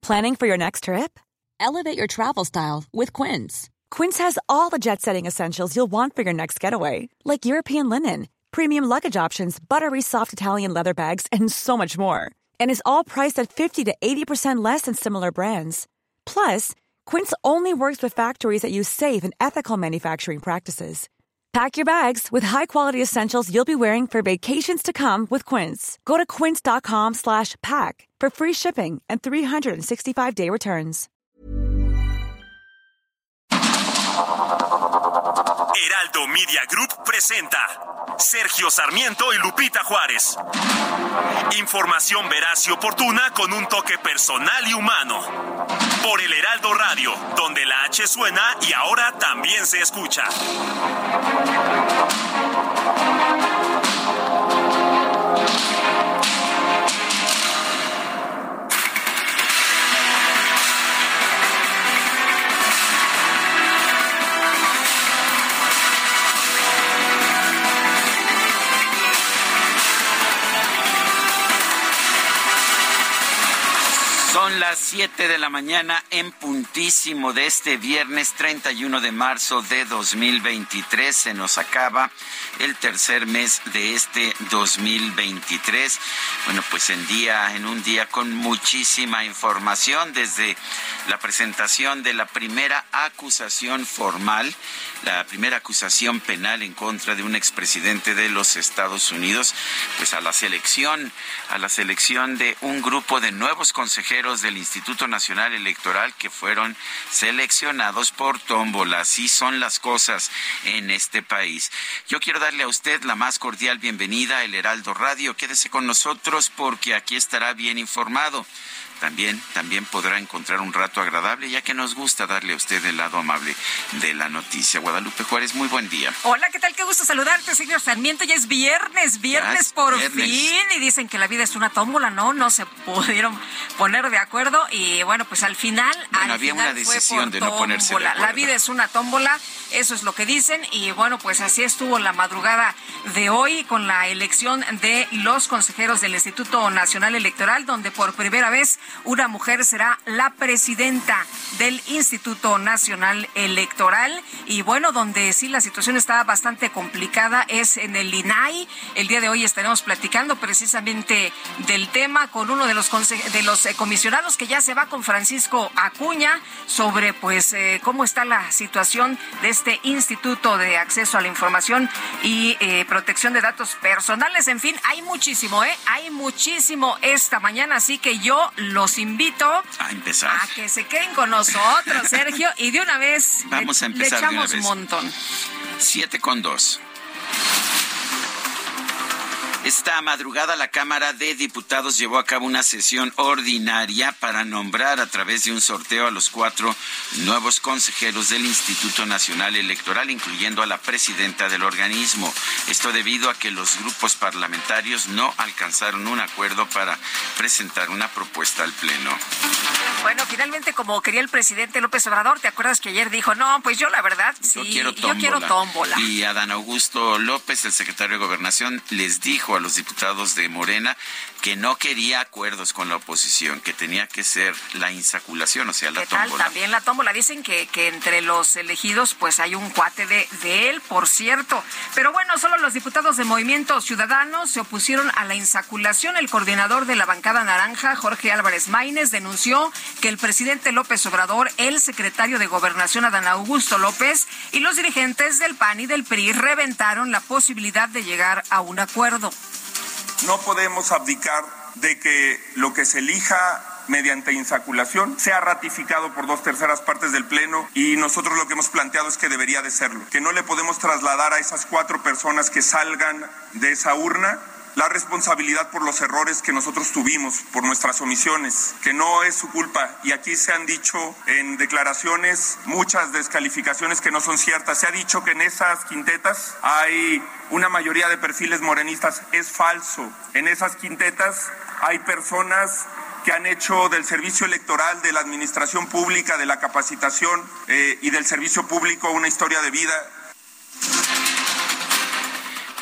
Planning for your next trip? Elevate your travel style with Quince. Quince has all the jet-setting essentials you'll want for your next getaway, like European linen, premium luggage options, buttery soft Italian leather bags, and so much more. And is all priced at 50 to 80% less than similar brands. Plus, Quince only works with factories that use safe and ethical manufacturing practices. Pack your bags with high-quality essentials you'll be wearing for vacations to come with Quince. Go to quince.com/pack for free shipping and 365-day returns. Heraldo Media Group presenta Sergio Sarmiento y Lupita Juárez. Información veraz y oportuna con un toque personal y humano. Por el Heraldo Radio, donde la H suena y ahora también se escucha. Son las 7 de la mañana en puntísimo de este viernes 31 de marzo de 2023. Se nos acaba el tercer mes de este 2023. Bueno, pues en un día con muchísima información, desde la presentación de la primera acusación formal, la primera acusación penal en contra de un expresidente de los Estados Unidos, pues a la selección de un grupo de nuevos consejeros del Instituto Nacional Electoral que fueron seleccionados por tómbola. Así son las cosas en este país. Yo quiero darle a usted la más cordial bienvenida a El Heraldo Radio. Quédese con nosotros porque aquí estará bien informado. También podrá encontrar un rato agradable, ya que nos gusta darle a usted el lado amable de la noticia. Guadalupe Juárez, muy buen día. Hola, ¿qué tal? Qué gusto saludarte, señor Sarmiento. Ya es viernes por fin. Y dicen que la vida es una tómbola, no se pudieron poner de acuerdo. Y bueno, pues al final había una decisión de no ponerse de acuerdo. La vida es una tómbola, eso es lo que dicen. Y bueno, pues así estuvo la madrugada de hoy con la elección de los consejeros del Instituto Nacional Electoral, donde por primera vez una mujer será la presidenta del Instituto Nacional Electoral. Y bueno, donde sí la situación está bastante complicada es en el INAI. El día de hoy estaremos platicando precisamente del tema con uno de los comisionados que ya se va, con Francisco Acuña, sobre pues cómo está la situación de este Instituto de Acceso a la Información y Protección de Datos Personales. En fin, hay muchísimo esta mañana, así que yo los invito a empezar a que se queden con nosotros, Sergio, y de una vez vamos a empezar le echamos de una vez. Un montón. 7:02. Esta madrugada la Cámara de Diputados llevó a cabo una sesión ordinaria para nombrar a través de un sorteo a los 4 nuevos consejeros del Instituto Nacional Electoral, incluyendo a la presidenta del organismo. Esto debido a que los grupos parlamentarios no alcanzaron un acuerdo para presentar una propuesta al Pleno. Bueno, finalmente, como quería el presidente López Obrador, ¿te acuerdas que ayer dijo, no, pues yo la verdad, sí, yo quiero tómbola? Y Adán Augusto López, el secretario de Gobernación, les dijo a los diputados de Morena que no quería acuerdos con la oposición, que tenía que ser la insaculación, o sea, la tómbola. ¿Qué tal? También la tómbola. Dicen que entre los elegidos pues hay un cuate de él, por cierto. Pero bueno, solo los diputados de Movimiento Ciudadano se opusieron a la insaculación. El coordinador de la bancada naranja, Jorge Álvarez Maínez, denunció que el presidente López Obrador, el secretario de Gobernación, Adán Augusto López, y los dirigentes del PAN y del PRI reventaron la posibilidad de llegar a un acuerdo. No podemos abdicar de que lo que se elija mediante insaculación sea ratificado por 2/3 partes del Pleno, y nosotros lo que hemos planteado es que debería de serlo, que no le podemos trasladar a esas 4 personas que salgan de esa urna la responsabilidad por los errores que nosotros tuvimos, por nuestras omisiones, que no es su culpa. Y aquí se han dicho en declaraciones muchas descalificaciones que no son ciertas. Se ha dicho que en esas quintetas hay una mayoría de perfiles morenistas. Es falso. En esas quintetas hay personas que han hecho del servicio electoral, de la administración pública, de la capacitación y del servicio público una historia de vida.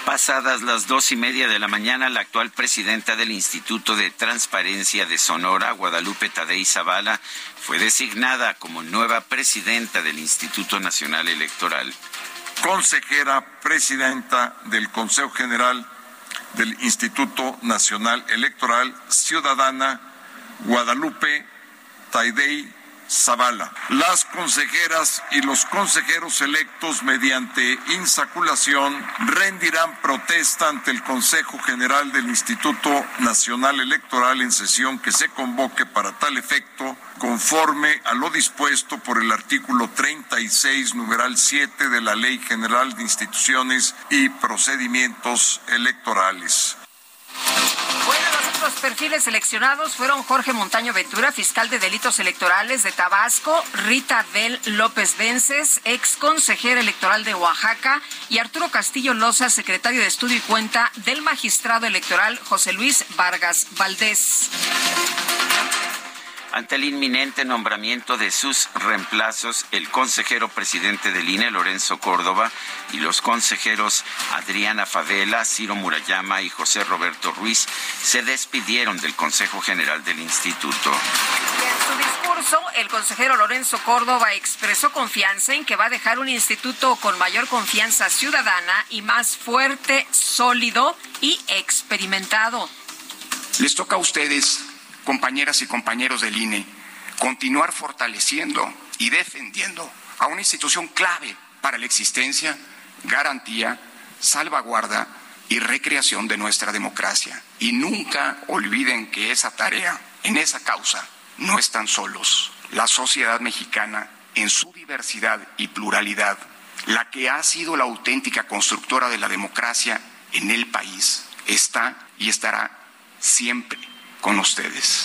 Pasadas las 2:30 de la mañana, la actual presidenta del Instituto de Transparencia de Sonora, Guadalupe Tadei Zavala, fue designada como nueva presidenta del Instituto Nacional Electoral. Consejera presidenta del Consejo General del Instituto Nacional Electoral, ciudadana Guadalupe Tadei Zavala. Las consejeras y los consejeros electos mediante insaculación rendirán protesta ante el Consejo General del Instituto Nacional Electoral en sesión que se convoque para tal efecto, conforme a lo dispuesto por el artículo 36, numeral 7 de la Ley General de Instituciones y Procedimientos Electorales. Bueno, los otros perfiles seleccionados fueron Jorge Montaño Ventura, fiscal de delitos electorales de Tabasco, Rita Del López Vences, ex consejera electoral de Oaxaca, y Arturo Castillo Loza, secretario de Estudio y Cuenta del magistrado electoral José Luis Vargas Valdés. Ante el inminente nombramiento de sus reemplazos, el consejero presidente del INE, Lorenzo Córdoba, y los consejeros Adriana Favela, Ciro Murayama y José Roberto Ruiz se despidieron del Consejo General del Instituto. En su discurso, el consejero Lorenzo Córdoba expresó confianza en que va a dejar un instituto con mayor confianza ciudadana y más fuerte, sólido y experimentado. Les toca a ustedes, compañeras y compañeros del INE, continuar fortaleciendo y defendiendo a una institución clave para la existencia, garantía, salvaguarda y recreación de nuestra democracia. Y nunca olviden que esa tarea, en esa causa, no están solos. La sociedad mexicana, en su diversidad y pluralidad, la que ha sido la auténtica constructora de la democracia en el país, está y estará siempre con ustedes.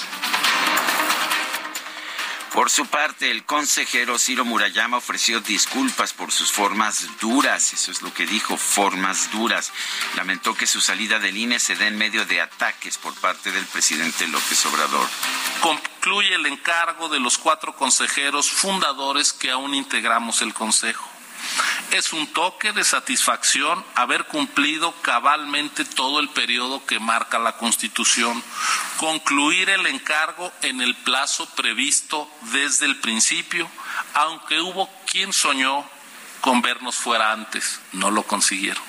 Por su parte, el consejero Ciro Murayama ofreció disculpas por sus formas duras, eso es lo que dijo, formas duras. Lamentó que su salida del INE se dé en medio de ataques por parte del presidente López Obrador. Concluye el encargo de los 4 consejeros fundadores que aún integramos el Consejo. Es un toque de satisfacción haber cumplido cabalmente todo el periodo que marca la Constitución, concluir el encargo en el plazo previsto desde el principio, aunque hubo quien soñó con vernos fuera antes, no lo consiguieron.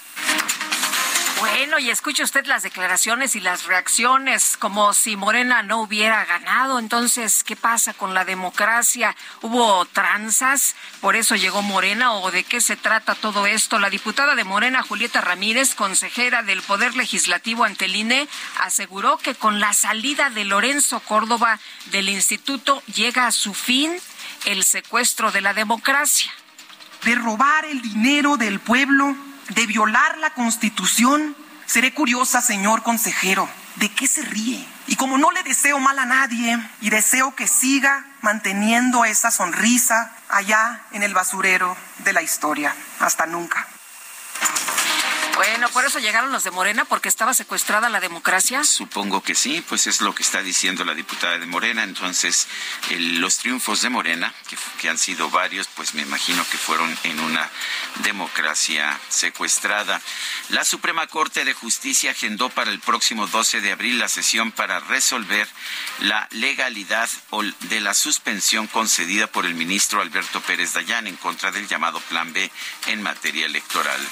Bueno, y escuche usted las declaraciones y las reacciones como si Morena no hubiera ganado. Entonces, ¿qué pasa con la democracia? ¿Hubo tranzas? ¿Por eso llegó Morena? ¿O de qué se trata todo esto? La diputada de Morena, Julieta Ramírez, consejera del Poder Legislativo ante el INE, aseguró que con la salida de Lorenzo Córdoba del instituto llega a su fin el secuestro de la democracia. De robar el dinero del pueblo, de violar la Constitución. Seré curiosa, señor consejero, ¿de qué se ríe? Y como no le deseo mal a nadie y deseo que siga manteniendo esa sonrisa allá en el basurero de la historia. Hasta nunca. Bueno, por eso llegaron los de Morena, porque estaba secuestrada la democracia. Supongo que sí, pues es lo que está diciendo la diputada de Morena. Entonces, los triunfos de Morena, que han sido varios, pues me imagino que fueron en una democracia secuestrada. La Suprema Corte de Justicia agendó para el próximo 12 de abril la sesión para resolver la legalidad de la suspensión concedida por el ministro Alberto Pérez Dayán en contra del llamado Plan B en materia electoral.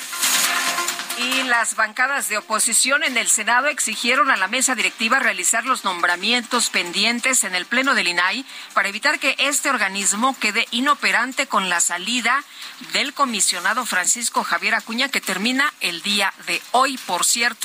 Y las bancadas de oposición en el Senado exigieron a la mesa directiva realizar los nombramientos pendientes en el Pleno del INAI para evitar que este organismo quede inoperante con la salida del comisionado Francisco Javier Acuña, que termina el día de hoy, por cierto.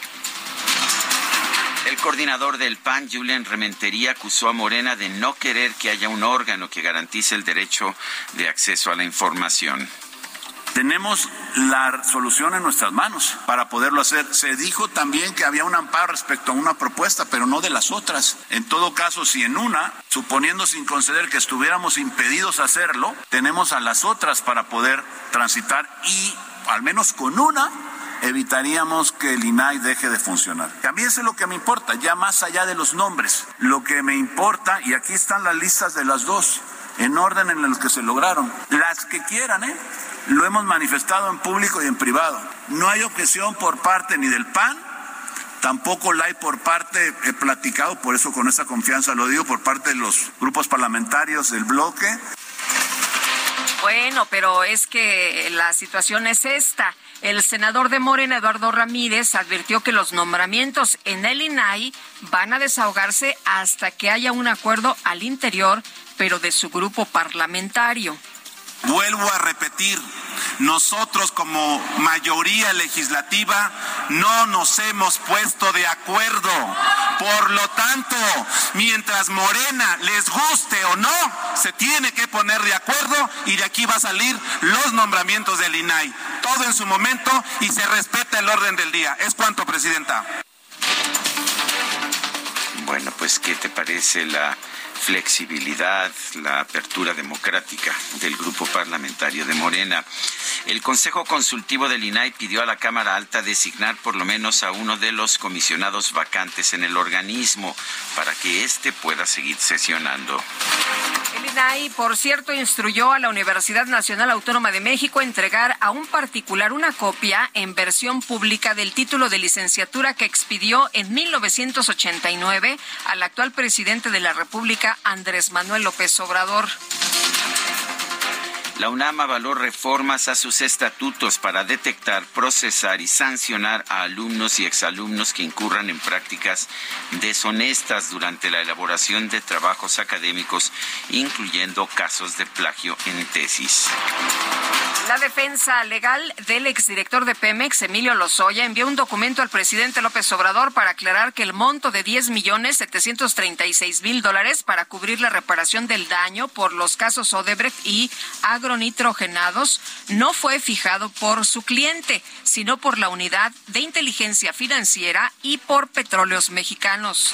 El coordinador del PAN, Julián Rementería, acusó a Morena de no querer que haya un órgano que garantice el derecho de acceso a la información. Tenemos la solución en nuestras manos para poderlo hacer. Se dijo también que había un amparo respecto a una propuesta, pero no de las otras. En todo caso, si en una, suponiendo sin conceder que estuviéramos impedidos a hacerlo, tenemos a las otras para poder transitar y, al menos con una, evitaríamos que el INAI deje de funcionar. A mí eso es lo que me importa, ya más allá de los nombres. Lo que me importa, y aquí están las listas de las dos, en orden en los que se lograron. Las que quieran, lo hemos manifestado en público y en privado. No hay objeción por parte ni del PAN, tampoco la hay por parte, he platicado, por eso con esa confianza lo digo, por parte de los grupos parlamentarios del bloque. Bueno, pero es que la situación es esta. El senador de Morena, Eduardo Ramírez, advirtió que los nombramientos en el INAI van a desahogarse hasta que haya un acuerdo al interior, pero de su grupo parlamentario. Vuelvo a repetir, nosotros como mayoría legislativa no nos hemos puesto de acuerdo. Por lo tanto, mientras Morena les guste o no, se tiene que poner de acuerdo y de aquí va a salir los nombramientos del INAI. Todo en su momento y se respeta el orden del día. Es cuanto, Presidenta. Bueno, pues, ¿qué te parece la flexibilidad, la apertura democrática del grupo parlamentario de Morena? El Consejo Consultivo del INAI pidió a la Cámara Alta designar por lo menos a uno de los comisionados vacantes en el organismo para que éste pueda seguir sesionando. El INAI, por cierto, instruyó a la Universidad Nacional Autónoma de México a entregar a un particular una copia en versión pública del título de licenciatura que expidió en 1989 al actual presidente de la República, Andrés Manuel López Obrador. La UNAM avaló reformas a sus estatutos para detectar, procesar y sancionar a alumnos y exalumnos que incurran en prácticas deshonestas durante la elaboración de trabajos académicos, incluyendo casos de plagio en tesis. La defensa legal del exdirector de Pemex, Emilio Lozoya, envió un documento al presidente López Obrador para aclarar que el monto de $10,736,000 para cubrir la reparación del daño por los casos Odebrecht y agronitrogenados no fue fijado por su cliente, sino por la Unidad de Inteligencia Financiera y por Petróleos Mexicanos.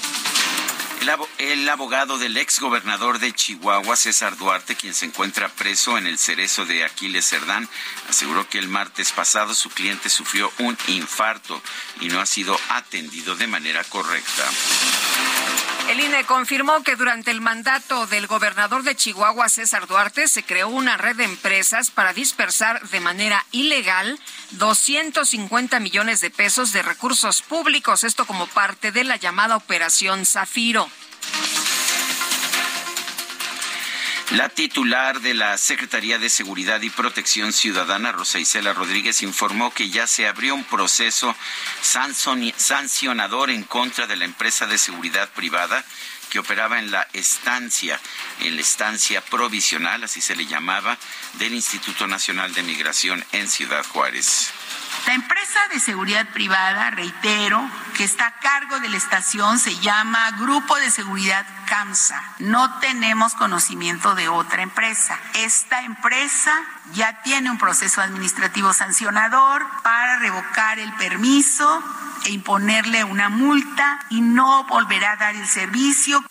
El abogado del exgobernador de Chihuahua, César Duarte, quien se encuentra preso en el cerezo de Aquiles Cerdán, aseguró que el martes pasado su cliente sufrió un infarto y no ha sido atendido de manera correcta. El INE confirmó que durante el mandato del gobernador de Chihuahua, César Duarte, se creó una red de empresas para dispersar de manera ilegal 250 millones de pesos de recursos públicos, esto como parte de la llamada Operación Zafiro. La titular de la Secretaría de Seguridad y Protección Ciudadana, Rosa Isela Rodríguez, informó que ya se abrió un proceso sancionador en contra de la empresa de seguridad privada que operaba en la estancia provisional, así se le llamaba, del Instituto Nacional de Migración en Ciudad Juárez. La empresa de seguridad privada, reitero, que está a cargo de la estación se llama Grupo de Seguridad CAMSA. No tenemos conocimiento de otra empresa. Esta empresa ya tiene un proceso administrativo sancionador para revocar el permiso e imponerle una multa y no volverá a dar el servicio.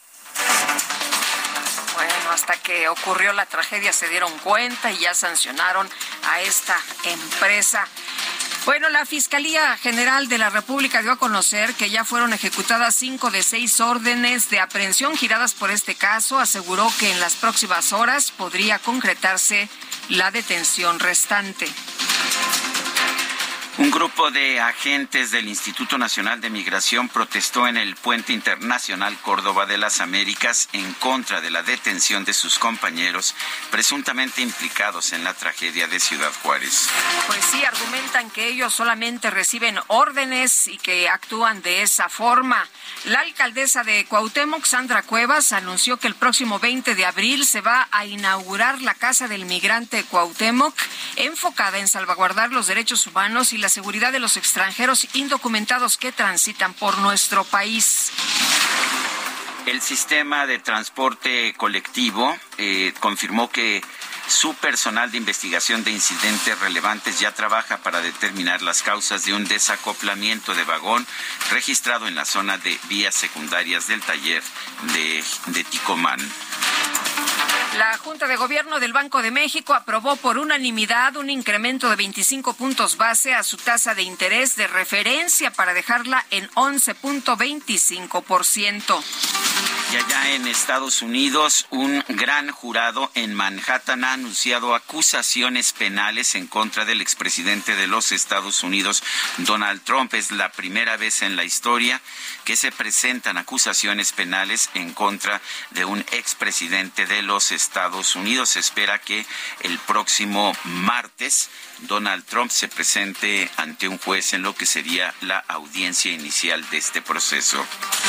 Bueno, hasta que ocurrió la tragedia se dieron cuenta y ya sancionaron a esta empresa. Bueno, la Fiscalía General de la República dio a conocer que ya fueron ejecutadas 5 de 6 órdenes de aprehensión giradas por este caso. Aseguró que en las próximas horas podría concretarse la detención restante. Un grupo de agentes del Instituto Nacional de Migración protestó en el Puente Internacional Córdoba de las Américas en contra de la detención de sus compañeros presuntamente implicados en la tragedia de Ciudad Juárez. Pues sí, argumentan que ellos solamente reciben órdenes y que actúan de esa forma. La alcaldesa de Cuauhtémoc, Sandra Cuevas, anunció que el próximo 20 de abril se va a inaugurar la Casa del Migrante Cuauhtémoc, enfocada en salvaguardar los derechos humanos y la seguridad de los extranjeros indocumentados que transitan por nuestro país. El sistema de transporte colectivo confirmó que su personal de investigación de incidentes relevantes ya trabaja para determinar las causas de un desacoplamiento de vagón registrado en la zona de vías secundarias del taller de Ticomán. La Junta de Gobierno del Banco de México aprobó por unanimidad un incremento de 25 puntos base a su tasa de interés de referencia para dejarla en 11.25%. Y allá en Estados Unidos, un gran jurado en Manhattan ha anunciado acusaciones penales en contra del expresidente de los Estados Unidos, Donald Trump. Es la primera vez en la historia que se presentan acusaciones penales en contra de un expresidente de los Estados Unidos. Se espera que el próximo martes Donald Trump se presente ante un juez en lo que sería la audiencia inicial de este proceso.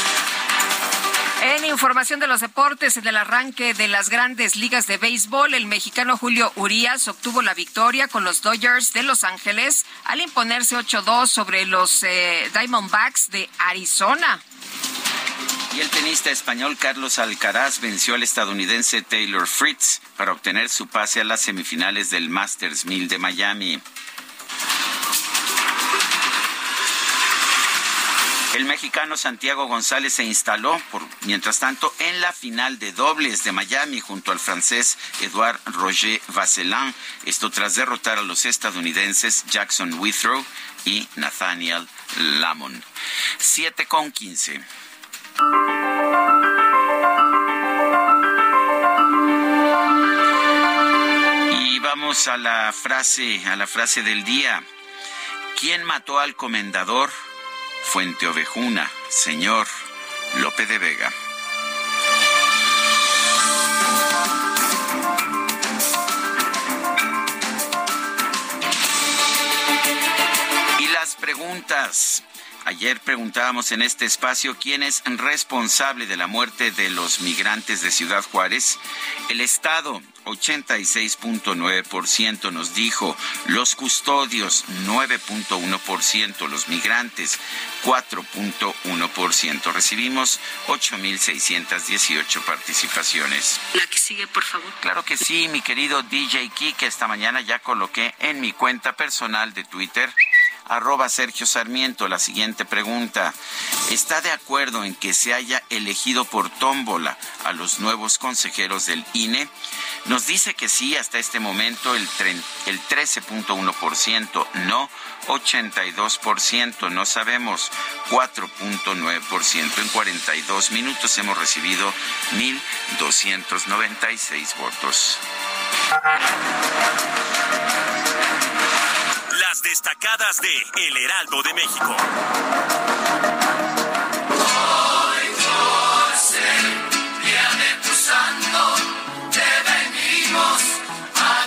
En información de los deportes, en el arranque de las grandes ligas de béisbol, el mexicano Julio Urías obtuvo la victoria con los Dodgers de Los Ángeles al imponerse 8-2 sobre los Diamondbacks de Arizona. Y el tenista español Carlos Alcaraz venció al estadounidense Taylor Fritz para obtener su pase a las semifinales del Masters 1000 de Miami. El mexicano Santiago González se instaló, mientras tanto, en la final de dobles de Miami junto al francés Edouard Roger Vasselin. Esto tras derrotar a los estadounidenses Jackson Withrow y Nathaniel Lamont. 7:15. Y vamos a la frase del día. ¿Quién mató al comendador Fuente Ovejuna, señor Lope de Vega? Y las preguntas. Ayer preguntábamos en este espacio quién es responsable de la muerte de los migrantes de Ciudad Juárez. El Estado, 86.9% nos dijo, los custodios, 9.1%, los migrantes, 4.1%. Recibimos 8,618 participaciones. La que sigue, por favor. Claro que sí, mi querido DJ Kike, esta mañana ya coloqué en mi cuenta personal de Twitter, @Sergio Sarmiento, la siguiente pregunta. ¿Está de acuerdo en que se haya elegido por tómbola a los nuevos consejeros del INE? Nos dice que sí, hasta este momento el 13.1%, no 82%, no sabemos 4.9%. En 42 minutos hemos recibido 1,296 votos. Las destacadas de El Heraldo de México. Hoy por ser día de tu santo, te venimos a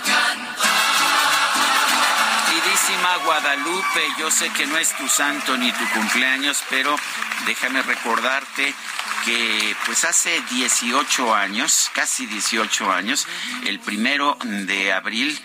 cantar. Queridísima Guadalupe, yo sé que no es tu santo ni tu cumpleaños, pero déjame recordarte que pues hace 18 años, casi 18 años, el primero de abril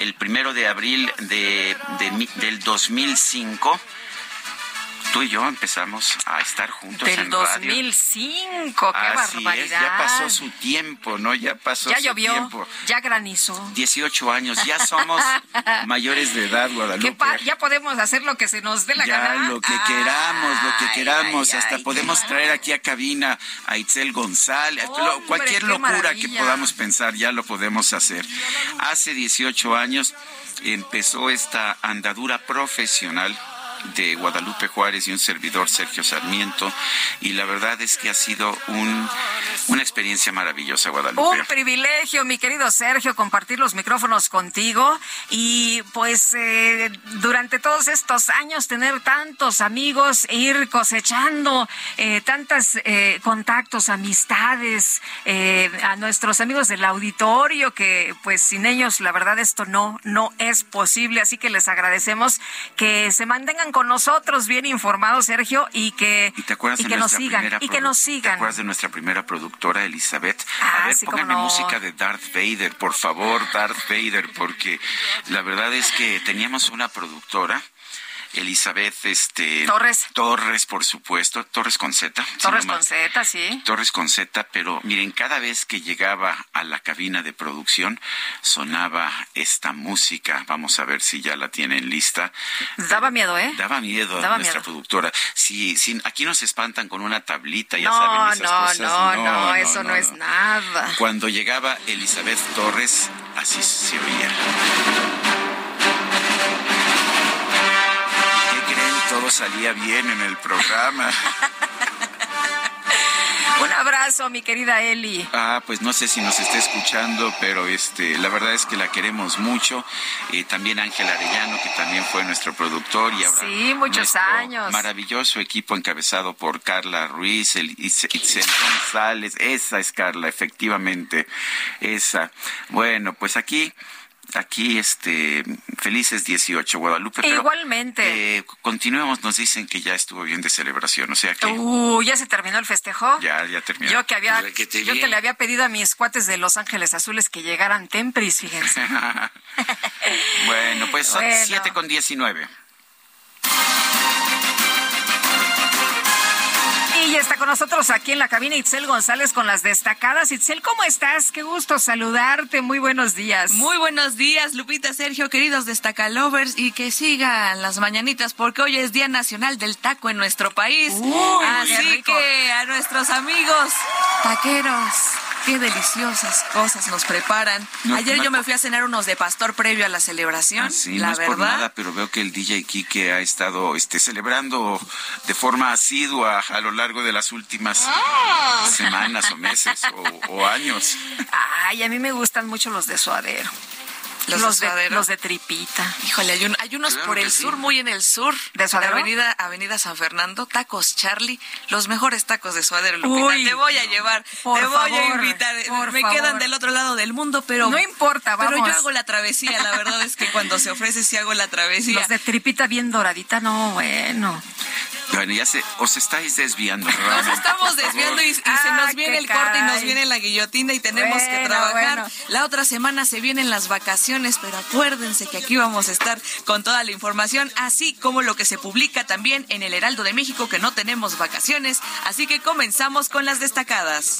del 2005, tú y yo empezamos a estar juntos en radio. Del 2005, qué barbaridad. Es, ya pasó su tiempo, ¿no? Ya pasó ya su llovió, tiempo. Ya granizó. 18 años, ya somos mayores de edad, Guadalupe. Ya podemos hacer lo que se nos dé la gana. Ya, lo que queramos. Hasta podemos traer aquí a cabina a Itzel González. Cualquier locura que podamos pensar, ya lo podemos hacer. Hace 18 años empezó esta andadura profesional de Guadalupe Juárez y un servidor, Sergio Sarmiento, y la verdad es que ha sido una experiencia maravillosa, Guadalupe. Un privilegio, mi querido Sergio, compartir los micrófonos contigo y pues durante todos estos años tener tantos amigos, ir cosechando tantos contactos, amistades, a nuestros amigos del auditorio, que pues sin ellos la verdad esto no es posible, así que les agradecemos que se mantengan con nosotros bien informados, Sergio, y que nos sigan. ¿Te acuerdas de nuestra primera productora, Elizabeth? A ver, sí, póngame música de Darth Vader, por favor, Darth Vader, porque la verdad es que teníamos una productora, Elizabeth Torres, por supuesto, Torres con Z. Torres con Z, sí. Torres con Z, pero miren, cada vez que llegaba a la cabina de producción sonaba esta música. Vamos a ver si ya la tienen lista. Daba miedo, ¿eh? Daba miedo a nuestra productora. Sí, aquí nos espantan con una tablita, ya saben esas cosas. No, eso no es nada. Cuando llegaba Elizabeth Torres, así se oía. Todo salía bien en el programa. Un abrazo, mi querida Eli. Pues no sé si nos está escuchando, pero la verdad es que la queremos mucho. También Ángel Arellano, que también fue nuestro productor, y ahora sí, muchos años. Maravilloso equipo encabezado por Carla Ruiz, Itzel González. Esa es Carla, efectivamente, esa. Bueno, pues aquí felices 18, Guadalupe. Pero, igualmente. Continuemos, nos dicen que ya estuvo bien de celebración, o sea que... ¿Ya se terminó el festejo? Ya terminó. Yo que le había pedido a mis cuates de Los Ángeles Azules que llegaran tempris, fíjense. Bueno, pues son 7:19. Y ya está con nosotros aquí en la cabina Itzel González con las destacadas. Itzel, ¿cómo estás? Qué gusto saludarte. Muy buenos días. Muy buenos días, Lupita, Sergio, queridos destacalovers, y que sigan las mañanitas porque hoy es Día Nacional del Taco en nuestro país. Así que a nuestros amigos taqueros, qué deliciosas cosas nos preparan. Ayer yo me fui a cenar unos de pastor previo a la celebración. Sí, la no es verdad. por nada, pero veo que el DJ Quique ha estado celebrando de forma asidua a lo largo de las últimas semanas o meses o años. Ay, a mí me gustan mucho los de suadero. Los de tripita. Híjole, hay unos claro por el sur, muy en el sur. ¿De suadero? Avenida San Fernando, Tacos Charlie, los mejores tacos de suadero, Lupita. Te voy a llevar, te voy a invitar. Me quedan del otro lado del mundo, pero... No importa, vamos. Pero yo hago la travesía, la verdad es que cuando se ofrece sí hago la travesía. Los de tripita bien doradita, no, bueno. Bueno, os estáis desviando. Nos estamos desviando y se nos viene el corte y nos viene la guillotina y tenemos que trabajar. Bueno. La otra semana se vienen las vacaciones, pero acuérdense que aquí vamos a estar con toda la información, así como lo que se publica también en el Heraldo de México, que no tenemos vacaciones. Así que comenzamos con las destacadas.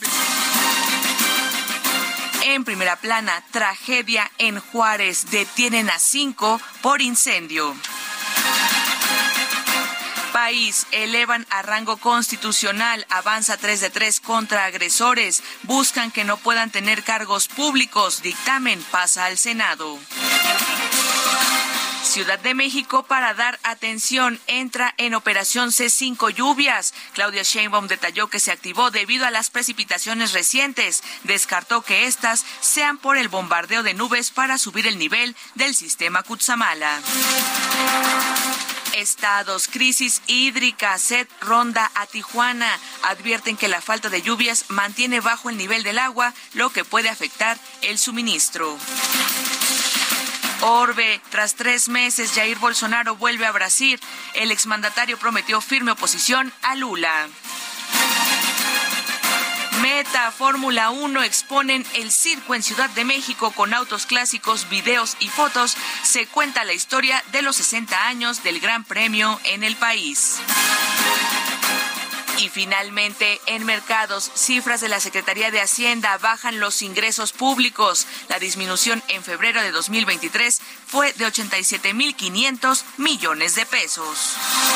En primera plana, tragedia en Juárez. Detienen a 5 por incendio. País, elevan a rango constitucional, avanza 3 de 3 contra agresores, buscan que no puedan tener cargos públicos, dictamen pasa al Senado. Ciudad de México, para dar atención, entra en operación C5 lluvias. Claudia Sheinbaum detalló que se activó debido a las precipitaciones recientes. Descartó que estas sean por el bombardeo de nubes para subir el nivel del sistema Cutzamala. Estados, crisis hídrica, sed ronda a Tijuana. Advierten que la falta de lluvias mantiene bajo el nivel del agua, lo que puede afectar el suministro. Orbe, tras 3 meses, Jair Bolsonaro vuelve a Brasil. El exmandatario prometió firme oposición a Lula. Meta, Fórmula 1 exponen el circo en Ciudad de México con autos clásicos, videos y fotos. Se cuenta la historia de los 60 años del Gran Premio en el país. Y finalmente, en mercados, cifras de la Secretaría de Hacienda bajan los ingresos públicos. La disminución en febrero de 2023 fue de 87.500 millones de pesos.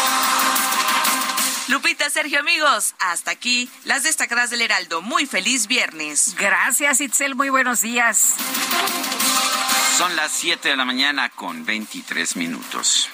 Lupita, Sergio, amigos, hasta aquí las destacadas del Heraldo. Muy feliz viernes. Gracias, Itzel, muy buenos días. Son las 7 de la mañana con 23 minutos.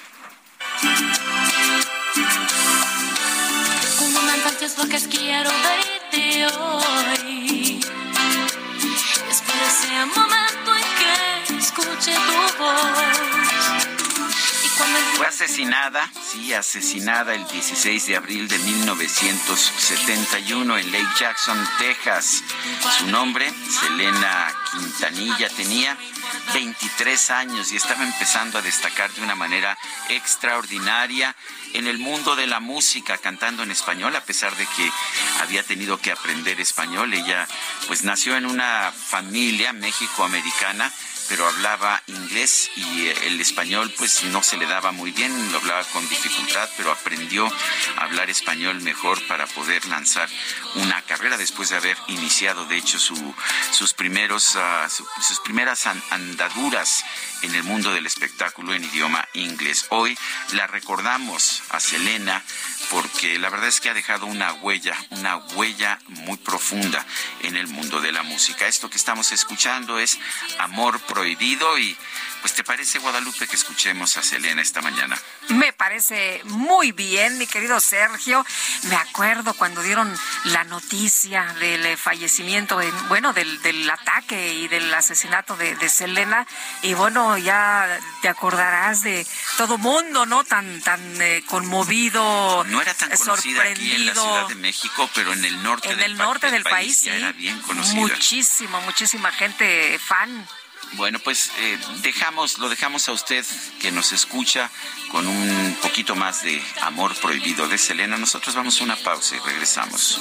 Un momento antes porque quiero verte hoy. Espero ese momento en que escuche tu voz. Fue asesinada el 16 de abril de 1971 en Lake Jackson, Texas. Su nombre, Selena Quintanilla, tenía 23 años y estaba empezando a destacar de una manera extraordinaria en el mundo de la música, cantando en español, a pesar de que había tenido que aprender español. Ella pues nació en una familia mexicoamericana, pero hablaba inglés y el español pues no se le daba muy bien, lo hablaba con dificultad, pero aprendió a hablar español mejor para poder lanzar una carrera después de haber iniciado, de hecho, sus primeras andaduras en el mundo del espectáculo en idioma inglés. Hoy la recordamos a Selena porque la verdad es que ha dejado una huella muy profunda en el mundo de la música. Esto que estamos escuchando es Amor prohibido. Y pues, ¿te parece, Guadalupe, que escuchemos a Selena esta mañana? Me parece muy bien, mi querido Sergio. Me acuerdo cuando dieron la noticia del fallecimiento, del ataque y del asesinato de Selena. Y bueno, ya te acordarás de todo mundo, ¿no? Tan conmovido, no era tan conocida aquí en la Ciudad de México, pero en el norte del país ya era bien conocida. Muchísima gente fan. Bueno, pues lo dejamos a usted que nos escucha con un poquito más de Amor Prohibido de Selena. Nosotros vamos a una pausa y regresamos.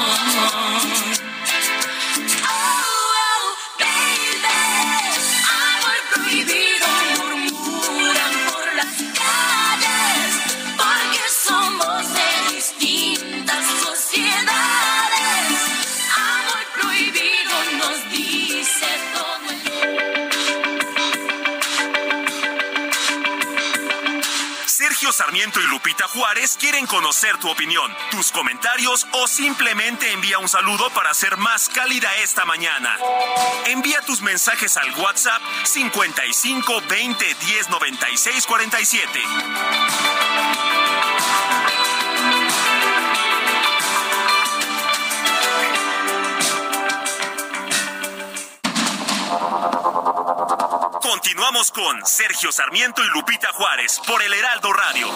Sergio Sarmiento y Lupita Juárez quieren conocer tu opinión, tus comentarios o simplemente envía un saludo para ser más cálida esta mañana. Envía tus mensajes al WhatsApp 55 20 10 96 47. Continuamos con Sergio Sarmiento y Lupita Juárez por el Heraldo Radio.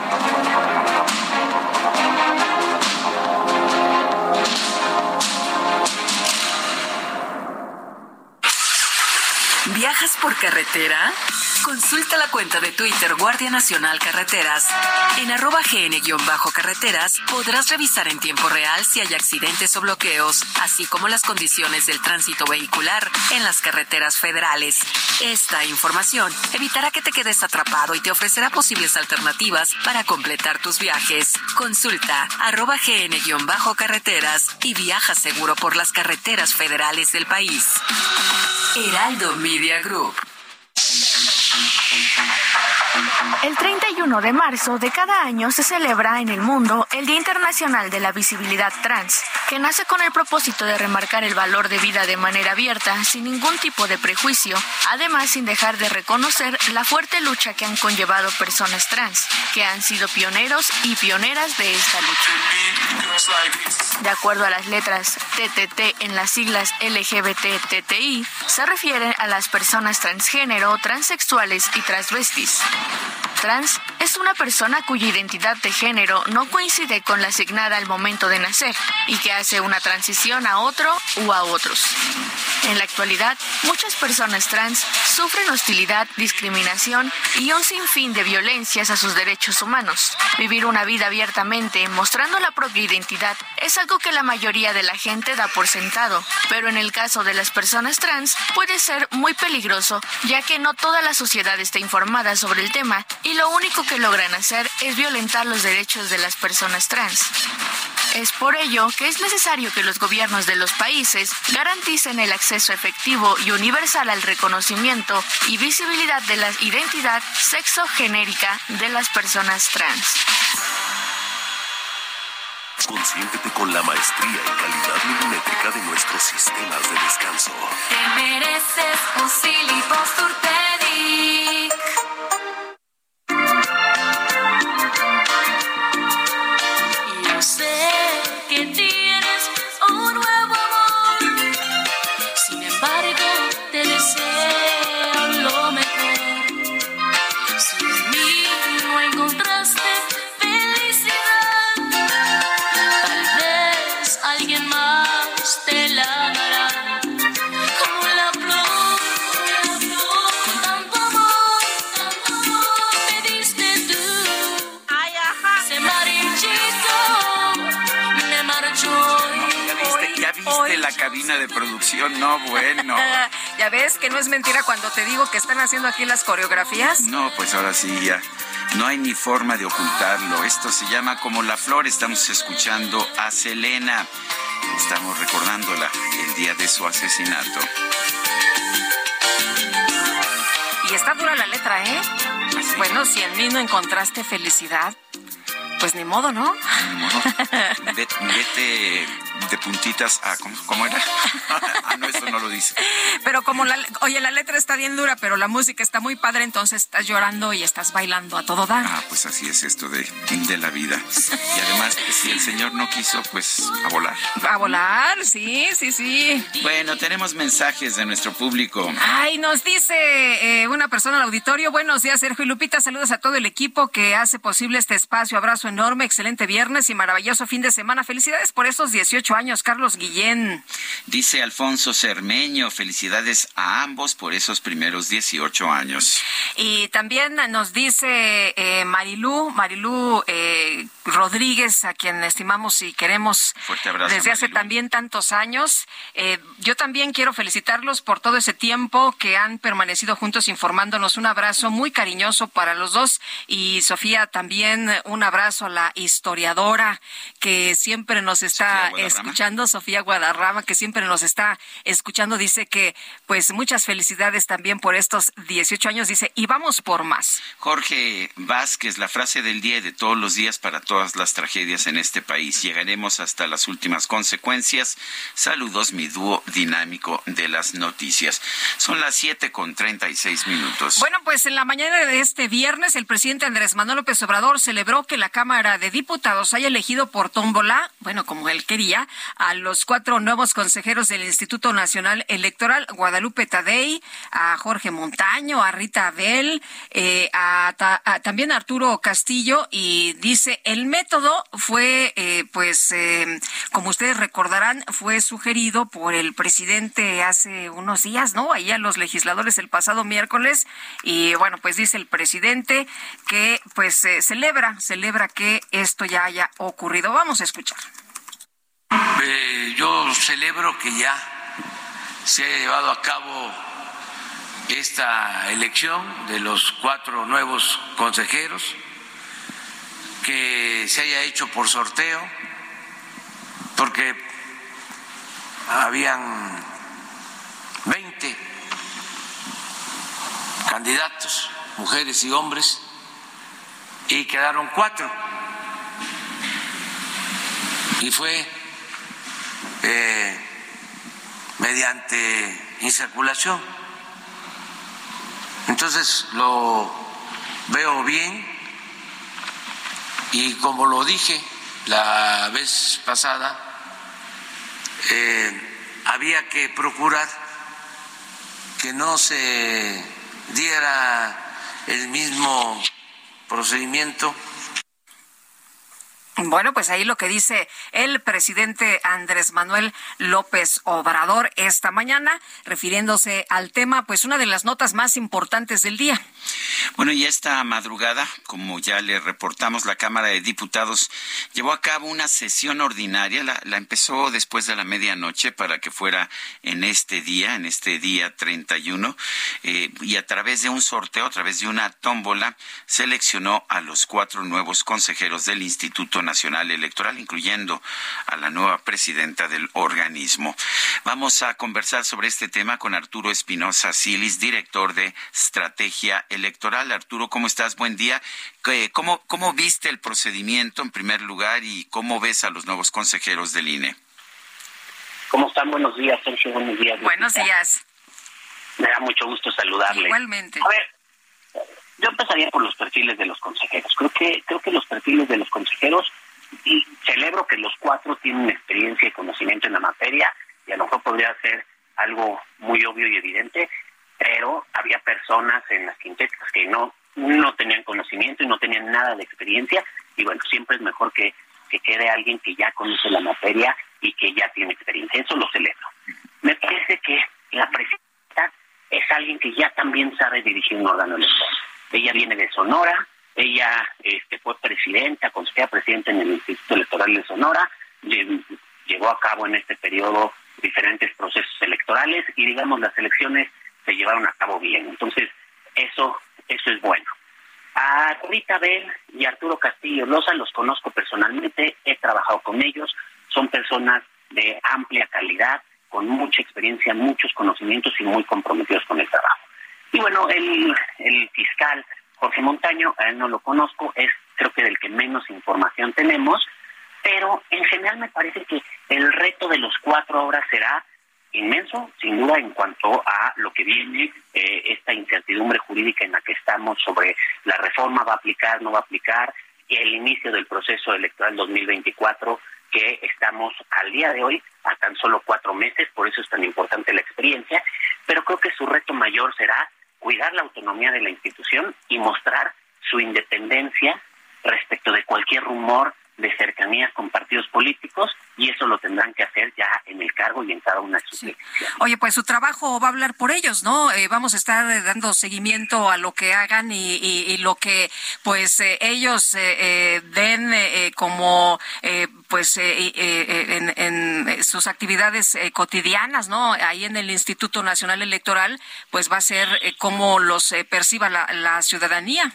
¿Viajas por carretera? Consulta la cuenta de Twitter Guardia Nacional Carreteras. En @GN-carreteras podrás revisar en tiempo real si hay accidentes o bloqueos, así como las condiciones del tránsito vehicular en las carreteras federales. Esta información evitará que te quedes atrapado y te ofrecerá posibles alternativas para completar tus viajes. Consulta @GN-carreteras y viaja seguro por las carreteras federales del país. Heraldo Media Group. El 31 de marzo de cada año se celebra en el mundo el Día Internacional de la Visibilidad Trans, que nace con el propósito de remarcar el valor de vida de manera abierta, sin ningún tipo de prejuicio, además sin dejar de reconocer la fuerte lucha que han conllevado personas trans, que han sido pioneros y pioneras de esta lucha. De acuerdo a las letras TTT en las siglas LGBT-TTI, se refieren a las personas transgénero, transexuales y transvestis. Trans es una persona cuya identidad de género no coincide con la asignada al momento de nacer y que hace una transición a otro u a otros. En la actualidad, muchas personas trans sufren hostilidad, discriminación y un sinfín de violencias a sus derechos humanos. Vivir una vida abiertamente, mostrando la propia identidad, es algo que la mayoría de la gente da por sentado, pero en el caso de las personas trans puede ser muy peligroso, ya que no toda la sociedad está informada sobre el tema y lo único que logran hacer es violentar los derechos de las personas trans. Es por ello que es necesario que los gobiernos de los países garanticen el acceso efectivo y universal al reconocimiento y visibilidad de la identidad sexogenérica de las personas trans. Consiéntete con la maestría y calidad milimétrica de nuestros sistemas de descanso. Te mereces un Silly Posturpedic. Yo sé que tienes un nuevo amor, sin embargo te deseo lo mejor. Si en mí no encontraste felicidad, tal vez alguien más te la dará. Como la flor, con tanto amor me diste tú. Se marchito, me marchó. ¿Ya viste la cabina de producción? No, bueno. ¿Ya ves que no es mentira cuando te digo que están haciendo aquí las coreografías? No, pues ahora sí ya. No hay ni forma de ocultarlo. Esto se llama Como la Flor. Estamos escuchando a Selena. Estamos recordándola el día de su asesinato. Y está dura la letra, ¿eh? ¿Sí? Bueno, si en mí no encontraste felicidad, pues ni modo, ¿no? Ni modo. Vete de puntitas a... ¿Cómo era? Ah, no, eso no lo dice. Pero pero como la letra está bien dura, pero la música está muy padre, entonces estás llorando y estás bailando a todo dar. Pues así es esto de la vida. Y además, si el Señor no quiso, pues a volar. A volar, sí. Bueno, tenemos mensajes de nuestro público. Ay, nos dice una persona al auditorio: buenos días, Sergio y Lupita, saludos a todo el equipo que hace posible este espacio, abrazo enorme, excelente viernes y maravilloso fin de semana. Felicidades por estos 18 años, Carlos Guillén. Dice Alfonso Cermeño, felicidades a ambos por esos primeros 18 años. Y también nos dice Marilú Rodríguez, a quien estimamos y queremos desde hace también tantos años. Yo también quiero felicitarlos por todo ese tiempo que han permanecido juntos informándonos. Un abrazo muy cariñoso para los dos. Y Sofía, también un abrazo a la historiadora que siempre nos está escuchando, Sofía Guadarrama, que siempre nos está escuchando. Dice que pues muchas felicidades también por estos 18 años. Dice, y vamos por más. Jorge Vázquez, la frase del día y de todos los días para todas las tragedias en este país: llegaremos hasta las últimas consecuencias. Saludos, mi dúo dinámico de las noticias. Son las 7:36. Bueno, pues en la mañana de este viernes, el presidente Andrés Manuel López Obrador celebró que la Cámara de Diputados haya elegido por tómbola, como él quería, a los 4 nuevos consejeros del Instituto Nacional Electoral: Guadalupe Tadei, a Jorge Montaño, a Rita Abel, también a Arturo Castillo. Y dice, el método fue, como ustedes recordarán, fue sugerido por el presidente hace unos días, ¿no? Ahí a los legisladores el pasado miércoles. Y bueno, pues dice el presidente que pues celebra que esto ya haya ocurrido. Vamos a escuchar. Yo celebro que ya se haya llevado a cabo esta elección de los 4 nuevos consejeros, que se haya hecho por sorteo, porque habían 20 candidatos, mujeres y hombres, y quedaron 4. Y fue mediante insaculación. Entonces lo veo bien, y como lo dije la vez pasada, había que procurar que no se diera el mismo procedimiento. Bueno, pues ahí lo que dice el presidente Andrés Manuel López Obrador esta mañana, refiriéndose al tema, pues una de las notas más importantes del día. Bueno, y esta madrugada, como ya le reportamos, la Cámara de Diputados llevó a cabo una sesión ordinaria. La empezó después de la medianoche para que fuera en este día 31, y a través de un sorteo, a través de una tómbola, seleccionó a los 4 nuevos consejeros del Instituto Nacional Electoral, incluyendo a la nueva presidenta del organismo. Vamos a conversar sobre este tema con Arturo Espinosa Silis, director de Estrategia Electoral. Arturo, ¿cómo estás? Buen día. ¿Cómo viste el procedimiento en primer lugar y cómo ves a los nuevos consejeros del INE? ¿Cómo están? Buenos días, Sergio. Buenos días. Buenos días. Me da mucho gusto saludarle. Igualmente. A ver, yo empezaría por los perfiles de los consejeros. Creo que los perfiles de los consejeros, y celebro que los 4 tienen experiencia y conocimiento en la materia, y a lo mejor podría ser algo muy obvio y evidente, pero había personas en las quintetas que no tenían conocimiento y no tenían nada de experiencia, y bueno, siempre es mejor que quede alguien que ya conoce la materia y que ya tiene experiencia. Eso lo celebro. Me parece que la presidenta es alguien que ya también sabe dirigir un órgano electoral. Ella viene de Sonora, ella fue consejera presidenta en el Instituto Electoral de Sonora, llevó a cabo en este periodo diferentes procesos electorales y, digamos, las elecciones se llevaron a cabo bien. Entonces, eso es bueno. A Rita Abel y Arturo Castillo Loza los conozco personalmente, he trabajado con ellos, son personas de amplia calidad, con mucha experiencia, muchos conocimientos y muy comprometidos con el trabajo. Y bueno, el fiscal Jorge Montaño, a él no lo conozco, es creo que del que menos información tenemos, pero en general me parece que el reto de los 4 ahora será inmenso, sin duda, en cuanto a lo que viene, esta incertidumbre jurídica en la que estamos sobre la reforma, va a aplicar, no va a aplicar, y el inicio del proceso electoral 2024, que estamos al día de hoy a tan solo 4 meses, por eso es tan importante la experiencia, pero creo que su reto mayor será cuidar la autonomía de la institución y mostrar su independencia respecto de cualquier rumor de cercanías con partidos políticos, y eso lo tendrán que hacer ya en el cargo y en cada una de sus decisiones. Oye, pues su trabajo va a hablar por ellos, ¿no? Vamos a estar dando seguimiento a lo que hagan y lo que pues ellos den como pues en sus actividades cotidianas, ¿no? Ahí en el Instituto Nacional Electoral, pues va a ser cómo los perciba la ciudadanía.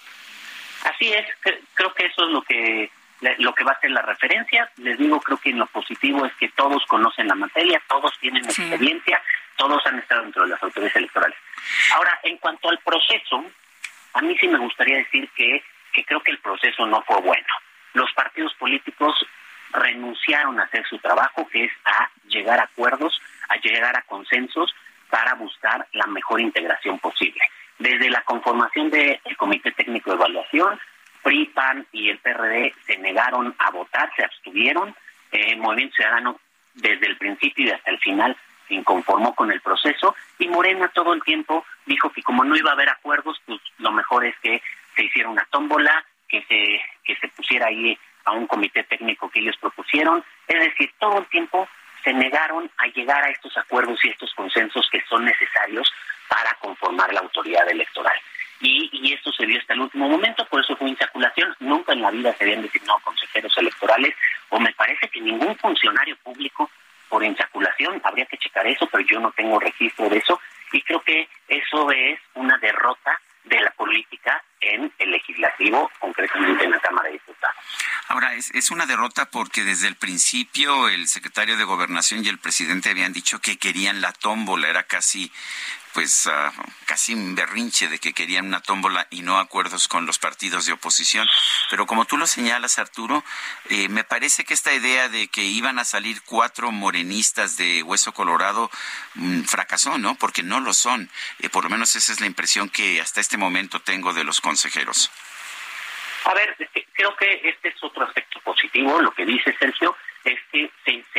Así es, creo que eso es lo que va a ser la referencia. Les digo, creo que en lo positivo es que todos conocen la materia, todos tienen experiencia, todos han estado dentro de las autoridades electorales. Ahora, en cuanto al proceso, a mí sí me gustaría decir que creo que el proceso no fue bueno. Los partidos políticos renunciaron a hacer su trabajo, que es a llegar a acuerdos, a llegar a consensos para buscar la mejor integración posible. Desde la conformación del Comité Técnico de Evaluación, PRI, PAN y el PRD se negaron a votar, se abstuvieron. Movimiento Ciudadano desde el principio y hasta el final se inconformó con el proceso, y Morena todo el tiempo dijo que como no iba a haber acuerdos, pues lo mejor es que se hiciera una tómbola, que se pusiera ahí a un comité técnico que ellos propusieron. Es decir, todo el tiempo se negaron a llegar a estos acuerdos y estos consensos que son necesarios para conformar la autoridad electoral. Y esto se dio hasta el último momento, por eso fue insaculación. Nunca en la vida se habían designado consejeros electorales, o me parece que ningún funcionario público por insaculación. Habría que checar eso, pero yo no tengo registro de eso, y creo que eso es una derrota de la política en el legislativo, concretamente en la Cámara de Diputados. Ahora, es una derrota porque desde el principio el secretario de Gobernación y el presidente habían dicho que querían la tómbola. Era casi un berrinche de que querían una tómbola y no acuerdos con los partidos de oposición. Pero como tú lo señalas, Arturo, me parece que esta idea de que iban a salir 4 morenistas de Hueso Colorado fracasó, ¿no? Porque no lo son. Por lo menos esa es la impresión que hasta este momento tengo de los consejeros. A ver, creo que este es otro aspecto positivo. Lo que dice Sergio es que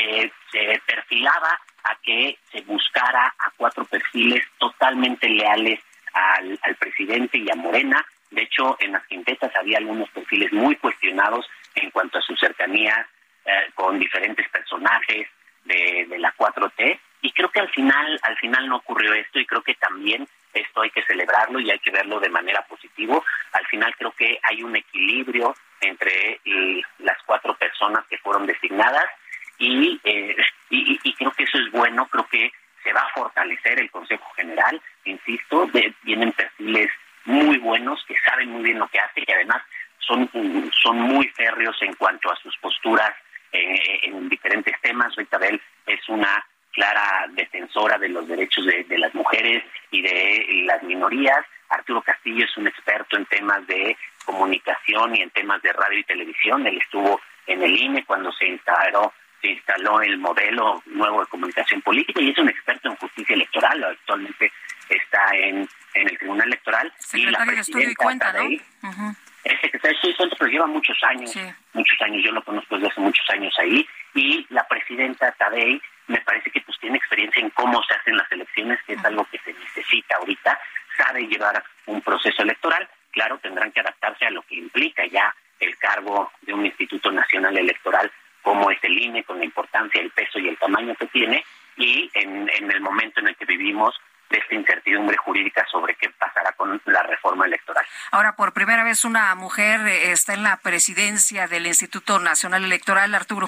se perfilaba a que se buscara a 4 perfiles totalmente leales al presidente y a Morena. De hecho, en las quintetas había algunos perfiles muy cuestionados en cuanto a su cercanía con diferentes personajes de la 4T, y creo que al final no ocurrió esto, y creo que también esto hay que celebrarlo y hay que verlo de manera positiva. Al final creo que hay un equilibrio entre las 4 personas que fueron designadas, y creo que eso es bueno. Creo que se va a fortalecer el Consejo General, insisto, vienen perfiles muy buenos que saben muy bien lo que hacen, y además son muy férreos en cuanto a sus posturas en diferentes temas. Rita Bell es una clara defensora de los derechos de las mujeres y de las minorías. Arturo Castillo es un experto en temas de comunicación y en temas de radio y televisión. Él estuvo en el INE cuando se instaló el modelo nuevo de comunicación política, y es un experto en justicia electoral. Actualmente está en el Tribunal Electoral. Secretario de Estudio y Cuenta, ¿no? Es secretario de Estudio y Cuenta, pero lleva muchos años. Yo lo conozco desde hace muchos años ahí. Y la presidenta Taddei me parece que pues tiene experiencia en cómo se hacen las elecciones, que es algo que se necesita ahorita. Sabe llevar un proceso electoral. Claro, tendrán que adaptarse a lo que implica ya el cargo de un Instituto Nacional Electoral como es el INE, con la importancia, el peso y el tamaño que tiene, y en el momento en el que vivimos de esta incertidumbre jurídica sobre qué pasará con la reforma electoral. Ahora, por primera vez una mujer está en la presidencia del Instituto Nacional Electoral, Arturo.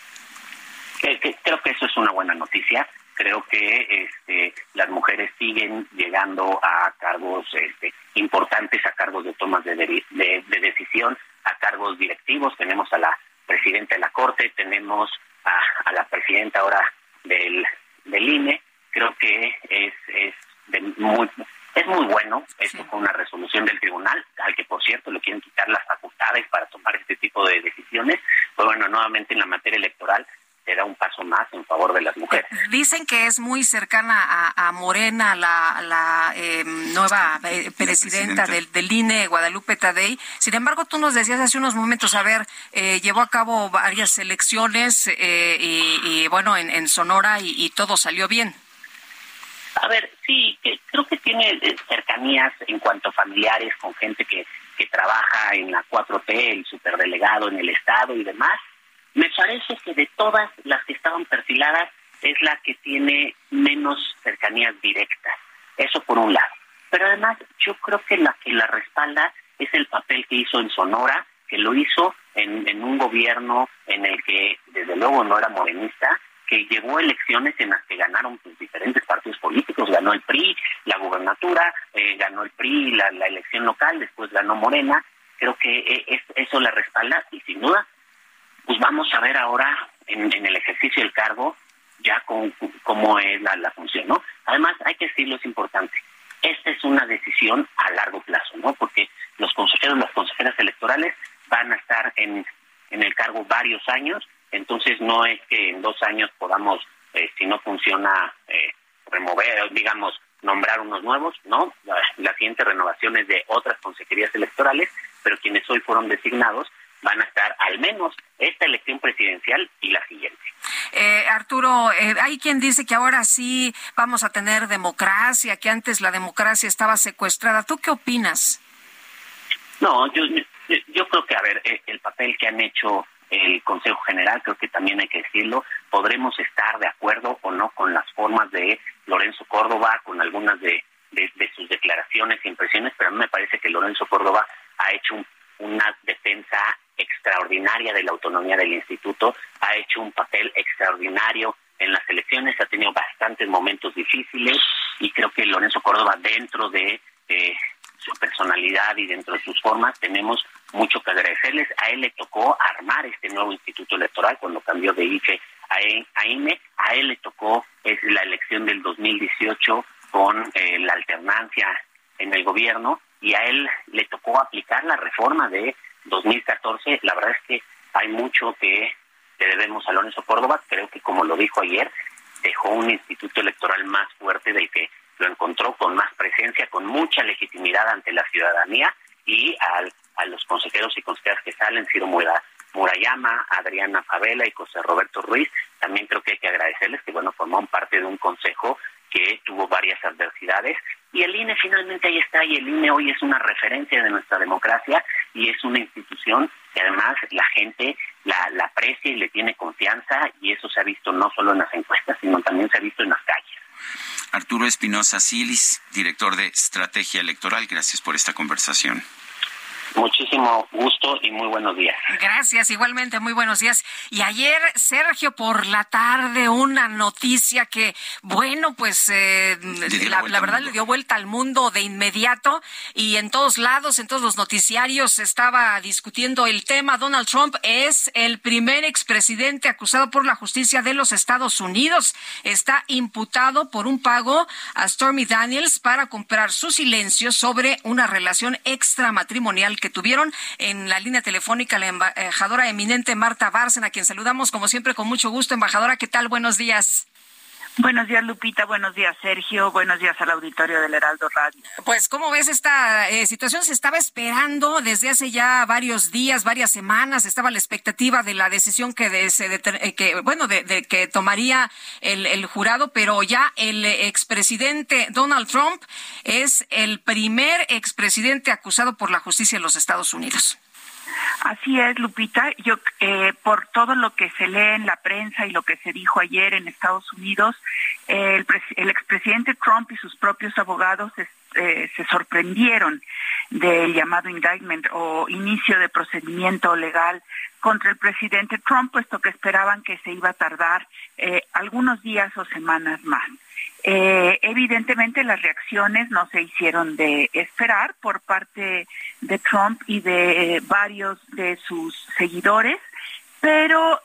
Creo que eso es una buena noticia. Creo que las mujeres siguen llegando a cargos importantes, a cargos de tomas de decisión, a cargos directivos. Tenemos a la presidenta de la Corte, tenemos a la presidenta ahora del INE. Creo que es muy bueno. Esto fue una resolución del tribunal, al que por cierto le quieren quitar las facultades para tomar este tipo de decisiones. Pues bueno, nuevamente en la materia electoral se da un paso más en favor de las mujeres. Dicen que es muy cercana a Morena, la nueva presidenta del INE, Guadalupe Tadei. Sin embargo, tú nos decías hace unos momentos, llevó a cabo varias elecciones y bueno, en Sonora y todo salió bien. A ver, sí, creo que tiene cercanías en cuanto a familiares con gente que trabaja en la 4T, el superdelegado en el estado y demás. Me parece que de todas las que estaban perfiladas es la que tiene menos cercanías directas. Eso por un lado. Pero además yo creo que la que la respalda es el papel que hizo en Sonora, que lo hizo en un gobierno en el que desde luego no era morenista, que llevó elecciones en las que ganaron diferentes partidos políticos. Ganó el PRI la gubernatura, ganó el PRI la elección local, después ganó Morena. Creo que eso la respalda y sin duda pues vamos a ver ahora en el ejercicio del cargo ya cómo es la función, ¿no? Además, hay que decirlo, es importante, esta es una decisión a largo plazo, ¿no? Porque los consejeros, las consejeras electorales van a estar en el cargo varios años, entonces no es que en 2 años podamos, si no funciona, remover, digamos, nombrar unos nuevos, ¿no? La siguiente renovación es de otras consejerías electorales, pero quienes hoy fueron designados van a estar al menos esta elección presidencial y la siguiente. Arturo, hay quien dice que ahora sí vamos a tener democracia, que antes la democracia estaba secuestrada. ¿Tú qué opinas? No, yo creo que, a ver, el papel que han hecho el Consejo General, creo que también hay que decirlo, podremos estar de acuerdo o no con las formas de Lorenzo Córdoba, con algunas de sus declaraciones e impresiones, pero a mí me parece que Lorenzo Córdoba ha hecho una defensa extraordinaria de la autonomía del instituto, ha hecho un papel extraordinario en las elecciones, ha tenido bastantes momentos difíciles y creo que Lorenzo Córdoba, dentro de su personalidad y dentro de sus formas, tenemos mucho que agradecerles. A él le tocó armar este nuevo instituto electoral cuando cambió de IFE a INE, a él le tocó la elección del 2018 con la alternancia en el gobierno, y a él le tocó aplicar la reforma de 2014. La verdad es que hay mucho que le debemos a Lorenzo Córdoba. Creo que, como lo dijo ayer, dejó un instituto electoral más fuerte del que lo encontró, con más presencia, con mucha legitimidad ante la ciudadanía, y a los consejeros y consejeras que salen, Ciro Murayama, Adriana Favela y José Roberto Ruiz, también creo que hay que agradecerles que, bueno, formaron parte de un consejo que tuvo varias adversidades, y el INE finalmente ahí está, y el INE hoy es una referencia de nuestra democracia y es una institución que además la gente la aprecia y le tiene confianza, y eso se ha visto no solo en las encuestas, sino también se ha visto en las calles. Arturo Espinosa Silis, director de Estrategia Electoral, gracias por esta conversación. Muchísimo gusto y muy buenos días. Gracias, igualmente, muy buenos días. Y ayer, Sergio, por la tarde, una noticia que, bueno, pues la verdad le dio vuelta al mundo de inmediato, y en todos lados, en todos los noticiarios se estaba discutiendo el tema. Donald Trump es el primer expresidente acusado por la justicia de los Estados Unidos. Está imputado por un pago a Stormy Daniels para comprar su silencio sobre una relación extramatrimonial que tuvieron. En la línea telefónica la embajadora eminente Marta Bárcena, a quien saludamos como siempre con mucho gusto. Embajadora, ¿qué tal? Buenos días. Buenos días, Lupita. Buenos días, Sergio. Buenos días al auditorio del Heraldo Radio. Pues, ¿cómo ves esta situación? Se estaba esperando desde hace ya varios días, varias semanas. Estaba la expectativa de la decisión que tomaría el jurado, pero ya el expresidente Donald Trump es el primer expresidente acusado por la justicia de los Estados Unidos. Así es, Lupita. Yo, por todo lo que se lee en la prensa y lo que se dijo ayer en Estados Unidos, el expresidente Trump y sus propios abogados se sorprendieron del llamado indictment o inicio de procedimiento legal contra el presidente Trump, puesto que esperaban que se iba a tardar algunos días o semanas más. Evidentemente las reacciones no se hicieron de esperar por parte de Trump y de varios de sus seguidores, pero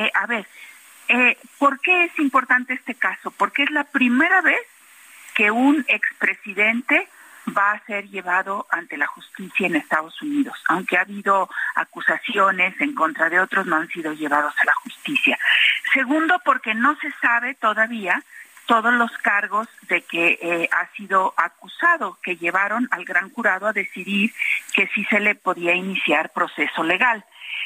¿por qué es importante este caso? Porque es la primera vez que un expresidente va a ser llevado ante la justicia en Estados Unidos. Aunque ha habido acusaciones en contra de otros, no han sido llevados a la justicia. Segundo, porque no se sabe todavía todos los cargos de que ha sido acusado, que llevaron al gran jurado a decidir que sí se le podía iniciar proceso legal.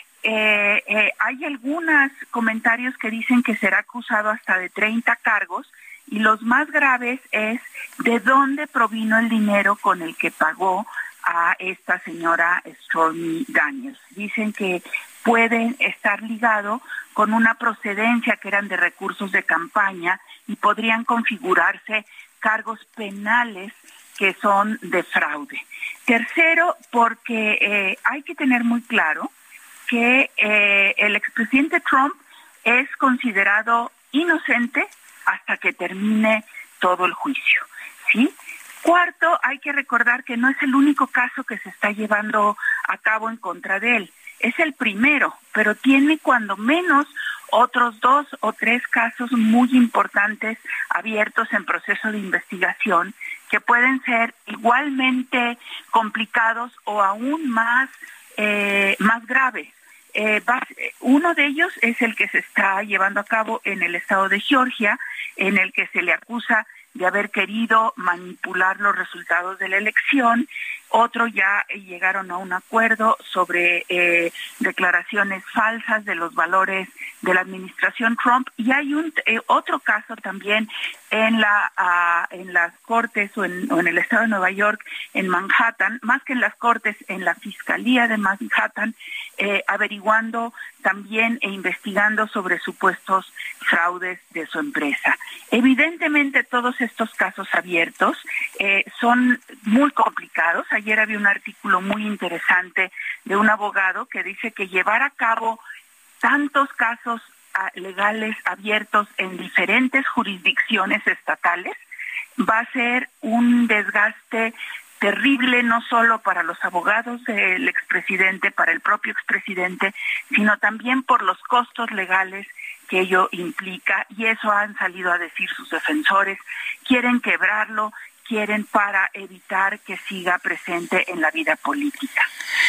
Hay algunos comentarios que dicen que será acusado hasta de 30 cargos, y los más graves es de dónde provino el dinero con el que pagó a esta señora Stormy Daniels. Dicen que pueden estar ligado con una procedencia que eran de recursos de campaña y podrían configurarse cargos penales que son de fraude. Tercero, porque hay que tener muy claro que el expresidente Trump es considerado inocente hasta que termine todo el juicio, ¿sí? Cuarto, hay que recordar que no es el único caso que se está llevando a cabo en contra de él. Es el primero, pero tiene cuando menos otros 2 o 3 casos muy importantes abiertos en proceso de investigación que pueden ser igualmente complicados o aún más graves. Uno de ellos es el que se está llevando a cabo en el estado de Georgia, en el que se le acusa de haber querido manipular los resultados de la elección. Otro ya llegaron a un acuerdo sobre declaraciones falsas de los valores de la administración Trump, y hay otro caso también en las cortes o en el estado de Nueva York, en Manhattan, más que en las cortes, en la Fiscalía de Manhattan, averiguando también e investigando sobre supuestos fraudes de su empresa. Evidentemente todos estos casos abiertos son muy complicados. Ayer había un artículo muy interesante de un abogado que dice que llevar a cabo tantos casos legales abiertos en diferentes jurisdicciones estatales va a ser un desgaste terrible, no solo para los abogados del expresidente, para el propio expresidente, sino también por los costos legales que ello implica, y eso han salido a decir sus defensores. Quieren quebrarlo, quieren para evitar que siga presente en la vida política.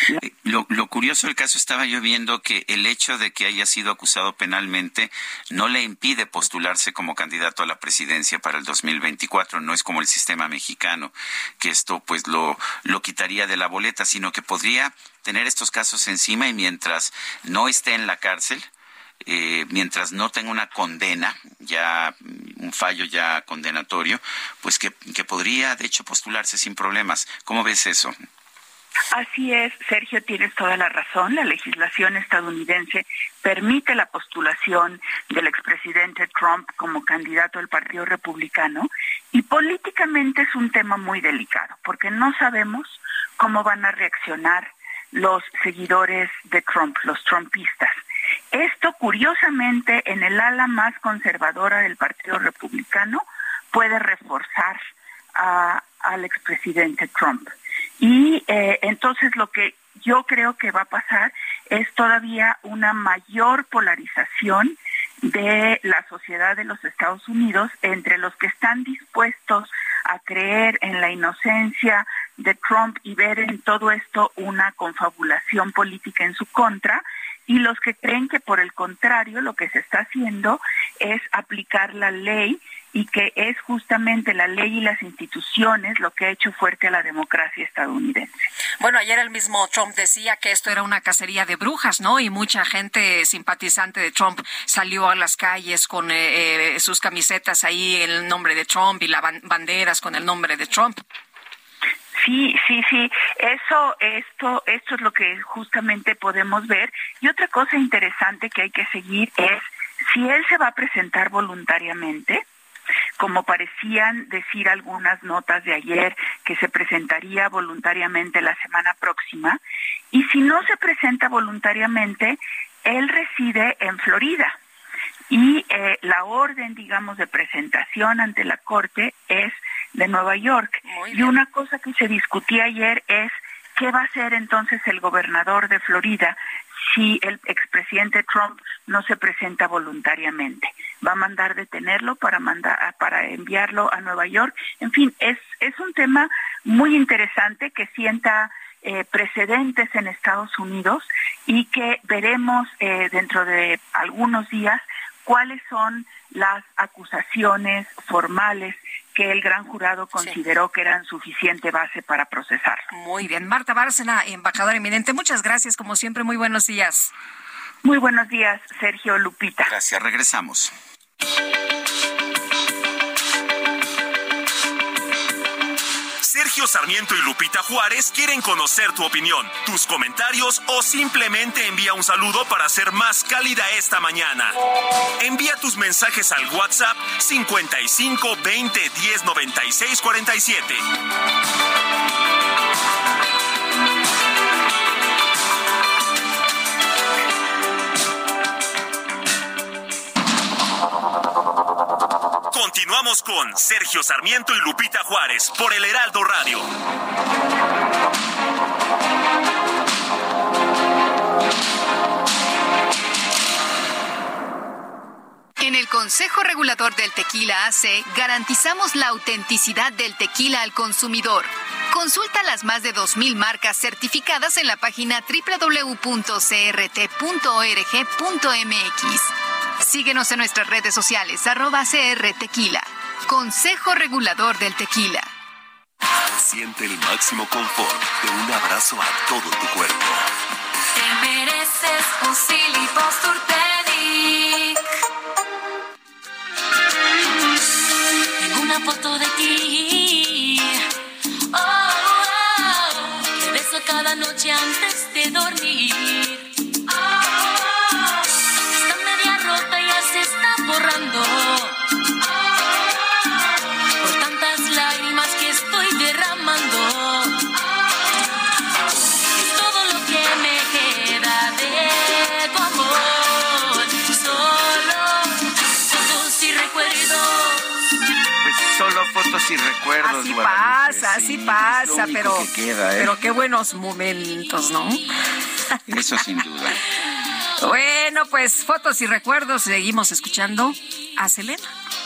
Lo curioso del caso, estaba yo viendo que el hecho de que haya sido acusado penalmente no le impide postularse como candidato a la presidencia para el 2024. No es como el sistema mexicano, que esto pues lo quitaría de la boleta, sino que podría tener estos casos encima, y mientras no esté en la cárcel, mientras no tenga una condena, ya un fallo ya condenatorio, pues que podría de hecho postularse sin problemas. ¿Cómo ves eso? Así es, Sergio, tienes toda la razón. La legislación estadounidense permite la postulación del expresidente Trump como candidato del Partido Republicano, y políticamente es un tema muy delicado porque no sabemos cómo van a reaccionar los seguidores de Trump, los trumpistas. Esto, curiosamente, en el ala más conservadora del Partido Republicano puede reforzar al expresidente Trump. Y entonces lo que yo creo que va a pasar es todavía una mayor polarización de la sociedad de los Estados Unidos entre los que están dispuestos a creer en la inocencia de Trump y ver en todo esto una confabulación política en su contra, y los que creen que por el contrario lo que se está haciendo es aplicar la ley, y que es justamente la ley y las instituciones lo que ha hecho fuerte a la democracia estadounidense. Bueno, ayer el mismo Trump decía que esto era una cacería de brujas, ¿no? Y mucha gente simpatizante de Trump salió a las calles con sus camisetas ahí, el nombre de Trump, y las banderas con el nombre de Trump. Sí. Esto es lo que justamente podemos ver. Y otra cosa interesante que hay que seguir es si él se va a presentar voluntariamente, como parecían decir algunas notas de ayer, que se presentaría voluntariamente la semana próxima. Y si no se presenta voluntariamente, él reside en Florida. Y la orden, digamos, de presentación ante la Corte es de Nueva York. Y una cosa que se discutía ayer es qué va a hacer entonces el gobernador de Florida si el expresidente Trump no se presenta voluntariamente. Va a mandar detenerlo para enviarlo a Nueva York. En fin, es un tema muy interesante que sienta precedentes en Estados Unidos y que veremos dentro de algunos días cuáles son las acusaciones formales que el gran jurado consideró que eran suficiente base para procesarlo. Muy bien. Marta Bárcena, embajadora eminente, muchas gracias, como siempre, muy buenos días. Muy buenos días, Sergio, Lupita. Gracias, regresamos. Sergio Sarmiento y Lupita Juárez quieren conocer tu opinión, tus comentarios o simplemente envía un saludo para hacer más cálida esta mañana. Envía tus mensajes al WhatsApp 55 20 10 96 47. Continuamos con Sergio Sarmiento y Lupita Juárez por el Heraldo Radio. En el Consejo Regulador del Tequila AC garantizamos la autenticidad del tequila al consumidor. Consulta las más de 2,000 marcas certificadas en la página www.crt.org.mx. Síguenos en nuestras redes sociales, @CRTequila. Consejo Regulador del Tequila. Siente el máximo confort de un abrazo a todo tu cuerpo. Te mereces un Silly Posturpedic. Tengo una foto de ti. Oh, oh, que beso cada noche antes de dormir. Se está borrando por tantas lágrimas que estoy derramando. Es todo lo que me queda de tu amor. Solo fotos y recuerdos. Pues solo fotos y recuerdos. Así Guadalupe. pasa, así pasa, pero qué buenos momentos, ¿no? Eso sin duda. Bueno, pues fotos y recuerdos. Seguimos escuchando a Selena.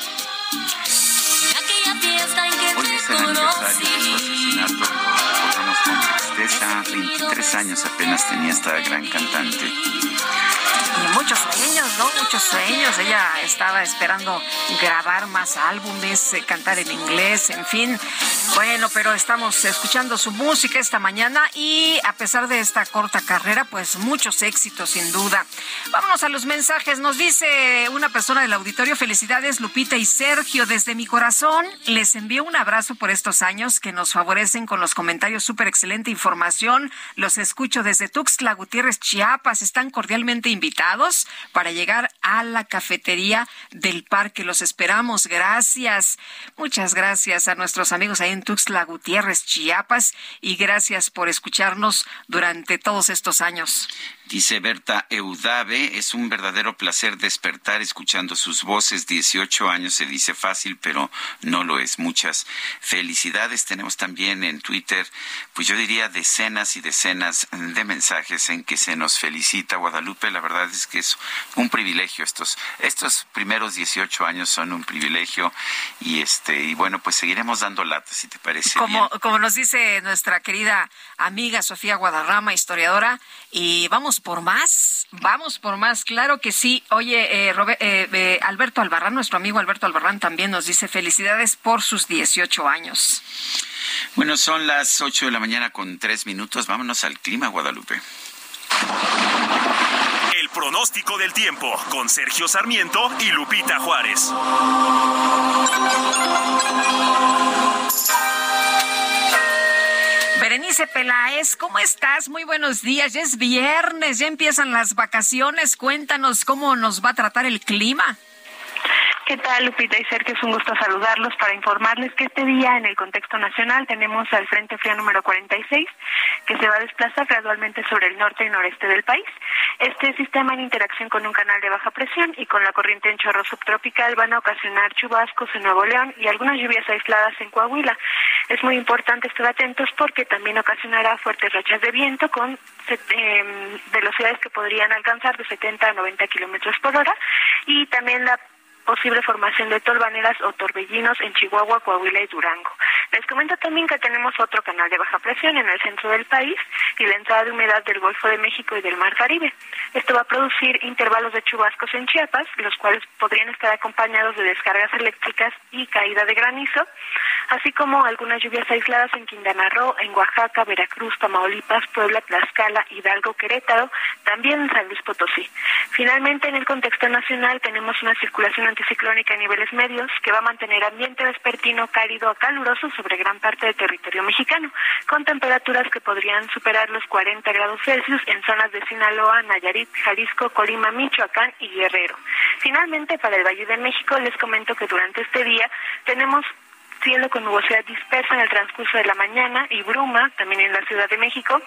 Hoy es el aniversario de su asesinato. Lo recordamos con tristeza. 23 años apenas tenía esta gran cantante. Y muchos sueños, ¿no? Muchos sueños. Ella estaba esperando grabar más álbumes, cantar en inglés, en fin. Bueno, pero estamos escuchando su música esta mañana y a pesar de esta corta carrera, pues muchos éxitos sin duda. Vámonos a los mensajes. Nos dice una persona del auditorio: felicidades Lupita y Sergio. Desde mi corazón les envío un abrazo por estos años que nos favorecen con los comentarios. Súper excelente información. Los escucho desde Tuxtla Gutiérrez, Chiapas. Están cordialmente invitados para llegar a la cafetería del parque. Los esperamos. Gracias. Muchas gracias a nuestros amigos ahí en Tuxtla Gutiérrez, Chiapas, y gracias por escucharnos durante todos estos años. Dice Berta Eudave, es un verdadero placer despertar escuchando sus voces. 18 años se dice fácil, pero no lo es. Muchas felicidades. Tenemos también en Twitter, pues yo diría decenas y decenas de mensajes en que se nos felicita. Guadalupe, la verdad es que es un privilegio. Estos primeros 18 años son un privilegio y bueno, pues seguiremos dando lata, si te parece bien. Como nos dice nuestra querida amiga Sofía Guadarrama, historiadora, y vamos por más, claro que sí. Oye, Alberto Albarrán, nuestro amigo Alberto Albarrán también nos dice felicidades por sus 18 años. Bueno, son las 8 de la mañana con 3 minutos. Vámonos al clima, Guadalupe. El pronóstico del tiempo con Sergio Sarmiento y Lupita Juárez. Berenice Peláez, ¿cómo estás? Muy buenos días. Ya es viernes, ya empiezan las vacaciones. Cuéntanos cómo nos va a tratar el clima. ¿Qué tal, Lupita y Sergio? Es un gusto saludarlos para informarles que este día en el contexto nacional tenemos al Frente Frío número 46, que se va a desplazar gradualmente sobre el norte y noreste del país. Este sistema, en interacción con un canal de baja presión y con la corriente en chorro subtropical, van a ocasionar chubascos en Nuevo León y algunas lluvias aisladas en Coahuila. Es muy importante estar atentos porque también ocasionará fuertes rachas de viento con velocidades que podrían alcanzar de 70 a 90 kilómetros por hora, y también la posible formación de tolvaneras o torbellinos en Chihuahua, Coahuila y Durango. Les comento también que tenemos otro canal de baja presión en el centro del país y la entrada de humedad del Golfo de México y del Mar Caribe. Esto va a producir intervalos de chubascos en Chiapas, los cuales podrían estar acompañados de descargas eléctricas y caída de granizo, así como algunas lluvias aisladas en Quintana Roo, en Oaxaca, Veracruz, Tamaulipas, Puebla, Tlaxcala, Hidalgo, Querétaro, también en San Luis Potosí. Finalmente, en el contexto nacional tenemos una circulación anticiclónica a niveles medios que va a mantener ambiente vespertino cálido a caluroso sobre gran parte del territorio mexicano, con temperaturas que podrían superar los 40 grados Celsius en zonas de Sinaloa, Nayarit, Jalisco, Colima, Michoacán y Guerrero. Finalmente, para el Valle de México, les comento que durante este día tenemos cielo con nubosidad dispersa en el transcurso de la mañana y bruma también en la Ciudad de México.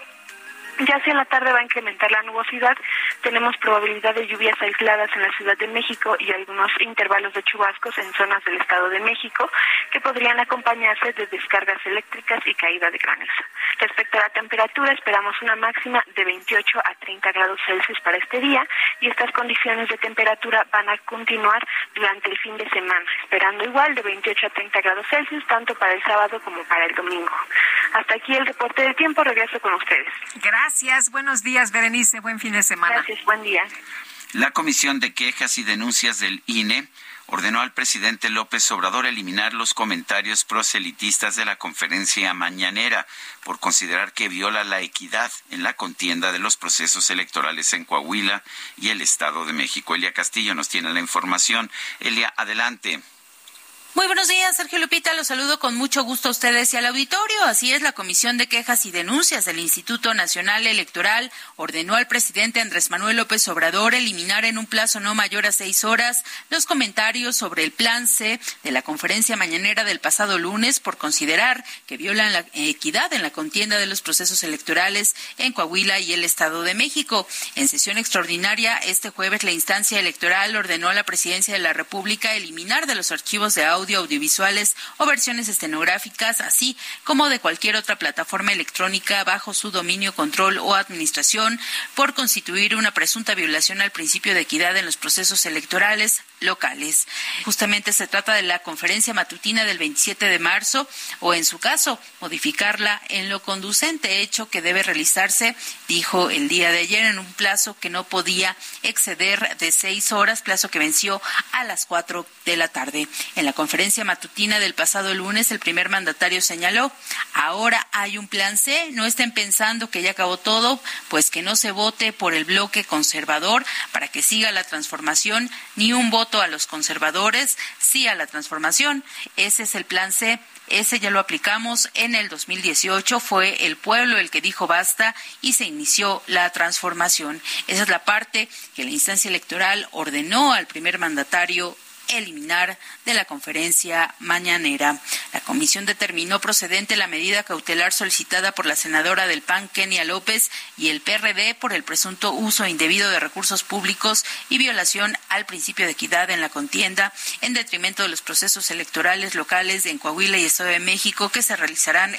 Ya hacia la tarde va a incrementar la nubosidad, tenemos probabilidad de lluvias aisladas en la Ciudad de México y algunos intervalos de chubascos en zonas del Estado de México que podrían acompañarse de descargas eléctricas y caída de granizo. Respecto a la temperatura, esperamos una máxima de 28 a 30 grados Celsius para este día y estas condiciones de temperatura van a continuar durante el fin de semana, esperando igual de 28 a 30 grados Celsius tanto para el sábado como para el domingo. Hasta aquí el reporte del tiempo, regreso con ustedes. Gracias, buenos días, Berenice, buen fin de semana. Gracias, buen día. La Comisión de Quejas y Denuncias del INE ordenó al presidente López Obrador eliminar los comentarios proselitistas de la conferencia mañanera por considerar que viola la equidad en la contienda de los procesos electorales en Coahuila y el Estado de México. Elia Castillo nos tiene la información. Elia, adelante. Muy buenos días, Sergio Lupita. Los saludo con mucho gusto a ustedes y al auditorio. Así es, la Comisión de Quejas y Denuncias del Instituto Nacional Electoral ordenó al presidente Andrés Manuel López Obrador eliminar en un plazo no mayor a 6 horas los comentarios sobre el Plan C de la conferencia mañanera del pasado lunes por considerar que violan la equidad en la contienda de los procesos electorales en Coahuila y el Estado de México. En sesión extraordinaria, este jueves, la instancia electoral ordenó a la Presidencia de la República eliminar de los archivos de audiovisuales o versiones estenográficas, así como de cualquier otra plataforma electrónica bajo su dominio, control o administración, por constituir una presunta violación al principio de equidad en los procesos electorales locales. Justamente se trata de la conferencia matutina del 27 de marzo o, en su caso, modificarla en lo conducente, hecho que debe realizarse, dijo el día de ayer, en un plazo que no podía exceder de 6 horas, plazo que venció a las 4 de la tarde. En la conferencia matutina del pasado lunes, el primer mandatario señaló: ahora hay un plan C, no estén pensando que ya acabó todo, pues que no se vote por el bloque conservador para que siga la transformación, ni un voto a los conservadores, sí a la transformación. Ese es el plan C. Ese ya lo aplicamos en el 2018, fue el pueblo el que dijo basta y se inició la transformación. Esa es la parte que la instancia electoral ordenó al primer mandatario eliminar de la conferencia mañanera. La comisión determinó procedente la medida cautelar solicitada por la senadora del PAN, Kenia López, y el PRD por el presunto uso indebido de recursos públicos y violación al principio de equidad en la contienda, en detrimento de los procesos electorales locales en Coahuila y Estado de México que se realizarán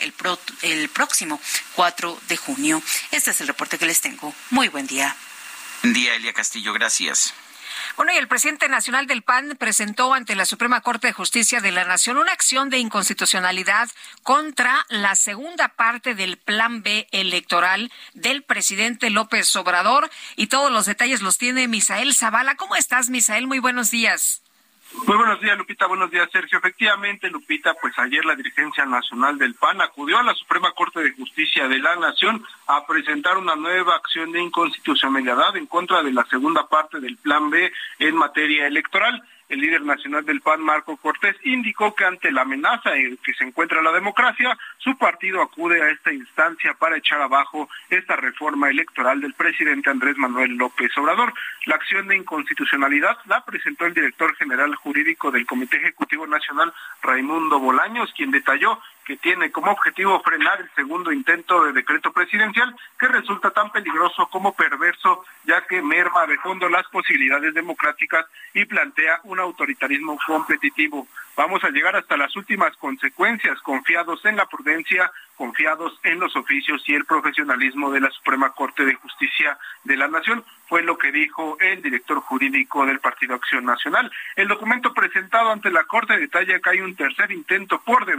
el próximo 4 de junio. Este es el reporte que les tengo. Muy buen día. Buen día, Elia Castillo. Gracias. Bueno, y el presidente nacional del PAN presentó ante la Suprema Corte de Justicia de la Nación una acción de inconstitucionalidad contra la segunda parte del Plan B electoral del presidente López Obrador. Y todos los detalles los tiene Misael Zavala. ¿Cómo estás, Misael? Muy buenos días. Muy buenos días, Lupita. Buenos días, Sergio. Efectivamente, Lupita, pues ayer la dirigencia nacional del PAN acudió a la Suprema Corte de Justicia de la Nación a presentar una nueva acción de inconstitucionalidad en contra de la segunda parte del Plan B en materia electoral. El líder nacional del PAN, Marco Cortés, indicó que ante la amenaza en que se encuentra la democracia, su partido acude a esta instancia para echar abajo esta reforma electoral del presidente Andrés Manuel López Obrador. La acción de inconstitucionalidad la presentó el director general jurídico del Comité Ejecutivo Nacional, Raimundo Bolaños, quien detalló que tiene como objetivo frenar el segundo intento de decreto presidencial que resulta tan peligroso como perverso, ya que merma de fondo las posibilidades democráticas y plantea un autoritarismo competitivo. Vamos a llegar hasta las últimas consecuencias, confiados en la prudencia, confiados en los oficios y el profesionalismo de la Suprema Corte de Justicia de la Nación, fue lo que dijo el director jurídico del Partido Acción Nacional. El documento presentado ante la Corte detalla que hay un tercer intento por debilitar la democracia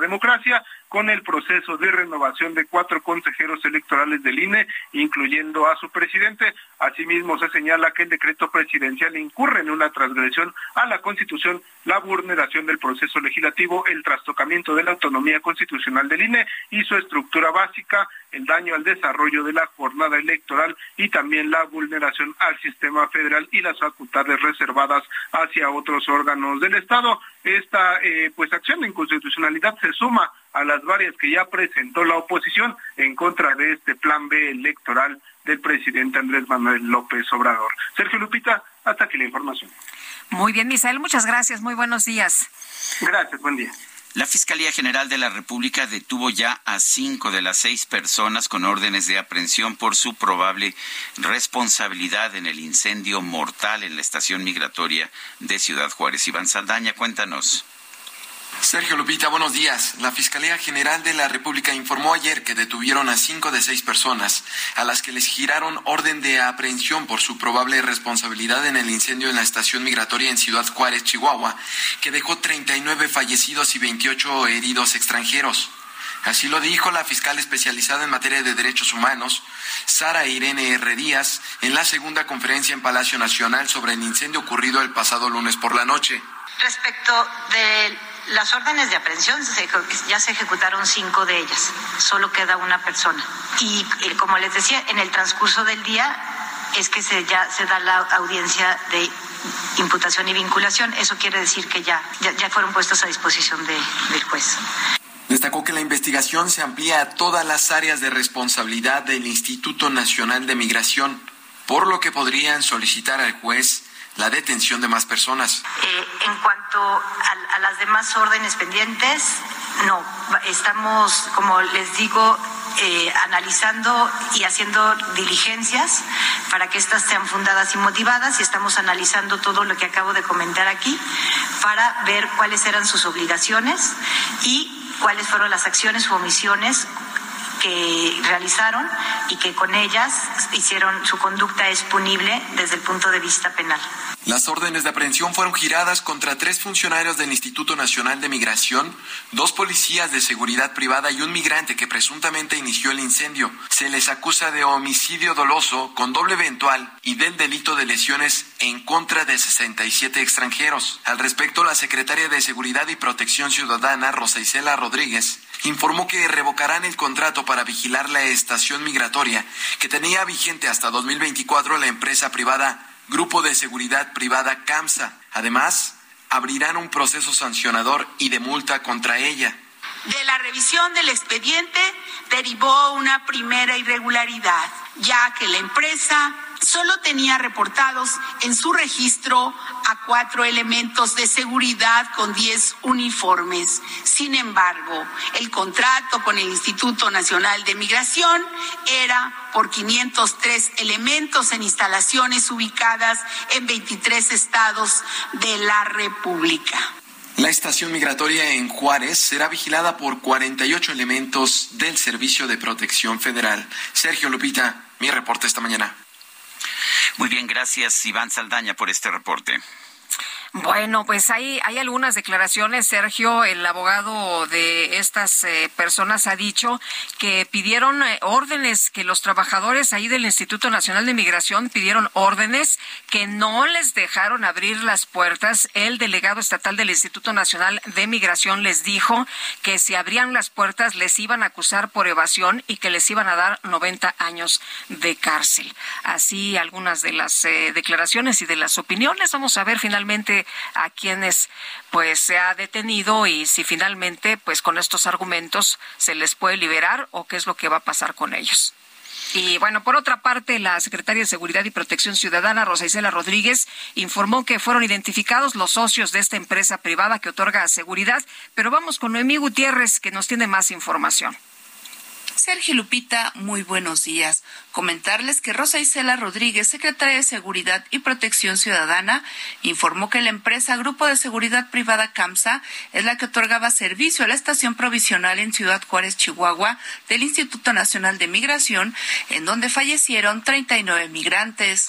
democracia, con el proceso de renovación de 4 consejeros electorales del INE, incluyendo a su presidente. Asimismo, se señala que el decreto presidencial incurre en una transgresión a la Constitución, la vulneración del proceso legislativo, el trastocamiento de la autonomía constitucional del INE y su estructura básica, el daño al desarrollo de la jornada electoral y también la vulneración al sistema federal y las facultades reservadas hacia otros órganos del Estado. Esta acción de inconstitucionalidad se suma a las varias que ya presentó la oposición en contra de este plan B electoral del presidente Andrés Manuel López Obrador. Sergio, Lupita, hasta aquí la información. Muy bien, Misael, muchas gracias, muy buenos días. Gracias, buen día. La Fiscalía General de la República detuvo ya a 5 de las 6 personas con órdenes de aprehensión por su probable responsabilidad en el incendio mortal en la estación migratoria de Ciudad Juárez. Iván Saldaña, cuéntanos. Sergio, Lupita, buenos días. La Fiscalía General de la República informó ayer que detuvieron a 5 de 6 personas a las que les giraron orden de aprehensión por su probable responsabilidad en el incendio en la estación migratoria en Ciudad Juárez, Chihuahua, que dejó 39 fallecidos y 28 heridos extranjeros. Así lo dijo la fiscal especializada en materia de derechos humanos, Sara Irene R. Díaz, en la segunda conferencia en Palacio Nacional sobre el incendio ocurrido el pasado lunes por la noche. Respecto de las órdenes de aprehensión, ya se ejecutaron 5 de ellas, solo queda una persona. Y como les decía, en el transcurso del día es que ya se da la audiencia de imputación y vinculación. Eso quiere decir que ya fueron puestos a disposición del juez. Destacó que la investigación se amplía a todas las áreas de responsabilidad del Instituto Nacional de Migración, por lo que podrían solicitar al juez la detención de más personas. En cuanto a las demás órdenes pendientes, no, estamos, como les digo, analizando y haciendo diligencias para que estas sean fundadas y motivadas, y estamos analizando todo lo que acabo de comentar aquí para ver cuáles eran sus obligaciones y cuáles fueron las acciones u omisiones que realizaron y que con ellas su conducta es punible desde el punto de vista penal. Las órdenes de aprehensión fueron giradas contra 3 funcionarios del Instituto Nacional de Migración, 2 policías de seguridad privada y un migrante que presuntamente inició el incendio. Se les acusa de homicidio doloso con doble eventual y del delito de lesiones en contra de 67 extranjeros. Al respecto, la secretaria de Seguridad y Protección Ciudadana, Rosa Isela Rodríguez, informó que revocarán el contrato para vigilar la estación migratoria que tenía vigente hasta 2024 la empresa privada Grupo de Seguridad Privada CAMSA. Además, abrirán un proceso sancionador y de multa contra ella. De la revisión del expediente derivó una primera irregularidad, ya que la empresa solo tenía reportados en su registro a 4 elementos de seguridad con 10 uniformes. Sin embargo, el contrato con el Instituto Nacional de Migración era por 503 elementos en instalaciones ubicadas en 23 estados de la República. La estación migratoria en Juárez será vigilada por 48 elementos del Servicio de Protección Federal. Sergio, Lupita, mi reporte esta mañana. Muy bien, gracias Iván Saldaña por este reporte. Bueno, pues hay algunas declaraciones, Sergio. El abogado de estas personas ha dicho que pidieron órdenes, que los trabajadores ahí del Instituto Nacional de Migración pidieron órdenes, que no les dejaron abrir las puertas. El delegado estatal del Instituto Nacional de Migración les dijo que si abrían las puertas les iban a acusar por evasión y que les iban a dar 90 años de cárcel. Así algunas de las declaraciones y de las opiniones. Vamos a ver finalmente a quienes pues se ha detenido y si finalmente pues con estos argumentos se les puede liberar o qué es lo que va a pasar con ellos. Y bueno, por otra parte, la secretaria de Seguridad y Protección Ciudadana, Rosa Isela Rodríguez, informó que fueron identificados los socios de esta empresa privada que otorga seguridad. Pero vamos con Noemí Gutiérrez, que nos tiene más información. Sergio, Lupita, muy buenos días. Comentarles que Rosa Isela Rodríguez, secretaria de Seguridad y Protección Ciudadana, informó que la empresa Grupo de Seguridad Privada CAMSA es la que otorgaba servicio a la estación provisional en Ciudad Juárez, Chihuahua, del Instituto Nacional de Migración, en donde fallecieron 39 migrantes.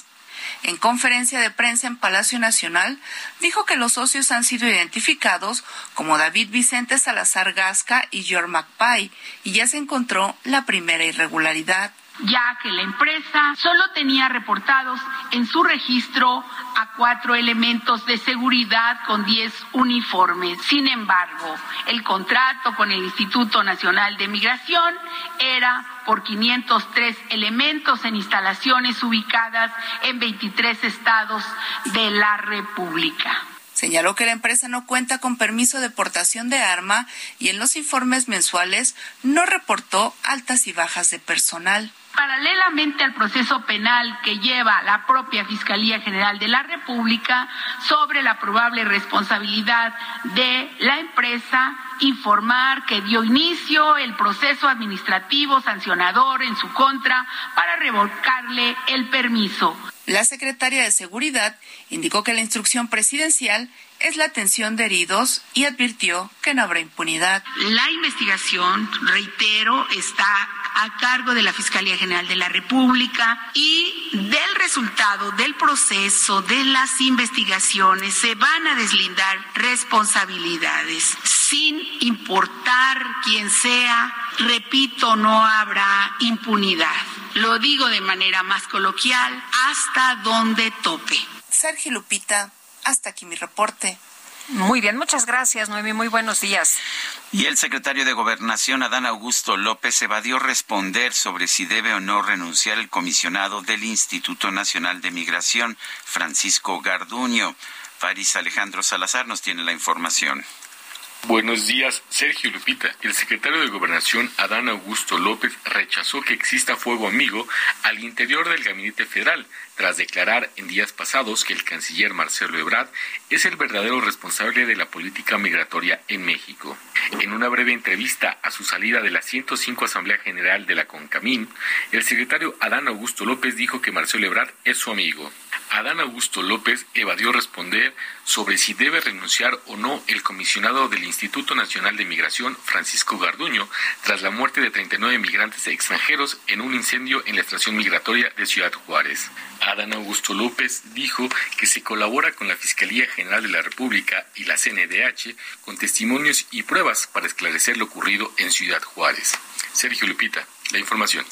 En conferencia de prensa en Palacio Nacional, dijo que los socios han sido identificados como David Vicente Salazar Gasca y George McPay, y ya se encontró la primera irregularidad. Ya que la empresa solo tenía reportados en su registro a 4 elementos de seguridad con 10 uniformes. Sin embargo, el contrato con el Instituto Nacional de Migración era por 503 elementos en instalaciones ubicadas en 23 estados de la República. Señaló que la empresa no cuenta con permiso de portación de arma y en los informes mensuales no reportó altas y bajas de personal. Paralelamente al proceso penal que lleva la propia Fiscalía General de la República sobre la probable responsabilidad de la empresa, informar que dio inicio el proceso administrativo sancionador en su contra para revocarle el permiso. La secretaria de Seguridad indicó que la instrucción presidencial es la atención de heridos y advirtió que no habrá impunidad. La investigación, reitero, está a cargo de la Fiscalía General de la República y del resultado del proceso de las investigaciones se van a deslindar responsabilidades. Sin importar quién sea, repito, no habrá impunidad. Lo digo de manera más coloquial, hasta donde tope. Sergio Lupita, hasta aquí mi reporte. Muy bien, muchas gracias, Noemí. Muy buenos días. Y el secretario de Gobernación, Adán Augusto López, evadió responder sobre si debe o no renunciar el comisionado del Instituto Nacional de Migración, Francisco Garduño. Faris Alejandro Salazar nos tiene la información. Buenos días, Sergio Lupita. El secretario de Gobernación, Adán Augusto López, rechazó que exista fuego amigo al interior del Gabinete Federal, tras declarar en días pasados que el canciller Marcelo Ebrard es el verdadero responsable de la política migratoria en México. En una breve entrevista a su salida de la 105 Asamblea General de la CONCAMIN, el secretario Adán Augusto López dijo que Marcelo Ebrard es su amigo. Adán Augusto López evadió responder sobre si debe renunciar o no el comisionado del Instituto Nacional de Migración, Francisco Garduño, tras la muerte de 39 migrantes extranjeros en un incendio en la estación migratoria de Ciudad Juárez. Adán Augusto López dijo que se colabora con la Fiscalía General de la República y la CNDH con testimonios y pruebas para esclarecer lo ocurrido en Ciudad Juárez. Sergio Lupita, la información.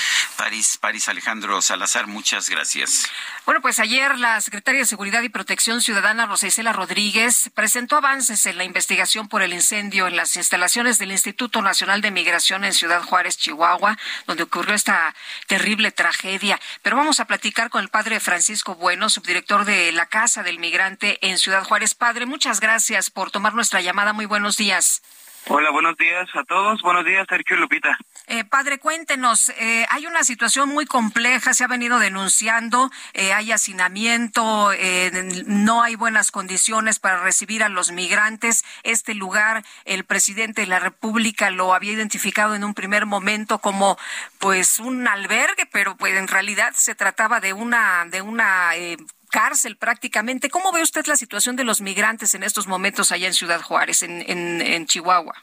París Alejandro Salazar, muchas gracias. Bueno, pues ayer la secretaria de Seguridad y Protección Ciudadana, Rosa Isela Rodríguez, presentó avances en la investigación por el incendio en las instalaciones del Instituto Nacional de Migración en Ciudad Juárez, Chihuahua, donde ocurrió esta terrible tragedia. Pero vamos a platicar con el padre Francisco Bueno, subdirector de la Casa del Migrante en Ciudad Juárez. Padre, muchas gracias por tomar nuestra llamada. Muy buenos días. Hola, buenos días a todos. Buenos días, Sergio y Lupita. Padre, cuéntenos, hay una situación muy compleja, se ha venido denunciando, hay hacinamiento, no hay buenas condiciones para recibir a los migrantes. Este lugar, el presidente de la República lo había identificado en un primer momento como pues un albergue, pero pues en realidad se trataba de una cárcel prácticamente. ¿Cómo ve usted la situación de los migrantes en estos momentos allá en Ciudad Juárez, en Chihuahua?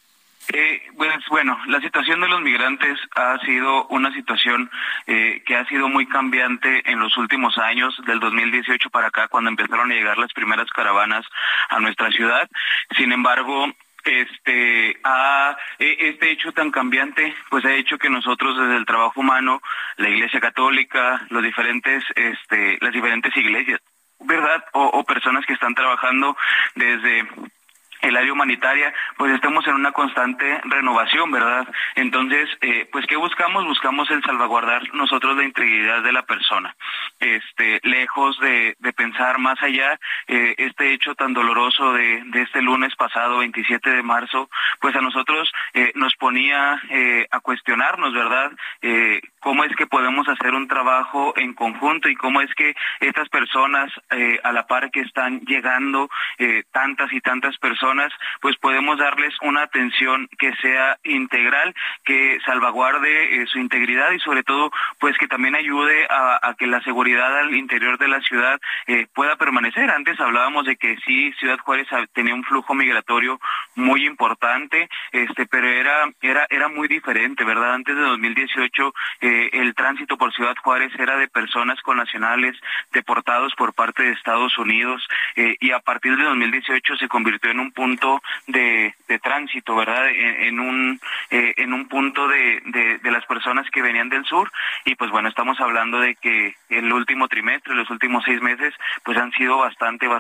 Pues bueno, la situación de los migrantes ha sido una situación que ha sido muy cambiante en los últimos años, del 2018 para acá, cuando empezaron a llegar las primeras caravanas a nuestra ciudad. Sin embargo, este hecho tan cambiante pues ha hecho que nosotros desde el trabajo humano, la Iglesia Católica, las diferentes iglesias, ¿verdad? O personas que están trabajando desde el área humanitaria, pues estamos en una constante renovación, ¿verdad? Entonces, pues ¿qué buscamos? Buscamos el salvaguardar nosotros la integridad de la persona. Lejos de pensar más allá, este hecho tan doloroso de este lunes pasado, 27 de marzo, pues a nosotros nos ponía a cuestionarnos, ¿verdad? Cómo es que podemos hacer un trabajo en conjunto y cómo es que estas personas, a la par que están llegando tantas y tantas personas, pues podemos darles una atención que sea integral, que salvaguarde su integridad y sobre todo pues que también ayude a que la seguridad al interior de la ciudad pueda permanecer. Antes hablábamos de que sí, Ciudad Juárez tenía un flujo migratorio muy importante, pero era muy diferente, ¿verdad? Antes de 2018 el tránsito por Ciudad Juárez era de personas connacionales deportados por parte de Estados Unidos, y a partir de 2018 se convirtió en un punto de tránsito, ¿verdad? En un punto de las personas que venían del sur. Y pues bueno, estamos hablando de que el último trimestre, los últimos 6 meses, pues han sido bastante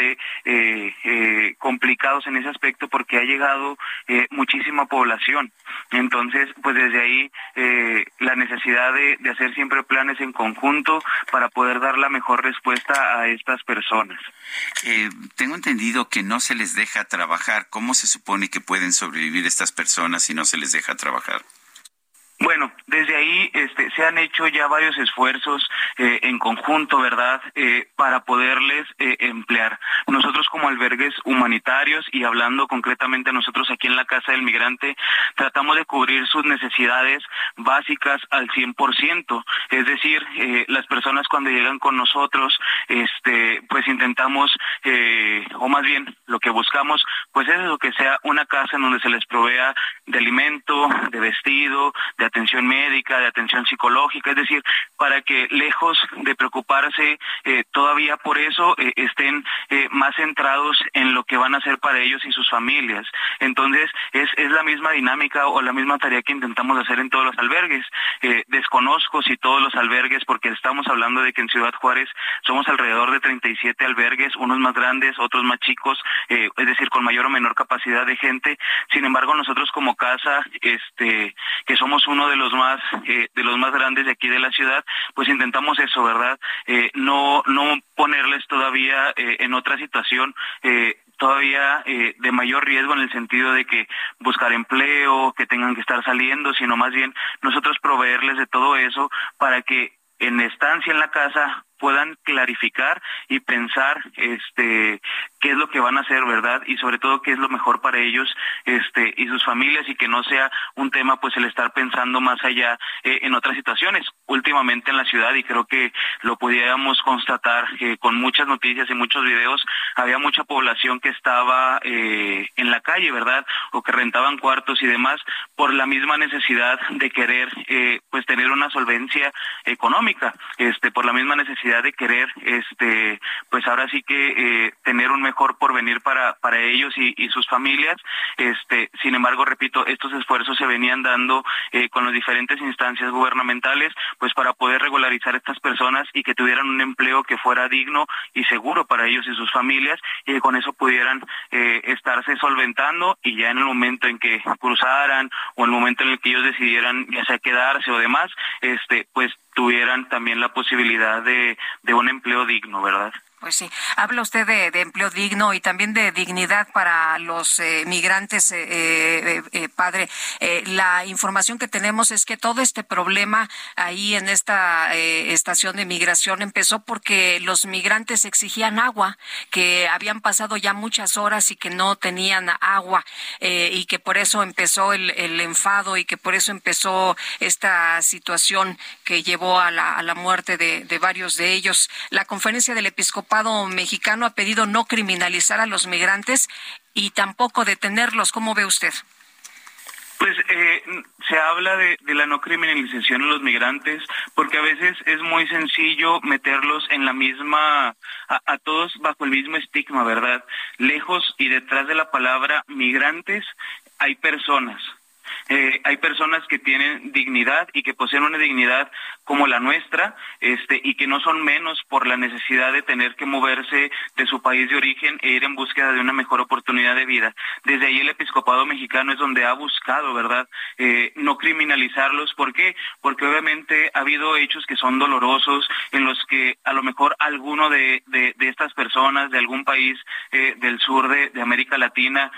complicados en ese aspecto, porque ha llegado muchísima población. Entonces, pues desde ahí la necesidad de hacer siempre planes en conjunto para poder dar la mejor respuesta a estas personas. Tengo entendido que no se les deja trabajar. ¿Cómo se supone que pueden sobrevivir estas personas si no se les deja trabajar? Bueno, desde ahí se han hecho ya varios esfuerzos en conjunto, ¿verdad?, para poderles emplear. Nosotros como albergues humanitarios, y hablando concretamente nosotros aquí en la Casa del Migrante, tratamos de cubrir sus necesidades básicas al 100%. Es decir, las personas cuando llegan con nosotros, pues intentamos, o más bien lo que buscamos, pues es lo que sea una casa en donde se les provea de alimento, de vestido, de atención médica, de atención psicológica, es decir, para que lejos de preocuparse todavía por eso, estén más centrados en lo que van a hacer para ellos y sus familias. Entonces, es la misma dinámica o la misma tarea que intentamos hacer en todos los albergues. Desconozco si todos los albergues, porque estamos hablando de que en Ciudad Juárez somos alrededor de 37 albergues, unos más grandes, otros más chicos, es decir, con mayor o menor capacidad de gente. Sin embargo, nosotros como casa, que somos uno de los más grandes de aquí de la ciudad, pues intentamos eso, ¿verdad? No ponerles todavía en otra situación todavía de mayor riesgo, en el sentido de que buscar empleo, que tengan que estar saliendo, sino más bien nosotros proveerles de todo eso para que en estancia en la casa puedan clarificar y pensar qué es lo que van a hacer, ¿verdad? Y sobre todo qué es lo mejor para ellos y sus familias, y que no sea un tema pues el estar pensando más allá en otras situaciones. Últimamente en la ciudad, y creo que lo podíamos constatar con muchas noticias y muchos videos, había mucha población que estaba en la calle, ¿verdad? O que rentaban cuartos y demás, por la misma necesidad de querer pues tener una solvencia económica, por la misma necesidad de querer pues ahora sí que tener un mejor porvenir para ellos y sus familias. Sin embargo, repito, estos esfuerzos se venían dando con las diferentes instancias gubernamentales, pues para poder regularizar a estas personas y que tuvieran un empleo que fuera digno y seguro para ellos y sus familias, y que con eso pudieran estarse solventando, y ya en el momento en que cruzaran o en el momento en el que ellos decidieran ya sea quedarse o demás, pues tuvieran también la posibilidad de un empleo digno, ¿verdad? Pues sí, habla usted de empleo digno y también de dignidad para los migrantes, padre. La información que tenemos es que todo este problema ahí en esta estación de migración empezó porque los migrantes exigían agua, que habían pasado ya muchas horas y que no tenían agua, y que por eso empezó el enfado, y que por eso empezó esta situación que llevó a la muerte de varios de ellos. La Conferencia del Episcopado Mexicano ha pedido no criminalizar a los migrantes y tampoco detenerlos. ¿Cómo ve usted? Pues se habla de la no criminalización a los migrantes, porque a veces es muy sencillo meterlos en la misma, a todos bajo el mismo estigma, ¿verdad? Lejos y detrás de la palabra migrantes hay personas. Hay personas que tienen dignidad y que poseen una dignidad como la nuestra, y que no son menos por la necesidad de tener que moverse de su país de origen e ir en búsqueda de una mejor oportunidad de vida. Desde ahí el Episcopado Mexicano es donde ha buscado, ¿verdad?, no criminalizarlos. ¿Por qué? Porque obviamente ha habido hechos que son dolorosos, en los que a lo mejor alguno de estas personas de algún país del sur de América Latina,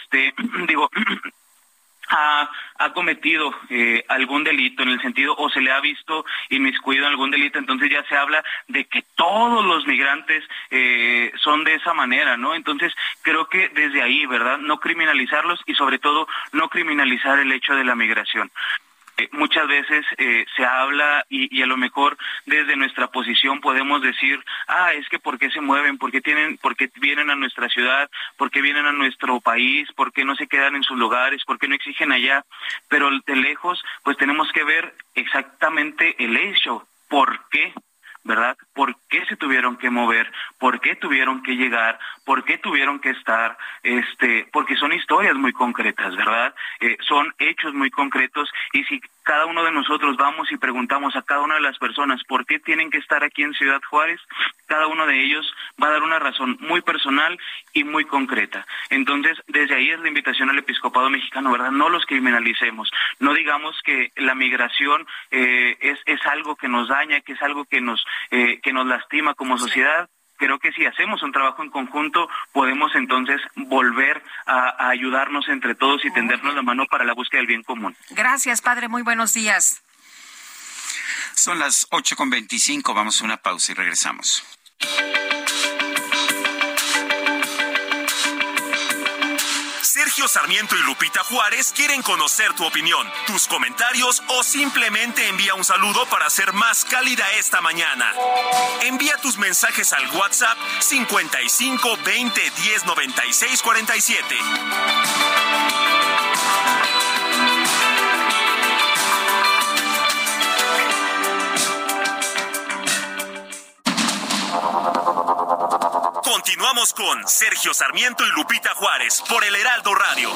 ha cometido algún delito, en el sentido, o se le ha visto inmiscuido en algún delito. Entonces ya se habla de que todos los migrantes son de esa manera, ¿no? Entonces creo que desde ahí, ¿verdad?, no criminalizarlos, y sobre todo no criminalizar el hecho de la migración. Muchas veces se habla y a lo mejor desde nuestra posición podemos decir, es que ¿por qué se mueven? ¿Por qué vienen a nuestra ciudad? ¿Por qué vienen a nuestro país? ¿Por qué no se quedan en sus lugares? ¿Por qué no exigen allá? Pero de lejos, pues tenemos que ver exactamente el hecho. ¿Por qué? ¿Verdad? ¿Por qué se tuvieron que mover? ¿Por qué tuvieron que llegar? ¿Por qué tuvieron que estar? Porque son historias muy concretas, ¿verdad? Son hechos muy concretos, y si cada uno de nosotros vamos y preguntamos a cada una de las personas por qué tienen que estar aquí en Ciudad Juárez, cada uno de ellos va a dar una razón muy personal y muy concreta. Entonces, desde ahí es la invitación al episcopado mexicano, ¿verdad? No los criminalicemos, no digamos que la migración es algo que nos daña, que es algo que nos lastima como sociedad. Creo que si hacemos un trabajo en conjunto, podemos entonces volver a ayudarnos entre todos y tendernos la mano para la búsqueda del bien común. Gracias, padre. Muy buenos días. Son las 8:25. Vamos a una pausa y regresamos. Sergio Sarmiento y Lupita Juárez quieren conocer tu opinión, tus comentarios o simplemente envía un saludo para hacer más cálida esta mañana. Envía tus mensajes al WhatsApp 55 20 10 96 47. Continuamos con Sergio Sarmiento y Lupita Juárez por el Heraldo Radio.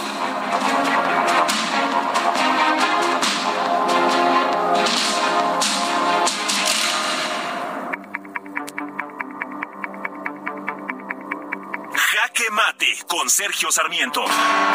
Jaque Mate con Sergio Sarmiento.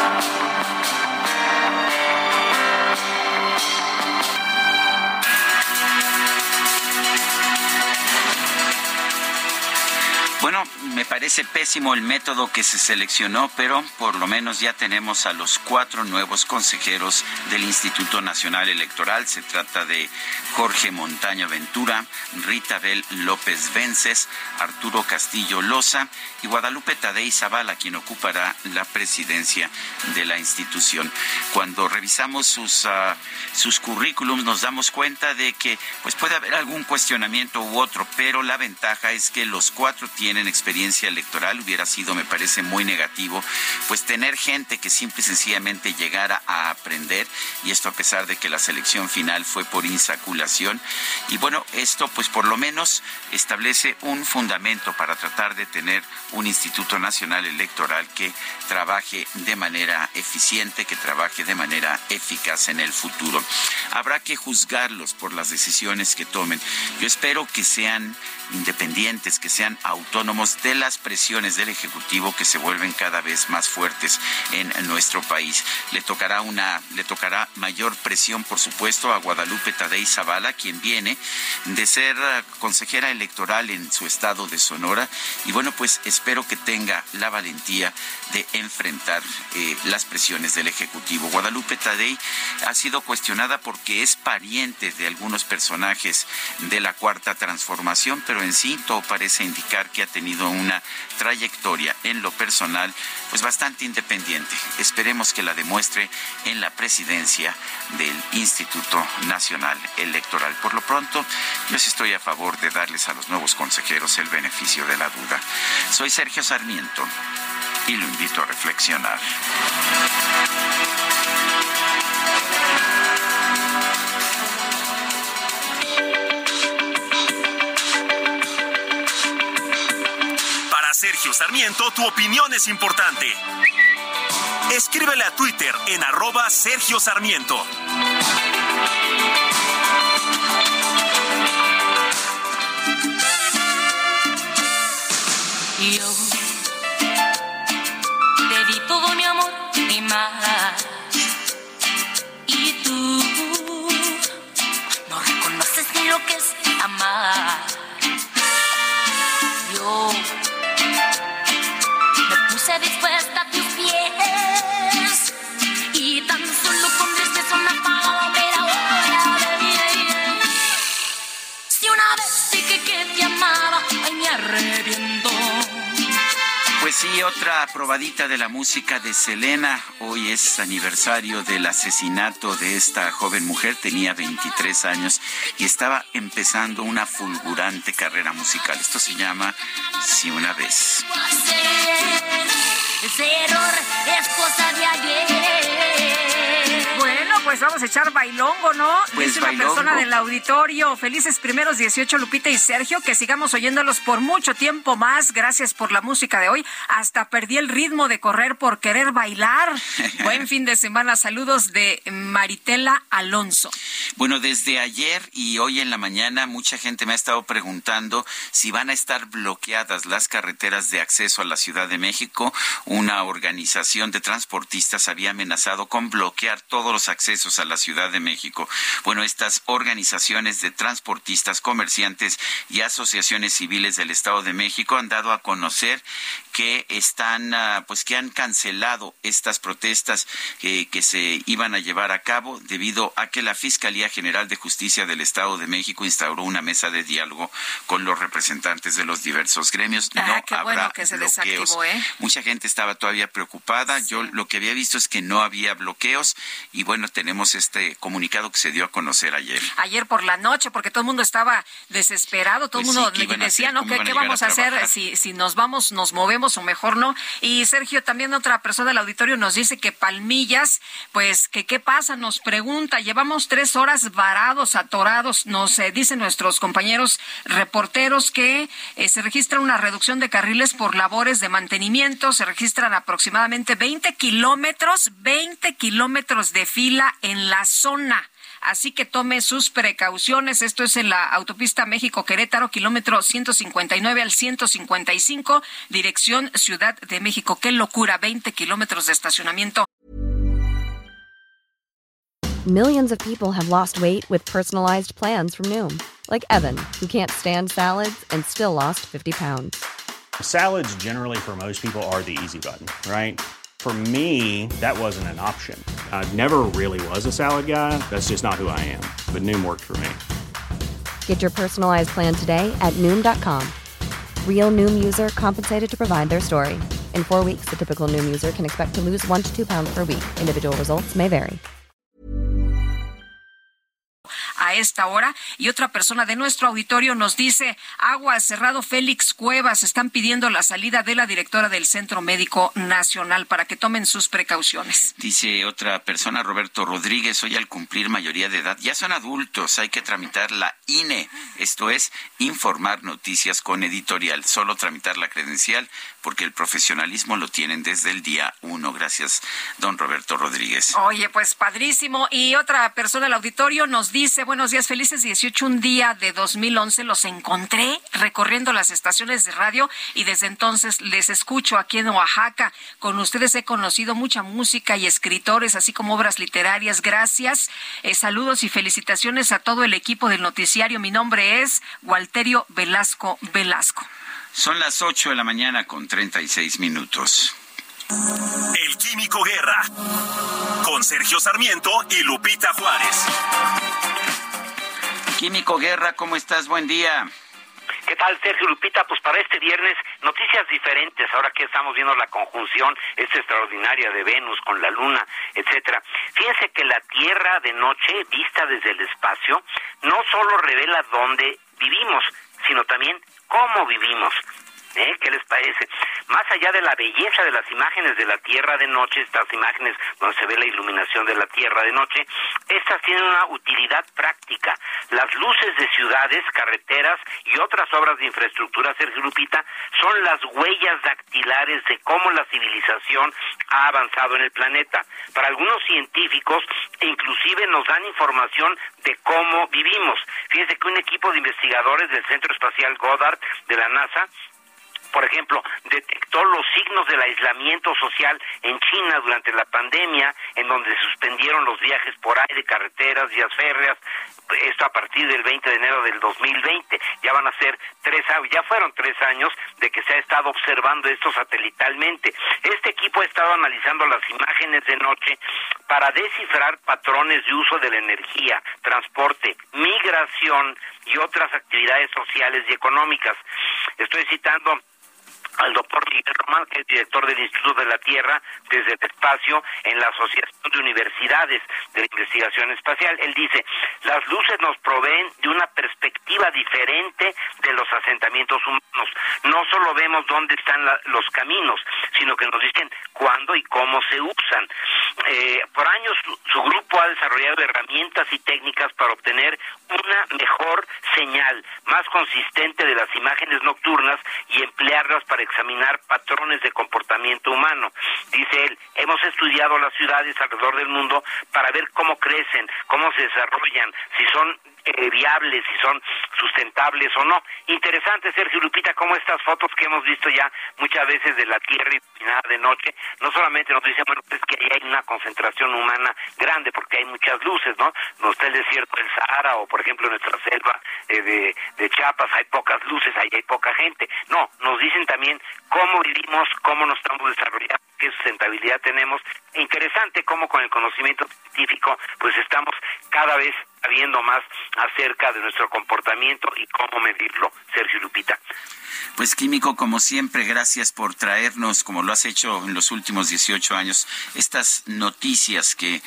Bueno, me parece pésimo el método que se seleccionó, pero por lo menos ya tenemos a los 4 nuevos consejeros del Instituto Nacional Electoral. Se trata de Jorge Montaño Ventura, Rita Bel López Vences, Arturo Castillo Loza y Guadalupe Tadei Zavala, quien ocupará la presidencia de la institución. Cuando revisamos sus currículums nos damos cuenta de que pues puede haber algún cuestionamiento u otro, pero la ventaja es que los 4 tienen experiencia electoral. Hubiera sido, me parece, muy negativo pues tener gente que simple y sencillamente llegara a aprender, y esto a pesar de que la selección final fue por insaculación. Y bueno, esto pues por lo menos establece un fundamento para tratar de tener un Instituto Nacional Electoral que trabaje de manera eficiente, que trabaje de manera eficaz en el futuro. Habrá que juzgarlos por las decisiones que tomen. Yo espero que sean independientes, que sean autónomos de las presiones del Ejecutivo que se vuelven cada vez más fuertes en nuestro país. Le tocará mayor presión, por supuesto, a Guadalupe Tadei Zavala, quien viene de ser consejera electoral en su estado de Sonora, y bueno, pues espero que tenga la valentía de enfrentar las presiones del Ejecutivo. Guadalupe Tadei ha sido cuestionada porque es pariente de algunos personajes de la Cuarta Transformación, pero en sí todo parece indicar que ha tenido una trayectoria en lo personal pues bastante independiente. Esperemos que la demuestre en la presidencia del Instituto Nacional Electoral. Por lo pronto, yo sí estoy a favor de darles a los nuevos consejeros el beneficio de la duda. Soy Sergio Sarmiento y lo invito a reflexionar. Para Sergio Sarmiento, tu opinión es importante. Escríbele a Twitter en @Sergio Sarmiento. Yo te di todo mi amor y más, y tú no reconoces ni lo que es amar. Yo me puse dispuesta a tus pies y tan solo con desde una Pues sí, otra probadita de la música de Selena. Hoy es aniversario del asesinato de esta joven mujer. Tenía 23 años y estaba empezando una fulgurante carrera musical. Esto se llama Si una vez. Ese error es cosa de ayer. Bueno, pues vamos a echar bailongo, ¿no? Pues dice una bailongo. persona del auditorio. Felices primeros 18, Lupita y Sergio, que sigamos oyéndolos por mucho tiempo más. Gracias por la música de hoy. Hasta perdí el ritmo de correr por querer bailar. Buen fin de semana. Saludos de Maritela Alonso. Bueno, desde ayer y hoy en la mañana mucha gente me ha estado preguntando si van a estar bloqueadas las carreteras de acceso a la Ciudad de México. Una organización de transportistas había amenazado con bloquear todos los accesos a la Ciudad de México. Bueno, estas organizaciones de transportistas, comerciantes y asociaciones civiles del Estado de México han dado a conocer que que han cancelado estas protestas que se iban a llevar a cabo debido a que la Fiscalía General de Justicia del Estado de México instauró una mesa de diálogo con los representantes de los diversos gremios. No qué habrá bueno que se bloqueos. desactivó, ¿eh? Mucha gente estaba todavía preocupada. Yo lo que había visto es que no había bloqueos y bueno, tenemos este comunicado que se dio a conocer ayer. Ayer por la noche, porque todo el mundo estaba desesperado, todo el Pues mundo sí, ¿qué iban a decía, hacer? ¿no? ¿Cómo iban a ¿Qué llegar vamos a a hacer? trabajar? Si nos vamos, nos movemos o mejor no. Y Sergio, también otra persona del auditorio nos dice que Palmillas, pues que qué pasa, nos pregunta, llevamos 3 horas varados, atorados, nos dicen nuestros compañeros reporteros que se registra una reducción de carriles por labores de mantenimiento, se registran aproximadamente 20 kilómetros de fila en la zona. Así que tome sus precauciones. Esto es en la autopista México-Querétaro, kilómetro 159 al 155, dirección Ciudad de México. ¡Qué locura! 20 kilómetros de estacionamiento. Millions of people have lost weight with personalized plans from Noom. Like Evan, who can't stand salads and still lost 50 pounds. Salads generally for most people are the easy button, right? For me, that wasn't an option. I never really was a salad guy. That's just not who I am. But Noom worked for me. Get your personalized plan today at Noom.com. Real Noom user compensated to provide their story. In 4 weeks, the typical Noom user can expect to lose 1 to 2 pounds per week. Individual results may vary. A esta hora, y otra persona de nuestro auditorio nos dice, aguas, cerrado Félix Cuevas, están pidiendo la salida de la directora del Centro Médico Nacional para que tomen sus precauciones. Dice otra persona, Roberto Rodríguez, hoy al cumplir mayoría de edad, ya son adultos, hay que tramitar la INE, esto es, informar noticias con editorial, solo tramitar la credencial, porque el profesionalismo lo tienen desde el día 1. Gracias, don Roberto Rodríguez. Oye, pues padrísimo. Y otra persona del auditorio nos dice, buenos días, felices 18, un día de 2011 los encontré recorriendo las estaciones de radio y desde entonces les escucho aquí en Oaxaca. Con ustedes he conocido mucha música y escritores, así como obras literarias. Gracias. Saludos y felicitaciones a todo el equipo del noticiario. Mi nombre es Walterio Velasco. Son las 8 de la mañana con 36 minutos. El Químico Guerra, con Sergio Sarmiento y Lupita Juárez. Químico Guerra, ¿cómo estás? Buen día. ¿Qué tal, Sergio, Lupita? Pues para este viernes, noticias diferentes, ahora que estamos viendo la conjunción extraordinaria de Venus con la Luna, etcétera. Fíjense que la Tierra de noche, vista desde el espacio, no solo revela dónde vivimos, sino también cómo vivimos. ¿Qué les parece? Más allá de la belleza de las imágenes de la Tierra de noche, estas imágenes donde se ve la iluminación de la Tierra de noche, estas tienen una utilidad práctica. Las luces de ciudades, carreteras y otras obras de infraestructura, Sergio, Lupita, son las huellas dactilares de cómo la civilización ha avanzado en el planeta. Para algunos científicos, inclusive nos dan información de cómo vivimos. Fíjense que un equipo de investigadores del Centro Espacial Goddard de la NASA, por ejemplo, detectó los signos del aislamiento social en China durante la pandemia, en donde se suspendieron los viajes por aire, carreteras, vías férreas, esto a partir del 20 de enero del 2020. Ya van a ser ya fueron 3 años de que se ha estado observando esto satelitalmente. Este equipo ha estado analizando las imágenes de noche para descifrar patrones de uso de la energía, transporte, migración y otras actividades sociales y económicas. Estoy citando al doctor Miguel Román, que es director del Instituto de la Tierra desde el Espacio en la Asociación de Universidades de la Investigación Espacial. Él dice, las luces nos proveen de una perspectiva diferente de los asentamientos humanos. No solo vemos dónde están los caminos, sino que nos dicen cuándo y cómo se usan. Por años su grupo ha desarrollado herramientas y técnicas para obtener una mejor señal, más consistente de las imágenes nocturnas y emplearlas para examinar patrones de comportamiento humano. Dice él, hemos estudiado las ciudades alrededor del mundo para ver cómo crecen, cómo se desarrollan, si son viables, si son sustentables o no. Interesante, Sergio, Lupita, cómo estas fotos que hemos visto ya muchas veces de la Tierra iluminada de noche, no solamente nos dicen, bueno, es que ahí hay una concentración humana grande porque hay muchas luces, ¿no? No está el desierto del Sahara o, por ejemplo, en nuestra selva de Chiapas hay pocas luces, ahí hay poca gente. No, nos dicen también cómo vivimos, cómo nos estamos desarrollando, qué sustentabilidad tenemos. Interesante cómo con el conocimiento científico pues estamos cada vez sabiendo más acerca de nuestro comportamiento y cómo medirlo, Sergio, Lupita. Pues Químico, como siempre, gracias por traernos, como lo has hecho en los últimos 18 años, estas noticias que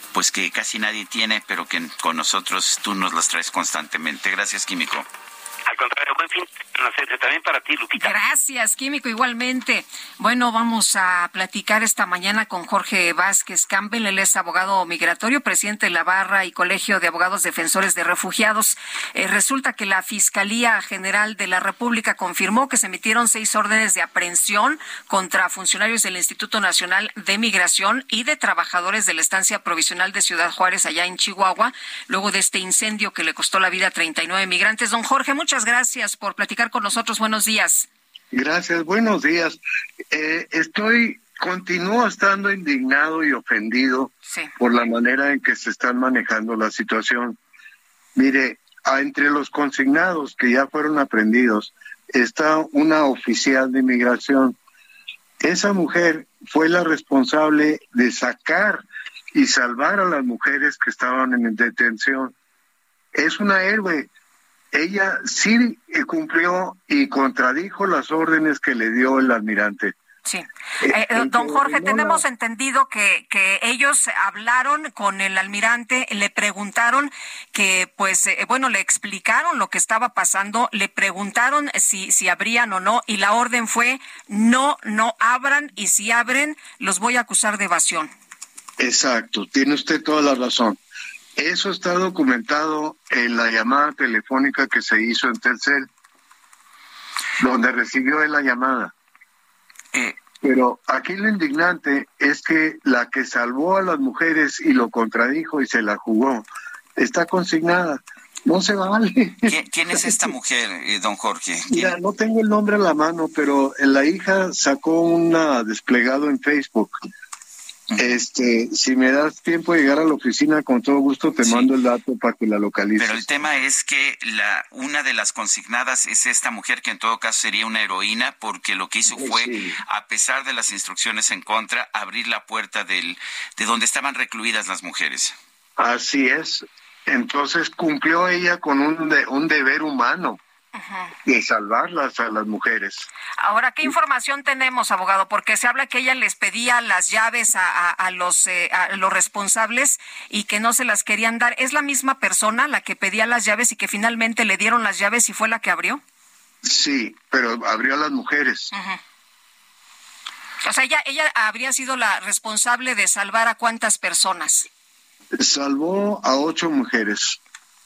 casi nadie tiene, pero que con nosotros tú nos las traes constantemente. Gracias, Químico. Al contrario, buen fin de también para ti, Lupita. Gracias, Químico, igualmente. Bueno, vamos a platicar esta mañana con Jorge Vázquez Campbell. Él es abogado migratorio, presidente de la Barra y Colegio de Abogados Defensores de Refugiados. Resulta que la Fiscalía General de la República confirmó que se emitieron 6 órdenes de aprehensión contra funcionarios del Instituto Nacional de Migración y de trabajadores de la Estancia Provisional de Ciudad Juárez, allá en Chihuahua, luego de este incendio que le costó la vida a 39 migrantes. Don Jorge, muchas gracias por platicar con nosotros. Buenos días. Gracias, buenos días. Continúo estando indignado y ofendido por la manera en que se están manejando la situación. Mire, entre los consignados que ya fueron aprehendidos está una oficial de inmigración. Esa mujer fue la responsable de sacar y salvar a las mujeres que estaban en detención. Es una héroe. Ella sí cumplió y contradijo las órdenes que le dio el almirante. Sí. Don Jorge, tenemos entendido que ellos hablaron con el almirante, le preguntaron que, le explicaron lo que estaba pasando, le preguntaron si abrían o no, y la orden fue no abran, y si abren, los voy a acusar de evasión. Exacto, tiene usted toda la razón. Eso está documentado en la llamada telefónica que se hizo en Telcel, donde recibió él la llamada. Pero aquí lo indignante es que la que salvó a las mujeres y lo contradijo y se la jugó, está consignada. No se vale. ¿Quién es esta mujer, don Jorge? Mira, no tengo el nombre a la mano, pero la hija sacó un desplegado en Facebook. Si me das tiempo de llegar a la oficina, con todo gusto te mando el dato para que la localices. Pero el tema es que una de las consignadas es esta mujer, que en todo caso sería una heroína, porque lo que hizo fue, a pesar de las instrucciones en contra, abrir la puerta de donde estaban recluidas las mujeres. Así es. Entonces cumplió ella con un deber humano. De salvarlas a las mujeres. Ahora, ¿qué información tenemos, abogado? Porque se habla que ella les pedía las llaves a los responsables y que no se las querían dar. ¿Es la misma persona la que pedía las llaves y que finalmente le dieron las llaves y fue la que abrió? Sí, pero abrió a las mujeres. O sea, ella habría sido la responsable de salvar a ¿cuántas personas? Salvó a 8 mujeres.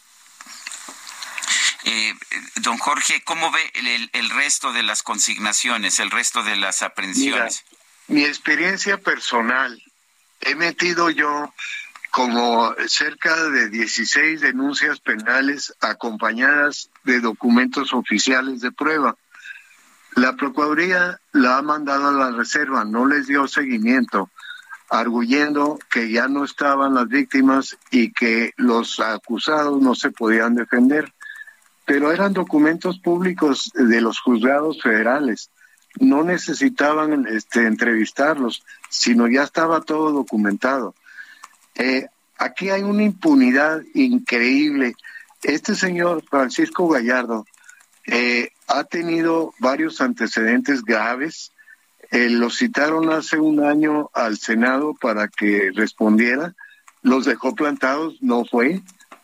Don Jorge, ¿cómo ve el resto de las consignaciones, el resto de las aprehensiones? Mira, mi experiencia personal, he metido yo como cerca de 16 denuncias penales acompañadas de documentos oficiales de prueba. La Procuraduría la ha mandado a la reserva, no les dio seguimiento, arguyendo que ya no estaban las víctimas y que los acusados no se podían defender. Pero eran documentos públicos de los juzgados federales. No necesitaban entrevistarlos, sino ya estaba todo documentado. Aquí hay una impunidad increíble. Este señor Francisco Gallardo ha tenido varios antecedentes graves. Lo citaron hace un año al Senado para que respondiera. Los dejó plantados, no fue.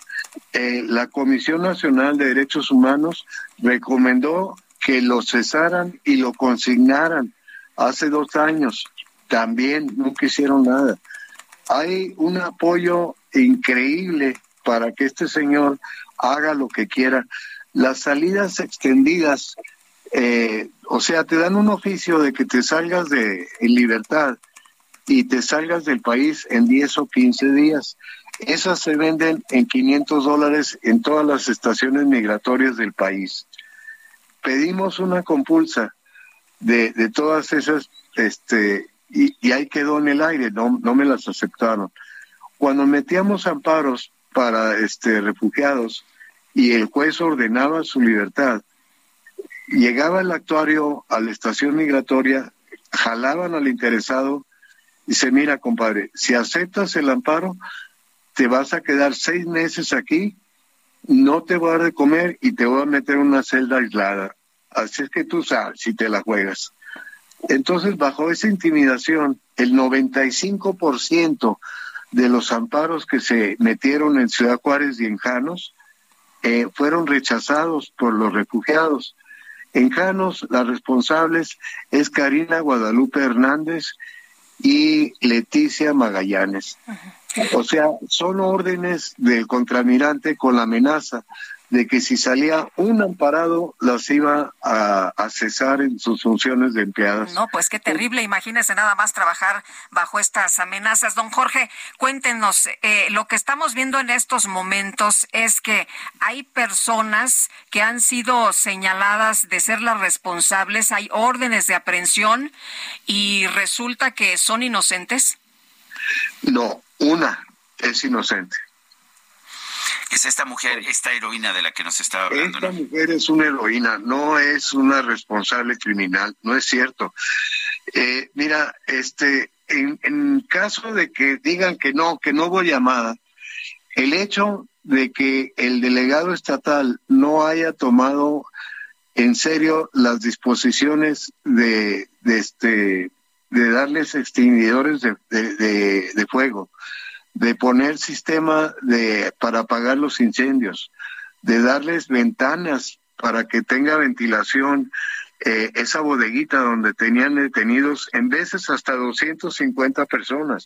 La Comisión Nacional de Derechos Humanos recomendó que lo cesaran y lo consignaran hace 2 años. También nunca hicieron nada. Hay un apoyo increíble para que este señor haga lo que quiera. Las salidas extendidas, o sea, te dan un oficio de que te salgas en libertad y te salgas del país en 10 o 15 días. Esas se venden en $500 en todas las estaciones migratorias del país. Pedimos una compulsa de todas esas, y ahí quedó en el aire, no me las aceptaron. Cuando metíamos amparos para refugiados y el juez ordenaba su libertad, llegaba el actuario a la estación migratoria, jalaban al interesado y dice, mira, compadre, si aceptas el amparo, te vas a quedar 6 meses aquí, no te voy a dar de comer y te voy a meter en una celda aislada. Así es que tú sabes si te la juegas. Entonces, bajo esa intimidación, el 95% de los amparos que se metieron en Ciudad Juárez y en Janos fueron rechazados por los refugiados. En Janos, las responsables es Karina Guadalupe Hernández y Leticia Magallanes. O sea, son órdenes del contraalmirante con la amenaza de que si salía un amparado las iba a cesar en sus funciones de empleadas. No, pues qué terrible, imagínese nada más trabajar bajo estas amenazas. Don Jorge, cuéntenos, lo que estamos viendo en estos momentos es que hay personas que han sido señaladas de ser las responsables, hay órdenes de aprehensión y resulta que son inocentes. No, una es inocente. Es esta mujer, esta heroína de la que nos estaba hablando. Esta mujer es una heroína, no es una responsable criminal, no es cierto. Mira, en caso de que digan que no hubo llamada, el hecho de que el delegado estatal no haya tomado en serio las disposiciones de darles extinguidores de fuego, de poner sistema para apagar los incendios, de darles ventanas para que tenga ventilación, esa bodeguita donde tenían detenidos en veces hasta 250 personas.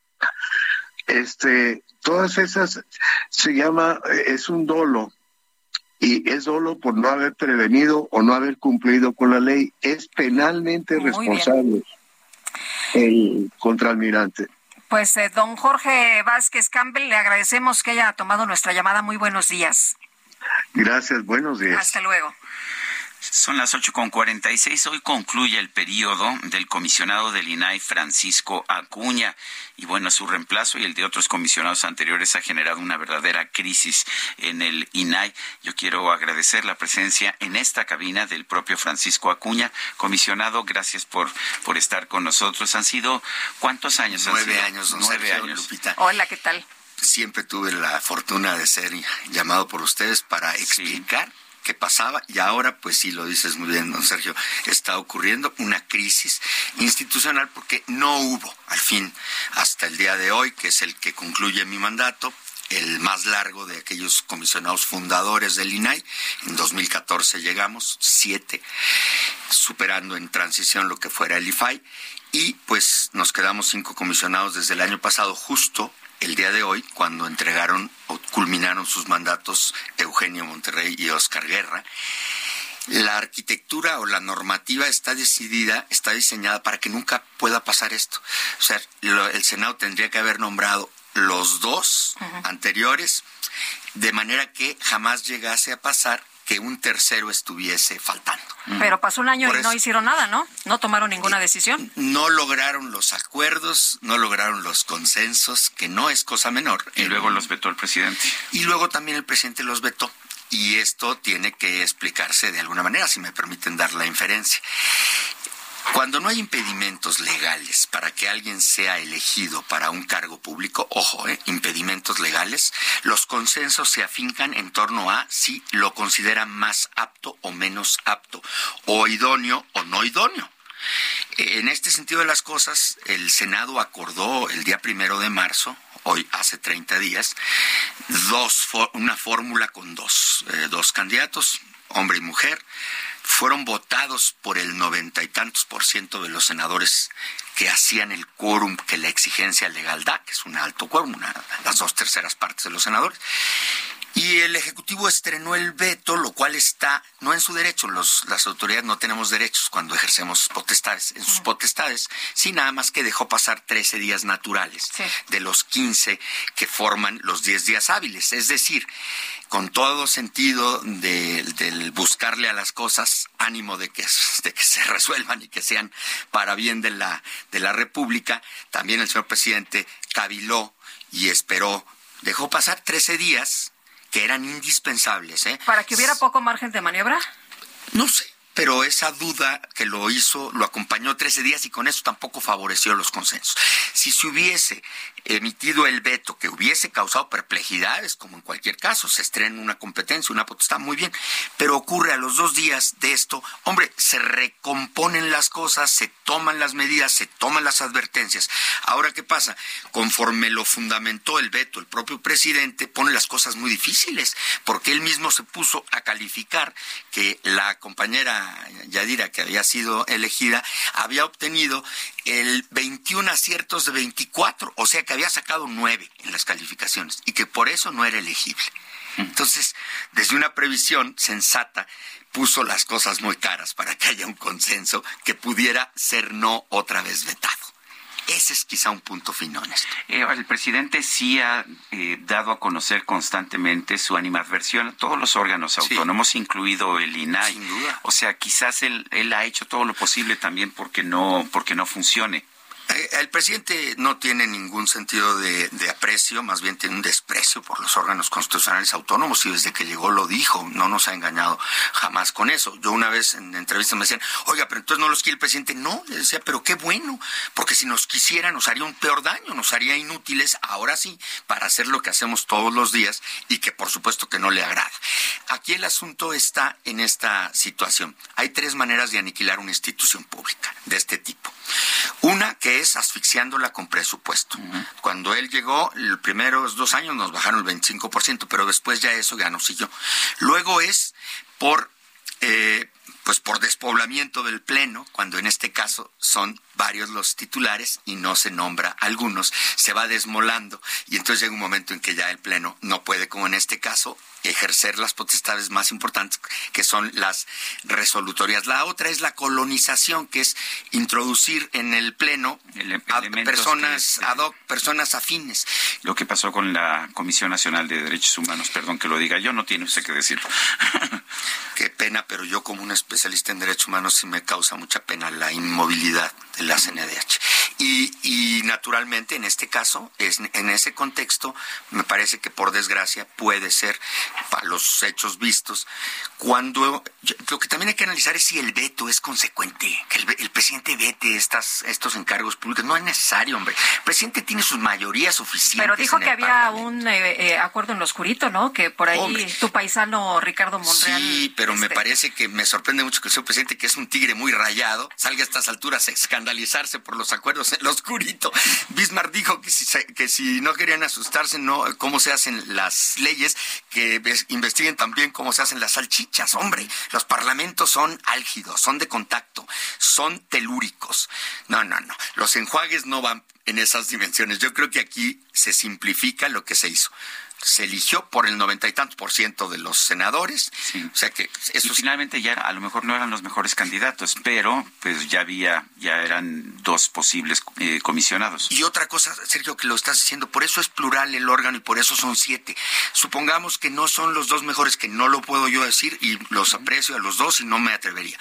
Todas esas es un dolo, y es dolo por no haber prevenido o no haber cumplido con la ley. Es penalmente responsable el contraalmirante. Pues don Jorge Vázquez Campbell, le agradecemos que haya tomado nuestra llamada. Muy buenos días. Gracias, buenos días. Hasta luego. Son las 8:46. Hoy concluye el periodo del comisionado del INAI, Francisco Acuña. Y bueno, su reemplazo y el de otros comisionados anteriores ha generado una verdadera crisis en el INAI. Yo quiero agradecer la presencia en esta cabina del propio Francisco Acuña. Comisionado, gracias por estar con nosotros. Han sido, ¿cuántos años? 9 años, don 9 Sergio, años. Lupita. Hola, ¿qué tal? Siempre tuve la fortuna de ser llamado por ustedes para explicar qué pasaba, y ahora, pues sí, lo dices muy bien, don Sergio, está ocurriendo una crisis institucional porque no hubo, al fin, hasta el día de hoy, que es el que concluye mi mandato, el más largo de aquellos comisionados fundadores del INAI. En 2014 llegamos, 7, superando en transición lo que fuera el IFAI, y pues nos quedamos 5 comisionados desde el año pasado, justo el día de hoy, cuando entregaron o culminaron sus mandatos Eugenio Monterrey y Oscar Guerra. La arquitectura o la normativa está diseñada para que nunca pueda pasar esto. O sea, el Senado tendría que haber nombrado los 2 anteriores, de manera que jamás llegase a pasar que un tercero estuviese faltando. Pero pasó un año y no hicieron nada, ¿no? No tomaron ninguna decisión. No lograron los acuerdos, no lograron los consensos, que no es cosa menor. Y luego los vetó el presidente. Y luego también el presidente los vetó. Y esto tiene que explicarse de alguna manera, si me permiten dar la inferencia. Cuando no hay impedimentos legales para que alguien sea elegido para un cargo público, ojo, impedimentos legales, los consensos se afincan en torno a si lo consideran más apto o menos apto, o idóneo o no idóneo. En este sentido de las cosas, el Senado acordó el día 1 de marzo, hoy hace 30 días, una fórmula con dos candidatos, hombre y mujer. Fueron votados por el 90 y tantos % de los senadores que hacían el quórum que la exigencia legal da, que es un alto quórum, las 2/3 partes de los senadores. Y el Ejecutivo estrenó el veto, lo cual está no en su derecho. Las autoridades no tenemos derechos cuando ejercemos potestades, en sus potestades, sí, nada más que dejó pasar 13 días naturales de los 15 que forman los 10 días hábiles. Es decir, con todo sentido del buscarle a las cosas, ánimo de que se resuelvan y que sean para bien de la República, también el señor presidente caviló y esperó, dejó pasar 13 días que eran indispensables. ¿Para que hubiera poco margen de maniobra? No sé, pero esa duda que lo hizo, lo acompañó 13 días y con eso tampoco favoreció los consensos. Si se hubiese emitido el veto que hubiese causado perplejidades, como en cualquier caso, se estrena una competencia, una potestad, muy bien, pero ocurre a los 2 días de esto, hombre, se recomponen las cosas, se toman las medidas, se toman las advertencias. Ahora, ¿qué pasa? Conforme lo fundamentó el veto, el propio presidente pone las cosas muy difíciles, porque él mismo se puso a calificar que la compañera Yadira, que había sido elegida, había obtenido el 21 aciertos de 24, o sea que había sacado 9 en las calificaciones y que por eso no era elegible. Entonces, desde una previsión sensata, puso las cosas muy caras para que haya un consenso que pudiera ser no otra vez vetado. Ese es quizá un punto fino en esto. El presidente sí ha dado a conocer constantemente su animadversión a todos los órganos autónomos, incluido el INAI. Sin duda. O sea, quizás él ha hecho todo lo posible también porque no funcione. El presidente no tiene ningún sentido de aprecio, más bien tiene un desprecio por los órganos constitucionales autónomos y desde que llegó lo dijo, no nos ha engañado jamás con eso. Yo una vez en entrevistas me decían, oiga, pero entonces no los quiere el presidente. No, le decía, pero qué bueno, porque si nos quisiera nos haría un peor daño, nos haría inútiles, ahora sí, para hacer lo que hacemos todos los días y que por supuesto que no le agrada. Aquí el asunto está en esta situación. Hay 3 maneras de aniquilar una institución pública de este tipo. Una que es asfixiándola con presupuesto. Cuando él llegó, los primeros 2 años nos bajaron el 25%, pero después ya eso ya no siguió. Luego es por despoblamiento del Pleno, cuando en este caso son varios los titulares y no se nombra algunos, se va desmolando y entonces llega un momento en que ya el Pleno no puede, como en este caso, ejercer las potestades más importantes, que son las resolutorias. La otra es la colonización, que es introducir en el Pleno personas ad hoc, personas afines. Lo que pasó con la Comisión Nacional de Derechos Humanos, perdón que lo diga yo, no tiene usted que decirlo. Qué pena, pero yo como un especialista en derechos humanos sí me causa mucha pena la inmovilidad de la CNDH. Y naturalmente en este caso, en ese contexto, me parece que por desgracia puede ser, para los hechos vistos, cuando lo que también hay que analizar es si el veto es consecuente, que el presidente vete estos encargos públicos. No es necesario, hombre. El presidente tiene sus mayorías suficientes. Pero dijo que había un acuerdo en lo oscurito, ¿no? Que por ahí tu paisano Ricardo Monreal. Sí, pero me parece que me sorprende mucho que el señor presidente, que es un tigre muy rayado, salga a estas alturas a escandalizarse por los acuerdos en lo oscurito. Bismarck dijo que si no querían asustarse, no cómo se hacen las leyes, que investiguen también cómo se hacen las salchichas. Hombre, los parlamentos son álgidos, son de contacto, son telúricos. No. Los enjuagues no van en esas dimensiones. Yo creo que aquí se simplifica lo que se hizo. Se eligió por el 90 y tantos % de los senadores. Sí. O sea que eso y finalmente ya a lo mejor no eran los mejores candidatos, pero pues ya eran 2 posibles comisionados. Y otra cosa, Sergio, que lo estás diciendo, por eso es plural el órgano y por eso son 7. Supongamos que no son los 2 mejores, que no lo puedo yo decir y los aprecio a los 2 y no me atrevería.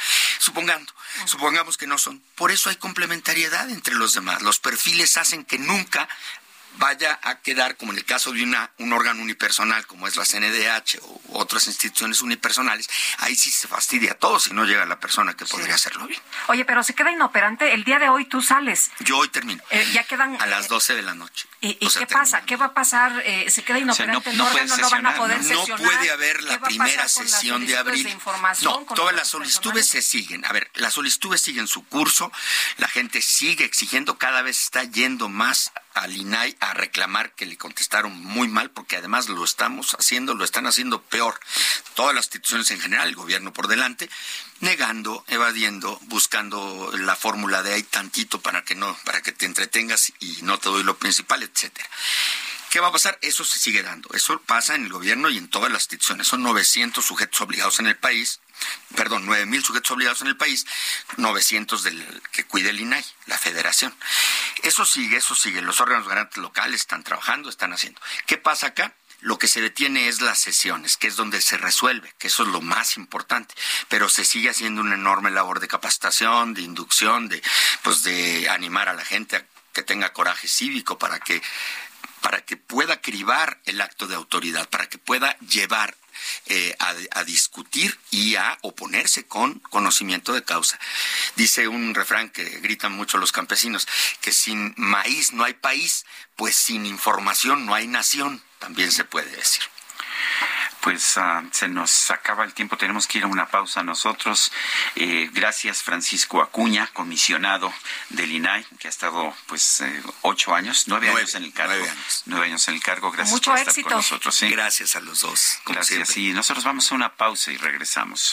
Supongamos que no son. Por eso hay complementariedad entre los demás. Los perfiles hacen que nunca vaya a quedar, como en el caso de un órgano unipersonal, como es la CNDH o otras instituciones unipersonales, ahí sí se fastidia todo si no llega la persona que podría hacerlo bien. Oye, pero se queda inoperante. El día de hoy tú sales. Yo hoy termino. Ya quedan... A las 12 de la noche. ¿Y qué pasa? ¿Qué va a pasar? ¿Se queda inoperante el órgano? ¿No van a poder sesionar? No puede haber la primera sesión de abril. No, todas las solicitudes se siguen. A ver, las solicitudes siguen su curso. La gente sigue exigiendo, cada vez está yendo más al INAI a reclamar que le contestaron muy mal, porque además lo están haciendo peor. Todas las instituciones en general, el gobierno por delante, negando, evadiendo, buscando la fórmula de ahí tantito para que te entretengas y no te doy lo principal, etcétera. ¿Qué va a pasar? Eso se sigue dando. Eso pasa en el gobierno y en todas las instituciones. Son 900 sujetos obligados en el país. 9,000 sujetos obligados en el país, 900 que cuide el INAI, la federación. Eso sigue. Los órganos garantes locales están trabajando, están haciendo. ¿Qué pasa acá? Lo que se detiene es las sesiones, que es donde se resuelve, que eso es lo más importante. Pero se sigue haciendo una enorme labor de capacitación, de inducción, de animar a la gente a que tenga coraje cívico para que pueda cribar el acto de autoridad, para que pueda llevar a discutir y a oponerse con conocimiento de causa. Dice un refrán que gritan mucho los campesinos, que sin maíz no hay país, pues sin información no hay nación, también se puede decir. Pues se nos acaba el tiempo, tenemos que ir a una pausa nosotros. Gracias, Francisco Acuña, comisionado del INAI, que ha estado 9 años en el cargo. 9 años en el cargo, gracias mucho por éxito. estar con nosotros. ¿Sí? Gracias a los dos. Gracias, siempre. Y nosotros vamos a una pausa y regresamos.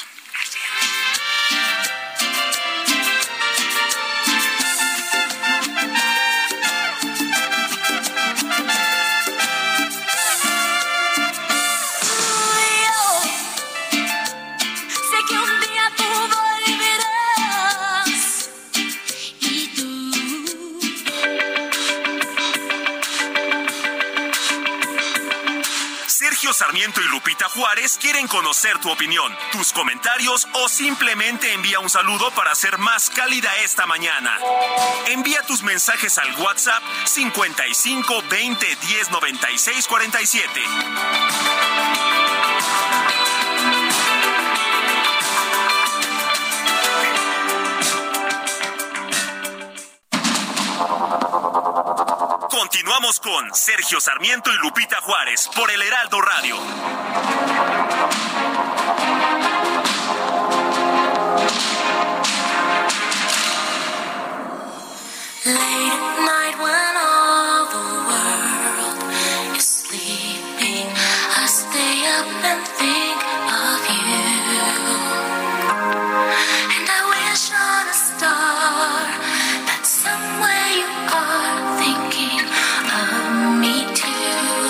Sergio Sarmiento y Lupita Juárez quieren conocer tu opinión, tus comentarios o simplemente envía un saludo para hacer más cálida esta mañana. Envía tus mensajes al WhatsApp 55 20 10 96 47. Continuamos con Sergio Sarmiento y Lupita Juárez por el Heraldo Radio. Late at night when all the world is sleeping, I stay up and think of you. And I wish on a star that somewhere you are thinking of me too.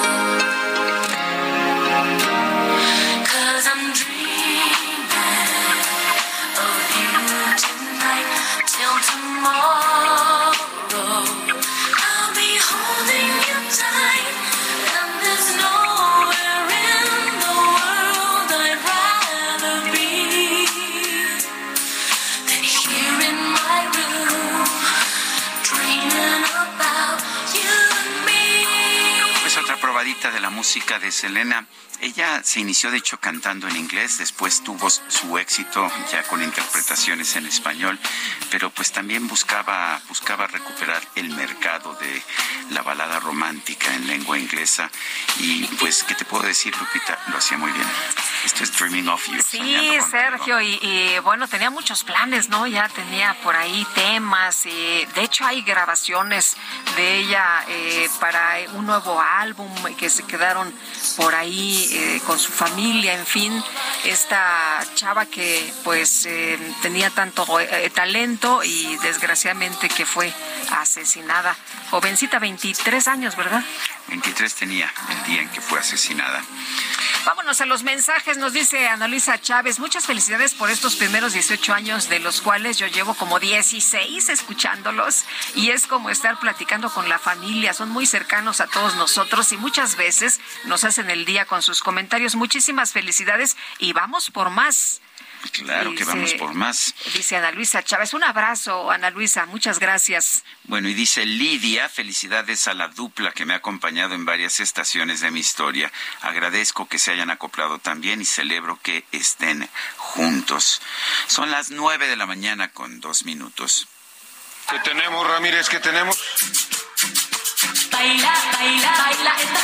'Cause I'm dreaming of you tonight till tomorrow. I'll be holding you tight, and there's nowhere in the world I'd rather be than here in my room, dreaming about you and me. Pues otra probadita de la música de Selena. Ella se inició, de hecho, cantando en inglés, después tuvo su éxito ya con interpretaciones en español, pero pues también buscaba recuperar el mercado de la balada romántica en lengua inglesa. Y pues, ¿qué te puedo decir, Lupita? Lo hacía muy bien. Esto es Dreaming of You. Sí, Sergio, y bueno, tenía muchos planes, ¿no? Ya tenía por ahí temas, y de hecho hay grabaciones de ella para un nuevo álbum que se quedaron por ahí con su familia, en fin, esta chava que pues tenía tanto talento y desgraciadamente que fue asesinada. Jovencita, 23 años, ¿verdad? 23 tenía el día en que fue asesinada. Vámonos a los mensajes, nos dice Ana Luisa Chávez. Muchas felicidades por estos primeros 18 años, de los cuales yo llevo como 16 escuchándolos, y es como estar platicando con la familia. Son muy cercanos a todos nosotros y muchas veces nos hacen el día con sus comentarios. Muchísimas felicidades y vamos por más. Claro que vamos por más. Dice Ana Luisa Chávez. Un abrazo, Ana Luisa. Muchas gracias. Bueno, y dice Lidia, felicidades a la dupla que me ha acompañado en varias estaciones de mi historia. Agradezco que se hayan acoplado también y celebro que estén juntos. Son las 9 de la mañana con 2 minutos. ¿Qué tenemos, Ramírez? ¿Qué tenemos? Baila, baila, baila esta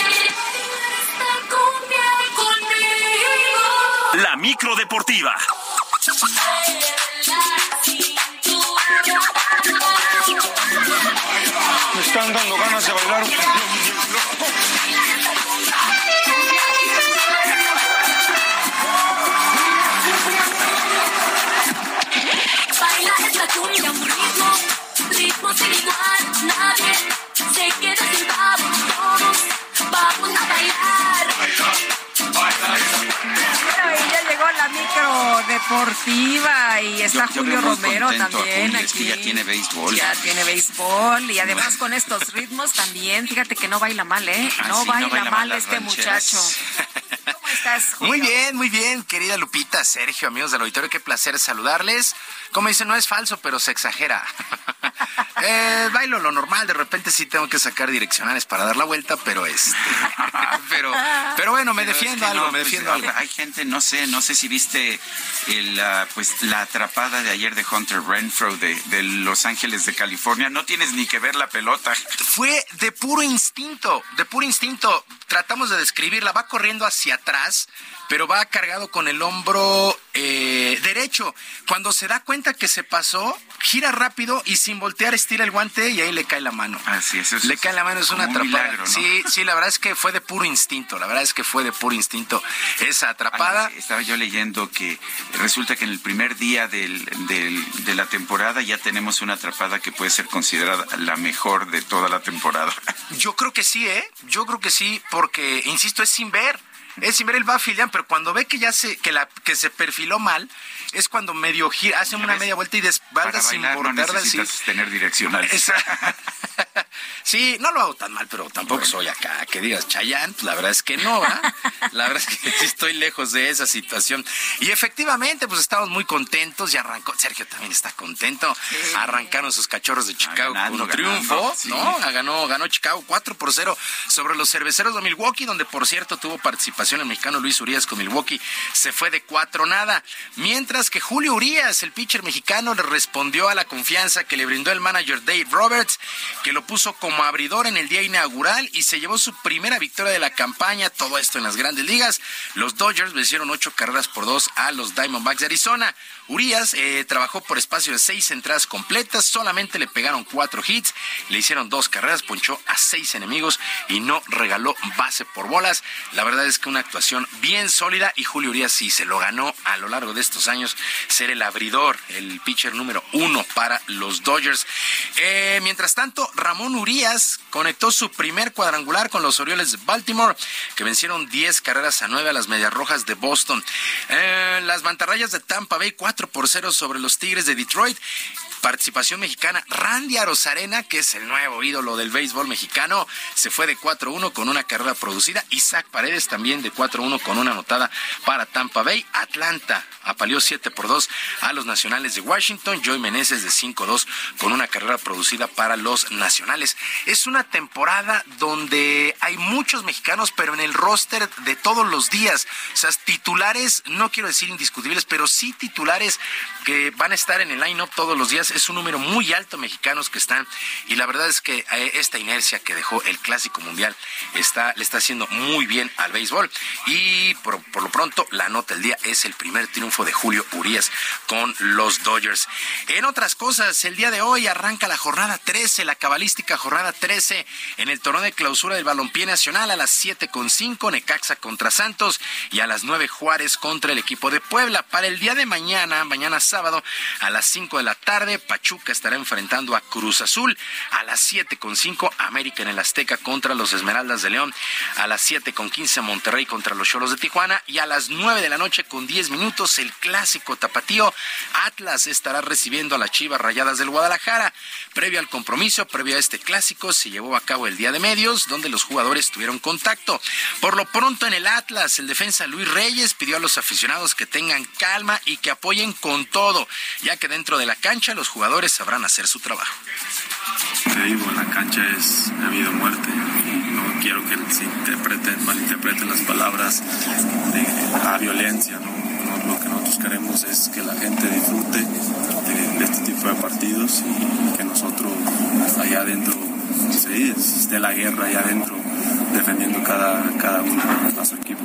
cumbia conmigo. La micro deportiva. Me están dando ganas de bailar. Baila esta cumbia, un ritmo sin igual, nadie se queda sentado, todos vamos a bailar. Bueno, y ya llegó la micro deportiva y está Julio Romero también Julio, aquí. es que ya tiene béisbol. Ya tiene béisbol y además con estos ritmos también, fíjate que no baila mal, ¿eh? No baila mal este muchacho. ¿Cómo estás, Julio? Muy bien, querida Lupita, Sergio, amigos del auditorio, qué placer saludarles. Como dicen, no es falso, pero se exagera. Bailo lo normal, de repente sí tengo que sacar direccionales para dar la vuelta, pero pero bueno, me defiendo algo. Hay gente, no sé si viste la atrapada de ayer de Hunter Renfrow de Los Ángeles de California. No tienes ni que ver la pelota. Fue de puro instinto. Tratamos de describirla, va corriendo hacia atrás, pero va cargado con el hombro derecho. Cuando se da cuenta que se pasó, gira rápido y sin voltear estira el guante y ahí le cae la mano. Así es. Le cae la mano, es una atrapada. Milagro, ¿no? Sí, la verdad es que fue de puro instinto. Esa atrapada. Estaba yo leyendo que resulta que en el primer día de la temporada ya tenemos una atrapada que puede ser considerada la mejor de toda la temporada. Yo creo que sí, porque, insisto, es sin ver. Él va a filiar, pero cuando ve que que se perfiló mal, es cuando medio gira, hace una media vuelta y desbalda sin voltear. No necesitas tener direccionales. Sí, no lo hago tan mal, pero tampoco soy acá, que digas Chayanne, pues la verdad es que no, ¿verdad? La verdad es que sí estoy lejos de esa situación. Y efectivamente, pues estamos muy contentos y arrancó, Sergio también está contento, sí. Arrancaron sus Cachorros de Chicago con triunfo, sí. ¿No? Ganó Chicago 4-0 sobre los Cerveceros de Milwaukee, donde por cierto tuvo participación el mexicano Luis Urías con Milwaukee, se fue de 4-0, mientras que Julio Urías, el pitcher mexicano, le respondió a la confianza que le brindó el manager Dave Roberts, que lo puso como abridor en el día inaugural y se llevó su primera victoria de la campaña, todo esto en las Grandes Ligas. Los Dodgers vencieron 8-2 a los Diamondbacks de Arizona. Urías trabajó por espacio de 6 entradas completas, solamente le pegaron 4 hits, le hicieron 2 carreras, ponchó a 6 enemigos y no regaló base por bolas. La verdad es que una actuación bien sólida y Julio Urías sí se lo ganó a lo largo de estos años, ser el abridor, el pitcher número 1 para los Dodgers. Mientras tanto, Ramón Urías conectó su primer cuadrangular con los Orioles de Baltimore, que vencieron 10-9 a las Medias Rojas de Boston. Las Mantarrayas de Tampa Bay 4-0 sobre los Tigres de Detroit. Participación mexicana, Randy Arozarena, que es el nuevo ídolo del béisbol mexicano, se fue de 4-1 con una carrera producida. Isaac Paredes también de 4-1 con una anotada para Tampa Bay. Atlanta apaleó 7-2 a los Nacionales de Washington. Joey Meneses de 5-2 con una carrera producida para los Nacionales. Es una temporada donde hay muchos mexicanos, pero en el roster de todos los días. O sea, titulares, no quiero decir indiscutibles, pero sí titulares que van a estar en el line-up todos los días. Es un número muy alto mexicanos que están, y la verdad es que esta inercia que dejó el Clásico Mundial le está haciendo muy bien al béisbol. Y por lo pronto, la nota del día es el primer triunfo de Julio Urías con los Dodgers. En otras cosas, el día de hoy arranca la jornada 13, la cabalística jornada 13, en el torneo de clausura del balompié nacional. A las 7:05, Necaxa contra Santos, y a las 9, Juárez contra el equipo de Puebla. Para el día de mañana sábado, a las 5 de la tarde, Pachuca estará enfrentando a Cruz Azul. A las 7:05, América en el Azteca contra los Esmeraldas de León. A las 7:15, Monterrey Monterrey contra los Xolos de Tijuana, y a las 9:10 el clásico tapatío. Atlas estará recibiendo a las Chivas Rayadas del Guadalajara. Previo al compromiso, previo a este clásico, se llevó a cabo el Día de Medios, donde los jugadores tuvieron contacto. Por lo pronto, en el Atlas, el defensa Luis Reyes pidió a los aficionados que tengan calma y que apoyen con todo, ya que dentro de la cancha los jugadores sabrán hacer su trabajo. Te digo, en la cancha ha habido muerte. No quiero que se malinterpreten las palabras a violencia, ¿no? Lo que nosotros queremos es que la gente disfrute de este tipo de partidos y que nosotros allá adentro esté la guerra allá adentro defendiendo cada uno a su equipo.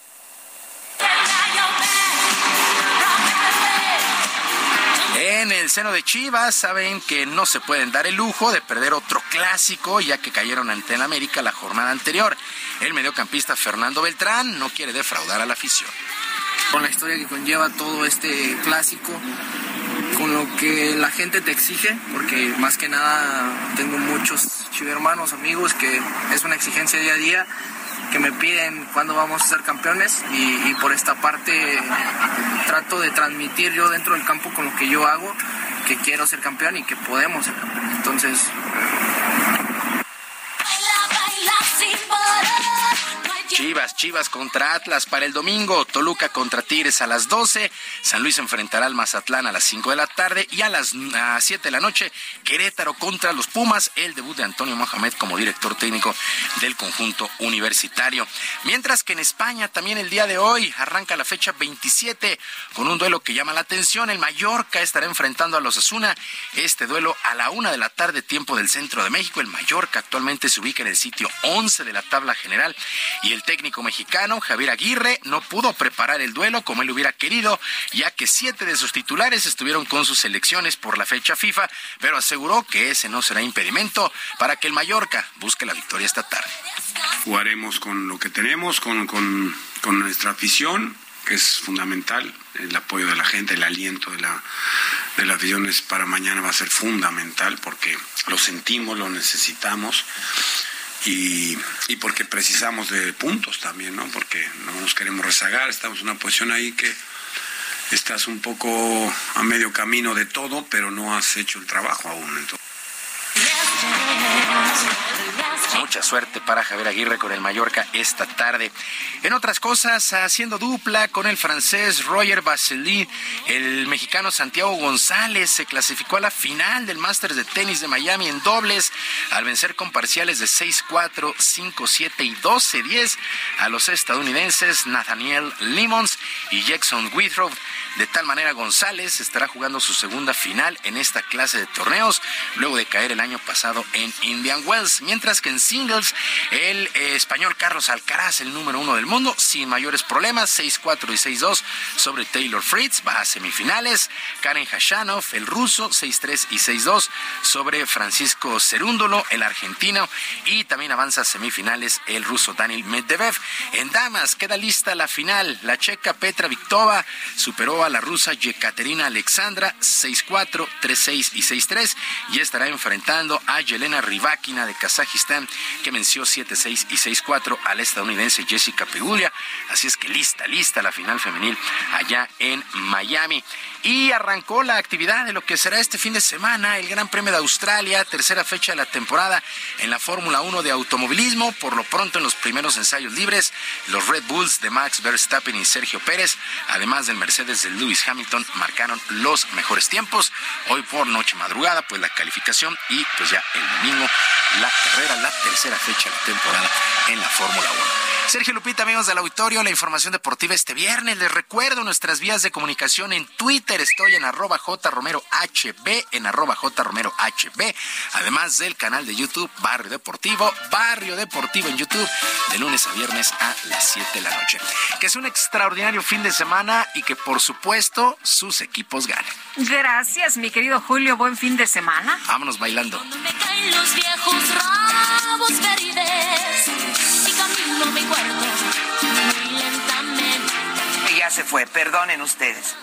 En el seno de Chivas saben que no se pueden dar el lujo de perder otro clásico, ya que cayeron ante el América la jornada anterior. El mediocampista Fernando Beltrán no quiere defraudar a la afición. Con la historia que conlleva todo este clásico, con lo que la gente te exige, porque más que nada tengo muchos chivermanos, amigos, que es una exigencia día a día, que me piden cuándo vamos a ser campeones, y por esta parte trato de transmitir yo dentro del campo con lo que yo hago, que quiero ser campeón y que podemos ser campeón. Entonces... Chivas contra Atlas para el domingo, Toluca contra Tigres a las 12, San Luis enfrentará al Mazatlán a las 5 de la tarde y a las 7 de la noche, Querétaro contra los Pumas, el debut de Antonio Mohamed como director técnico del conjunto universitario. Mientras que en España también el día de hoy arranca la fecha 27 con un duelo que llama la atención. El Mallorca estará enfrentando a los Osasuna, este duelo a la 1 de la tarde, tiempo del centro de México. El Mallorca actualmente se ubica en el sitio 11 de la tabla general y el técnico mexicano Javier Aguirre no pudo preparar el duelo como él hubiera querido, ya que 7 de sus titulares estuvieron con sus selecciones por la fecha FIFA, pero aseguró que ese no será impedimento para que el Mallorca busque la victoria esta tarde. Jugaremos con lo que tenemos, con nuestra afición, que es fundamental. El apoyo de la gente, el aliento de la afición para mañana va a ser fundamental, porque lo sentimos, lo necesitamos. Y porque precisamos de puntos también, ¿no? Porque no nos queremos rezagar, estamos en una posición ahí que estás un poco a medio camino de todo, pero no has hecho el trabajo aún. Entonces. Mucha suerte para Javier Aguirre con el Mallorca esta tarde. En otras cosas, haciendo dupla con el francés Roger Vasselin, el mexicano Santiago González se clasificó a la final del Masters de tenis de Miami en dobles al vencer con parciales de 6-4, 5-7 y 12-10 a los estadounidenses Nathaniel Limons y Jackson Withrow. De tal manera, González estará jugando su segunda final en esta clase de torneos, luego de caer el año pasado en Indian Wells. Mientras que en singles, el español Carlos Alcaraz, el número 1 del mundo, sin mayores problemas, 6-4 y 6-2 sobre Taylor Fritz, va a semifinales. Karen Khachanov, el ruso, 6-3 y 6-2 sobre Francisco Cerúndolo, el argentino, y también avanza a semifinales el ruso Daniil Medvedev. En damas, queda lista la final. La checa Petra Kvitova superó a la rusa Yekaterina Alexandra 6-4, 3-6 y 6-3 y estará enfrentando a Yelena Rybakina de Kazajistán, que venció 7-6 y 6-4 a la estadounidense Jessica Pegula. Así es que lista la final femenil allá en Miami. Y arrancó la actividad de lo que será este fin de semana el Gran Premio de Australia, tercera fecha de la temporada en la Fórmula 1 de automovilismo. Por lo pronto, en los primeros ensayos libres, los Red Bulls de Max Verstappen y Sergio Pérez, además del Mercedes de Lewis Hamilton, marcaron los mejores tiempos. Hoy por noche madrugada, pues la calificación y pues ya el domingo la carrera, la tercera fecha de la temporada en la Fórmula 1. Sergio, Lupita, amigos del auditorio, la información deportiva este viernes. Les recuerdo nuestras vías de comunicación en Twitter. Estoy en @jromerohb, en @jromerohb, además del canal de YouTube Barrio Deportivo en YouTube, de lunes a viernes a las 7 de la noche. Que es un extraordinario fin de semana y que, por supuesto, sus equipos ganen. Gracias, mi querido Julio. Buen fin de semana. Vámonos bailando. Me caen los viejos rabos verdes y camino mi cuarto muy lentamente. Ya se fue, perdonen ustedes.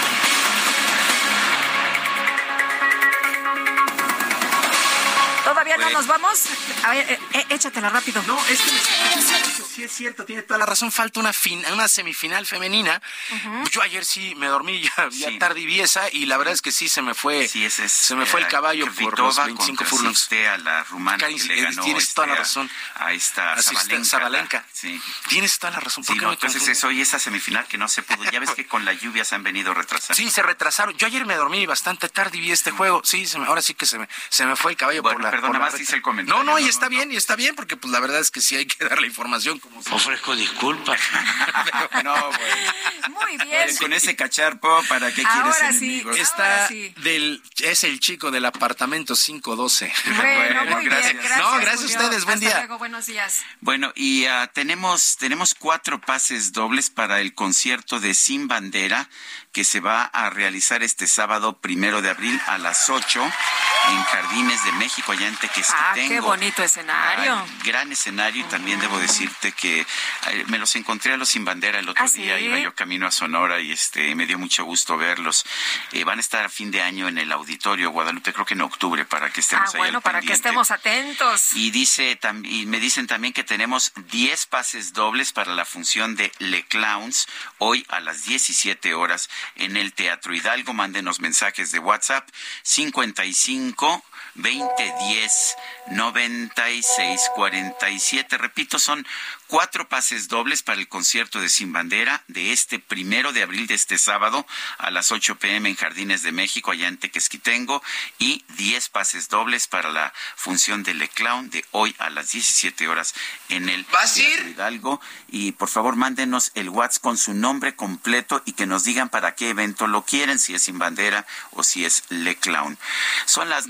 Todavía ya no nos vamos. A ver, échatela rápido. No, es que sí es cierto, tiene toda la razón. Falta una semifinal femenina. Yo ayer sí me dormí ya tarde y viesa, y la verdad es que sí se me fue. Sí, se me fue el caballo por los 25 furlongs. A la rumana que le ganó. Tienes toda la razón. Ahí está Zabalenka. Sí. Tienes toda la razón. Sí, no, entonces eso y esa semifinal que no se pudo. Ya ves que con la lluvia se han venido retrasando. Sí, se retrasaron. Yo ayer me dormí bastante tarde y vi este juego. Sí, ahora sí que se me fue el caballo por la. Perdón, nada más hice el comentario. No, y está bien, porque pues la verdad es que sí hay que dar la información como se... Ofrezco disculpas. No, bueno. Muy bien. Con ese cacharpo, ¿para qué quieres enemigos? Es el chico del apartamento 512. Bueno, muy gracias. bien. Gracias, No, gracias Julio. a ustedes. Buen Hasta día. Luego, buenos días. Bueno, y tenemos 4 pases dobles para el concierto de Sin Bandera, que se va a realizar este sábado 1 de abril a las 8 en Jardines de México, allá en Tequesquitengo. Qué bonito escenario. Gran escenario, y también debo decirte que me los encontré a los Sin Bandera el otro día. ¿Sí? Iba yo camino a Sonora y me dio mucho gusto verlos. Van a estar a fin de año en el Auditorio Guadalupe, creo que en octubre, para que estemos ahí al para que pendiente. estemos atentos. Y me dicen también que tenemos 10 pases dobles para la función de Le Clowns hoy a las 17 horas en el Teatro Hidalgo. Mándenos mensajes de WhatsApp 55 2010 9647. Repito, son 4 pases dobles para el concierto de Sin Bandera de este 1 de abril, de este sábado a las 8 p.m. en Jardines de México, allá en Tequesquitengo, y 10 pases dobles para la función de Le Clown de hoy a las 17 horas en el Teatro Hidalgo. Y por favor, mándenos el WhatsApp con su nombre completo y que nos digan para qué evento lo quieren, si es Sin Bandera o si es Le Clown. Son las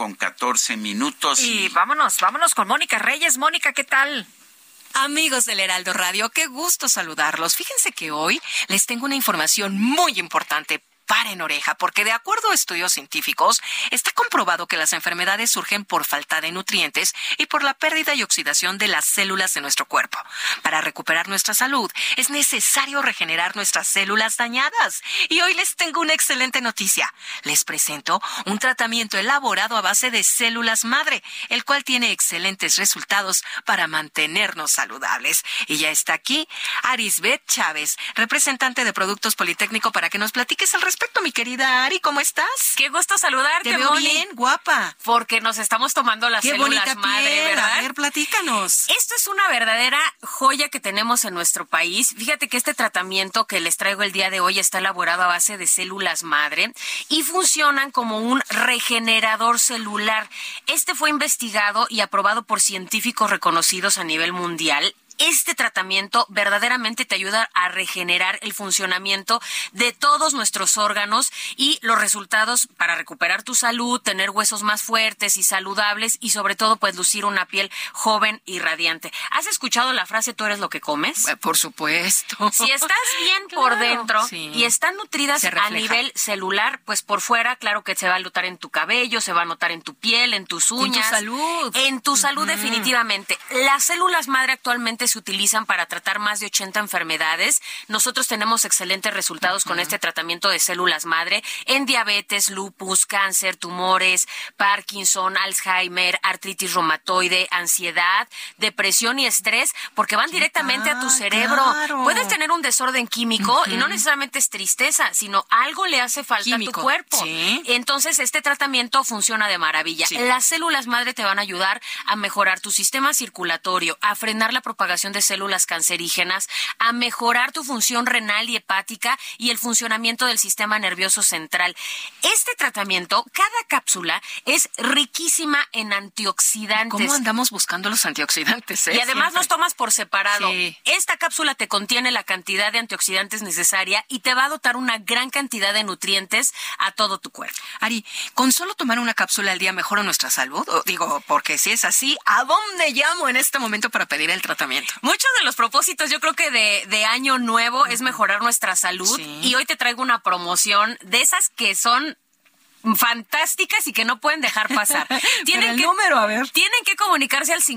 9:14. Y vámonos con Mónica Reyes. Mónica, ¿qué tal? Amigos del Heraldo Radio, qué gusto saludarlos. Fíjense que hoy les tengo una información muy importante. Paren oreja, porque de acuerdo a estudios científicos, está comprobado que las enfermedades surgen por falta de nutrientes y por la pérdida y oxidación de las células de nuestro cuerpo. Para recuperar nuestra salud, es necesario regenerar nuestras células dañadas. Y hoy les tengo una excelente noticia. Les presento un tratamiento elaborado a base de células madre, el cual tiene excelentes resultados para mantenernos saludables. Y ya está aquí Arisbeth Chávez, representante de Productos Politécnico, para que nos platiques al respecto, mi querida Ari. ¿Cómo estás? Qué gusto saludarte, Te veo Moni. bien, guapa. Porque nos estamos tomando las Qué células bonita madre, piel. ¿verdad? A ver, platícanos. Esto es una verdadera joya que tenemos en nuestro país. Fíjate que este tratamiento que les traigo el día de hoy está elaborado a base de células madre y funcionan como un regenerador celular. Este fue investigado y aprobado por científicos reconocidos a nivel mundial. Este tratamiento verdaderamente te ayuda a regenerar el funcionamiento de todos nuestros órganos y los resultados para recuperar tu salud, tener huesos más fuertes y saludables y sobre todo pues lucir una piel joven y radiante. ¿Has escuchado la frase "tú eres lo que comes"? Por supuesto. Si estás bien por dentro sí. y están nutridas a nivel celular, pues por fuera, claro que se va a notar en tu cabello, se va a notar en tu piel, en tus uñas. En tu salud. En tu salud, definitivamente. Las células madre actualmente se utilizan para tratar más de 80 enfermedades. Nosotros tenemos excelentes resultados con este tratamiento de células madre en diabetes, lupus, cáncer, tumores, Parkinson, Alzheimer, artritis reumatoide, ansiedad, depresión y estrés, porque van directamente a tu cerebro. Claro. Puedes tener un desorden químico y no necesariamente es tristeza, sino algo le hace falta a tu cuerpo. Sí. Entonces, este tratamiento funciona de maravilla. Sí. Las células madre te van a ayudar a mejorar tu sistema circulatorio, a frenar la propagación de células cancerígenas, a mejorar tu función renal y hepática y el funcionamiento del sistema nervioso central. Este tratamiento, cada cápsula es riquísima en antioxidantes. ¿Cómo andamos buscando los antioxidantes? Y además Siempre. los tomas por separado. Sí. Esta cápsula te contiene la cantidad de antioxidantes necesaria y te va a dotar una gran cantidad de nutrientes a todo tu cuerpo. Ari, ¿con solo tomar una cápsula al día mejora nuestra salud? O, digo, porque si es así, ¿a dónde llamo en este momento para pedir el tratamiento? Muchos de los propósitos, yo creo que de año nuevo es mejorar nuestra salud. Sí. Y hoy te traigo una promoción de esas que son fantásticas y que no pueden dejar pasar. Número, a ver. Tienen que comunicarse al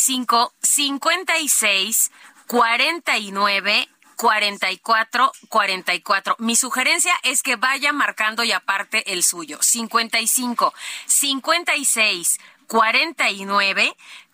55 56 49 44. Mi sugerencia es que vaya marcando y aparte el suyo. 55 56 49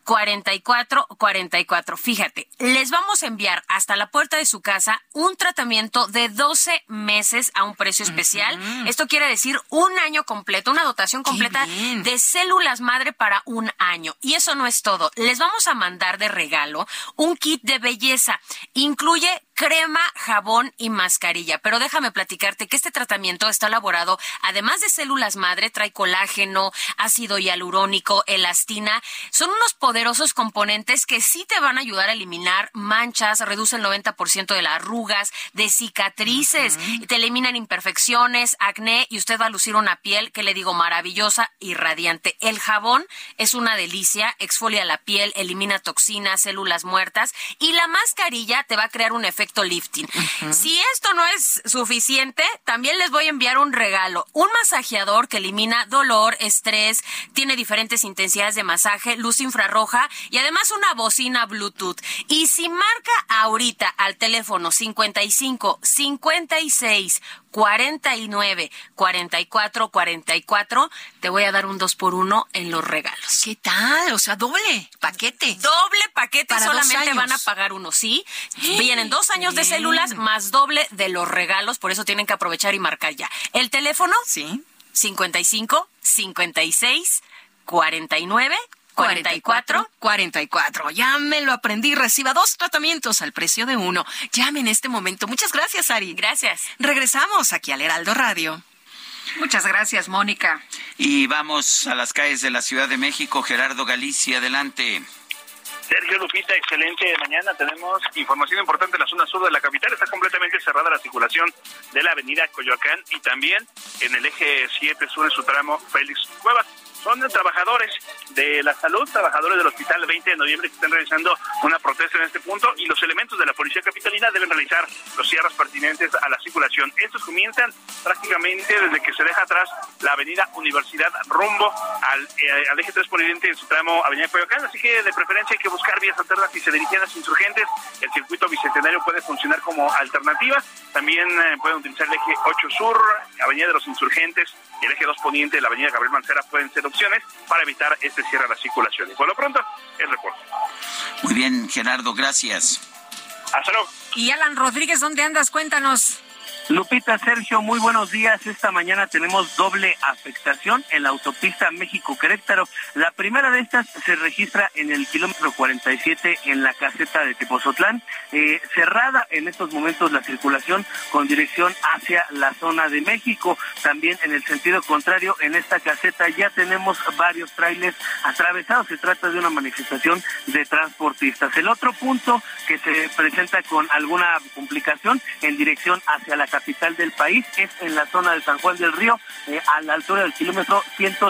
44. Fíjate, les vamos a enviar hasta la puerta de su casa un tratamiento de 12 meses a un precio especial. Esto quiere decir un año completo, una dotación completa de células madre para un año. Y eso no es todo. Les vamos a mandar de regalo un kit de belleza. Incluye crema, jabón y mascarilla. Pero déjame platicarte que este tratamiento está elaborado, además de células madre, trae colágeno, ácido hialurónico, elastina. Son unos poderosos componentes que sí te van a ayudar a eliminar manchas, reduce el 90% de las arrugas, de cicatrices, te eliminan imperfecciones, acné, y usted va a lucir una piel, que le digo, maravillosa y radiante. El jabón es una delicia, exfolia la piel, elimina toxinas, células muertas, y la mascarilla te va a crear un efecto lifting. Si esto no es suficiente, también les voy a enviar un regalo, un masajeador que elimina dolor, estrés, tiene diferentes intensidades de masaje, luz infrarroja y además una bocina Bluetooth. Y si marca ahorita al teléfono 55 56 49 44 44, te voy a dar un 2x1 en los regalos. ¿Qué tal? O sea, doble paquete. Doble paquete, para solamente van a pagar uno, ¿sí? Vienen 2 años de células más doble de los regalos, por eso tienen que aprovechar y marcar ya. El teléfono, sí, 55 56 49 44. Ya me lo aprendí. Reciba 2 tratamientos al precio de uno. Llame en este momento. Muchas gracias, Ari. Gracias. Regresamos aquí al Heraldo Radio. Muchas gracias, Mónica. Y vamos a las calles de la Ciudad de México. Gerardo Galicia, adelante. Sergio, Lupita, excelente mañana. Tenemos información importante en la zona sur de la capital. Está completamente cerrada la circulación de la avenida Coyoacán y también en el eje 7 sur en su tramo Félix Cuevas. Son trabajadores de la salud, trabajadores del Hospital 20 de Noviembre que están realizando una protesta en este punto, y los elementos de la Policía Capitalina deben realizar los cierres pertinentes a la circulación. Estos comienzan prácticamente desde que se deja atrás la avenida Universidad rumbo al eje 3 poniente en su tramo avenida Coyoacán, así que de preferencia hay que buscar vías alternas si se dirigen a los insurgentes. El circuito bicentenario puede funcionar como alternativa. También pueden utilizar el eje 8 sur, avenida de los Insurgentes, y el eje 2 poniente de la avenida Gabriel Mancera pueden ser opciones para evitar este cierre a la circulación. Y por lo pronto, el reporte. Muy bien, Gerardo, gracias. Hasta luego. Y Alan Rodríguez, ¿dónde andas? Cuéntanos. Lupita, Sergio, muy buenos días. Esta mañana tenemos doble afectación en la autopista México-Querétaro. La primera de estas se registra en el kilómetro 47 en la caseta de Tepozotlán. Cerrada en estos momentos la circulación con dirección hacia la zona de México. También en el sentido contrario, en esta caseta ya tenemos varios trailers atravesados. Se trata de una manifestación de transportistas. El otro punto que se presenta con alguna complicación en dirección hacia la capital del país es en la zona de San Juan del Río, a la altura del kilómetro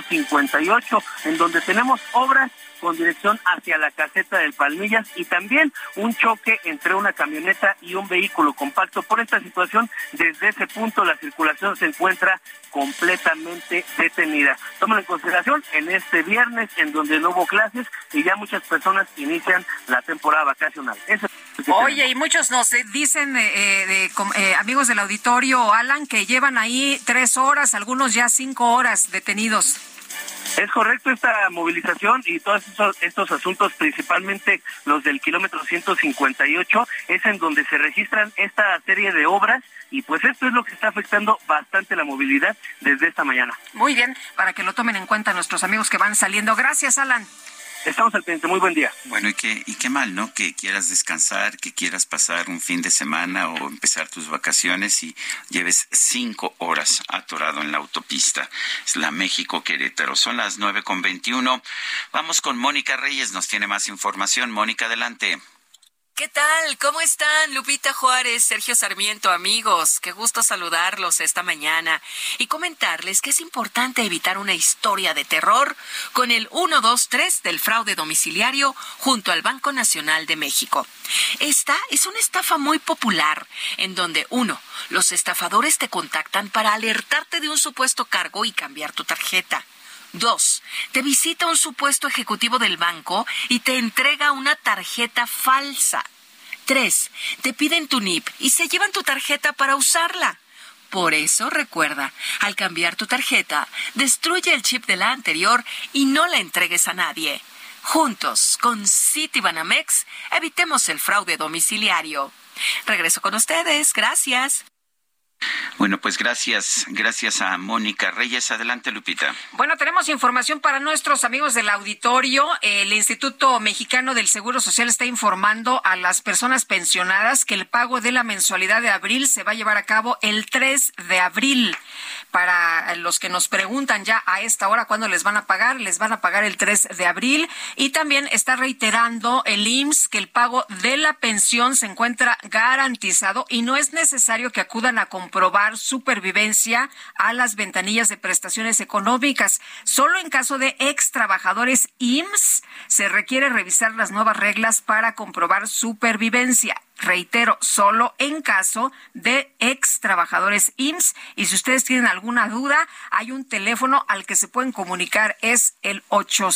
158, en donde tenemos obras con dirección hacia la caseta del Palmillas y también un choque entre una camioneta y un vehículo compacto. Por esta situación, desde ese punto la circulación se encuentra completamente detenida. Tómalo en consideración en este viernes en donde no hubo clases y ya muchas personas inician la temporada vacacional. Oye, y muchos nos dicen, amigos del auditorio, Alan, que llevan ahí 3 horas, algunos ya 5 horas detenidos. Es correcto, esta movilización y todos estos asuntos, principalmente los del kilómetro 158, es en donde se registran esta serie de obras y pues esto es lo que está afectando bastante la movilidad desde esta mañana. Muy bien, para que lo tomen en cuenta nuestros amigos que van saliendo. Gracias, Alan. Estamos al pendiente, muy buen día. Bueno, y qué mal, ¿no? Que quieras descansar, que quieras pasar un fin de semana o empezar tus vacaciones y lleves 5 horas atorado en la autopista. Es la México-Querétaro. Son las 9:21. Vamos con Mónica Reyes, nos tiene más información. Mónica, adelante. ¿Qué tal? ¿Cómo están? Lupita Juárez, Sergio Sarmiento, amigos. Qué gusto saludarlos esta mañana y comentarles que es importante evitar una historia de terror con el 123 del fraude domiciliario junto al Banco Nacional de México. Esta es una estafa muy popular en donde, 1, los estafadores te contactan para alertarte de un supuesto cargo y cambiar tu tarjeta. 2, te visita un supuesto ejecutivo del banco y te entrega una tarjeta falsa. 3, te piden tu NIP y se llevan tu tarjeta para usarla. Por eso recuerda, al cambiar tu tarjeta, destruye el chip de la anterior y no la entregues a nadie. Juntos, con Citibanamex, evitemos el fraude domiciliario. Regreso con ustedes. Gracias. Bueno, pues gracias a Mónica Reyes. Adelante, Lupita. Bueno, tenemos información para nuestros amigos del auditorio. El Instituto Mexicano del Seguro Social está informando a las personas pensionadas que el pago de la mensualidad de abril se va a llevar a cabo el 3 de abril. Para los que nos preguntan ya a esta hora cuándo les van a pagar el 3 de abril. Y también está reiterando el IMSS que el pago de la pensión se encuentra garantizado y no es necesario que acudan a comprobar supervivencia a las ventanillas de prestaciones económicas. Solo en caso de ex trabajadores IMSS se requiere revisar las nuevas reglas para comprobar supervivencia. Reitero, solo en caso de ex trabajadores IMSS. Y si ustedes tienen alguna duda, hay un teléfono al que se pueden comunicar, es el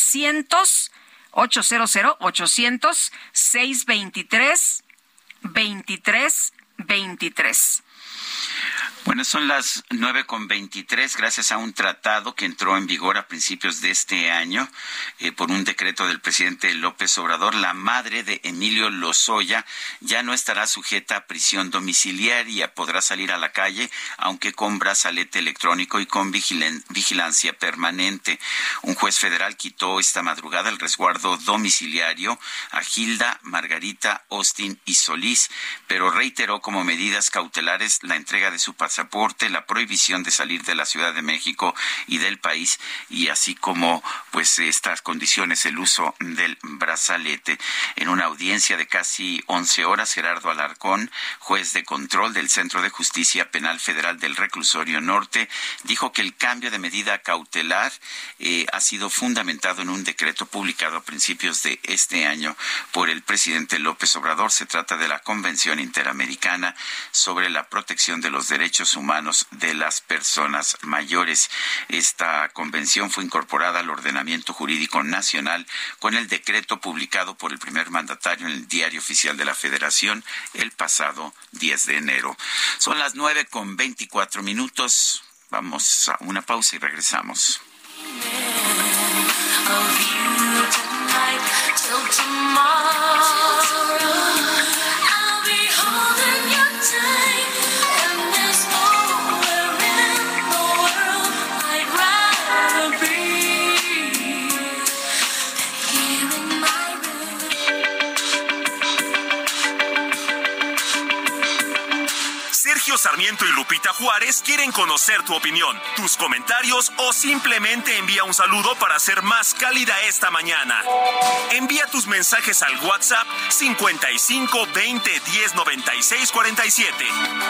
800-623-2323. Bueno, son las 9:23, gracias a un tratado que entró en vigor a principios de este año por un decreto del presidente López Obrador. La madre de Emilio Lozoya ya no estará sujeta a prisión domiciliaria, podrá salir a la calle, aunque con brazalete electrónico y con vigilancia permanente. Un juez federal quitó esta madrugada el resguardo domiciliario a Gilda, Margarita, Austin y Solís, pero reiteró como medidas cautelares la entrega de su pasaporte, la prohibición de salir de la Ciudad de México y del país, y así como pues estas condiciones, el uso del brazalete. En una audiencia de casi 11 horas, Gerardo Alarcón, juez de control del Centro de Justicia Penal Federal del Reclusorio Norte, dijo que el cambio de medida cautelar ha sido fundamentado en un decreto publicado a principios de este año por el presidente López Obrador. Se trata de la Convención Interamericana sobre la protección de los derechos humanos de las personas mayores. Esta convención fue incorporada al ordenamiento jurídico nacional con el decreto publicado por el primer mandatario en el Diario Oficial de la Federación el pasado 10 de enero. Son las 9:24. Vamos a una pausa y regresamos. Sergio Sarmiento y Lupita Juárez quieren conocer tu opinión, tus comentarios o simplemente envía un saludo para hacer más cálida esta mañana. Envía tus mensajes al WhatsApp 55 20 10 96 47.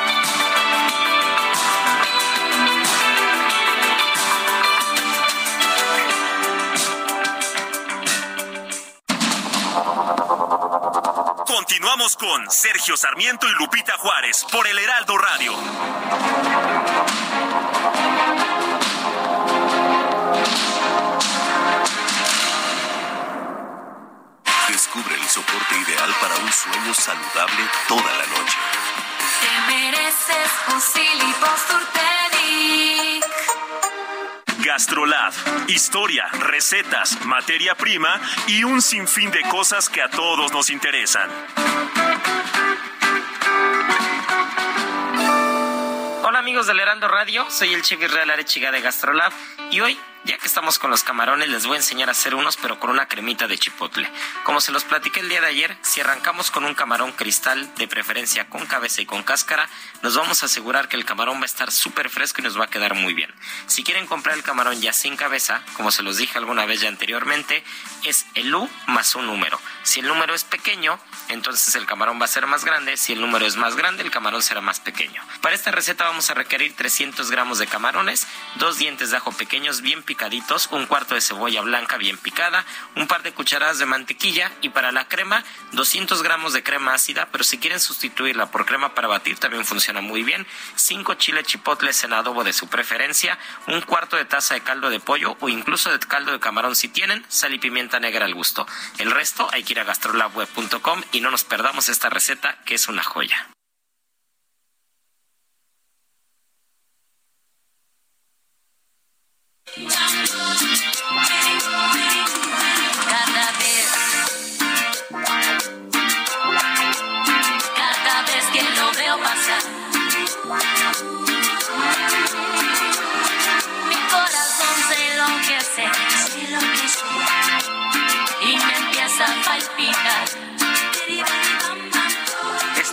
Continuamos con Sergio Sarmiento y Lupita Juárez por el Heraldo Radio. Descubre el soporte ideal para un sueño saludable toda la noche. Te mereces un Silly Posturepedic. GastroLab, historia, recetas, materia prima y un sinfín de cosas que a todos nos interesan. Hola amigos del Heraldo Radio, soy el chef Israel Arechiga de GastroLab y hoy, ya que estamos con los camarones, les voy a enseñar a hacer unos, pero con una cremita de chipotle. Como se los platiqué el día de ayer, si arrancamos con un camarón cristal, de preferencia con cabeza y con cáscara, nos vamos a asegurar que el camarón va a estar súper fresco y nos va a quedar muy bien. Si quieren comprar el camarón ya sin cabeza, como se los dije alguna vez ya anteriormente, es el U más un número. Si el número es pequeño, entonces el camarón va a ser más grande. Si el número es más grande, el camarón será más pequeño. Para esta receta vamos a requerir 300 gramos de camarones, 2 dientes de ajo pequeños bien picaditos, un cuarto de cebolla blanca bien picada, un par de cucharadas de mantequilla y para la crema 200 gramos de crema ácida, pero si quieren sustituirla por crema para batir también funciona muy bien, 5 chiles chipotles en adobo de su preferencia, un cuarto de taza de caldo de pollo o incluso de caldo de camarón si tienen, sal y pimienta negra al gusto. El resto hay que ir a gastrolabweb.com y no nos perdamos esta receta que es una joya.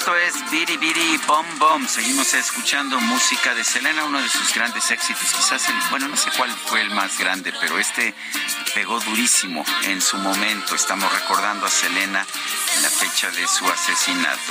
Esto es Biri Biri Bom Bom. Seguimos escuchando música de Selena, uno de sus grandes éxitos. Quizás, no sé cuál fue el más grande, pero pegó durísimo en su momento. Estamos recordando a Selena en la fecha de su asesinato.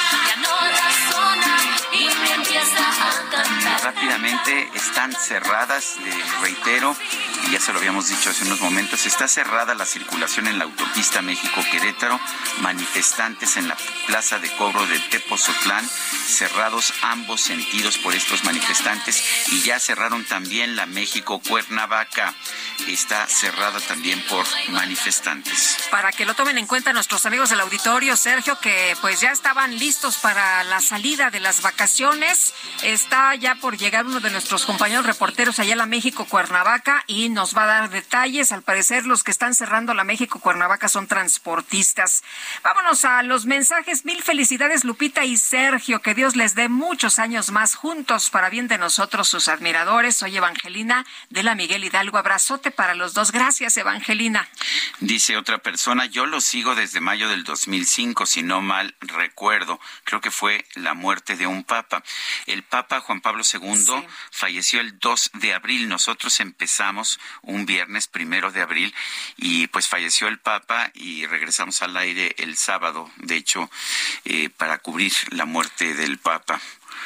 Rápidamente, están cerradas, reitero, y ya se lo habíamos dicho hace unos momentos, está cerrada la circulación en la autopista México-Querétaro. Manifestantes en la plaza de cobro de Tepozotlán, cerrados ambos sentidos por estos manifestantes, y ya cerraron también la México-Cuernavaca. Está cerrada también por manifestantes. Para que lo tomen en cuenta nuestros amigos del auditorio, Sergio, que pues ya estaban listos para la salida de las vacaciones. Está ya por llegar uno de nuestros compañeros reporteros allá a la México-Cuernavaca y nos va a dar detalles. Al parecer, los que están cerrando la México-Cuernavaca son transportistas. Vámonos a los mensajes. Mil felicidades, Lupita y Sergio. Que Dios les dé muchos años más juntos para bien de nosotros, sus admiradores. Soy Evangelina de la Miguel Hidalgo. Abrazote para los dos. Gracias, Evangelina. Dice otra persona, yo lo sigo desde mayo del 2005, si no mal recuerdo. Creo que fue la muerte de un papa. El Papa Juan Pablo II falleció el 2 de abril. Nosotros empezamos un viernes 1 de abril y pues falleció el Papa y regresamos al aire el sábado, de hecho, para cubrir la muerte del Papa.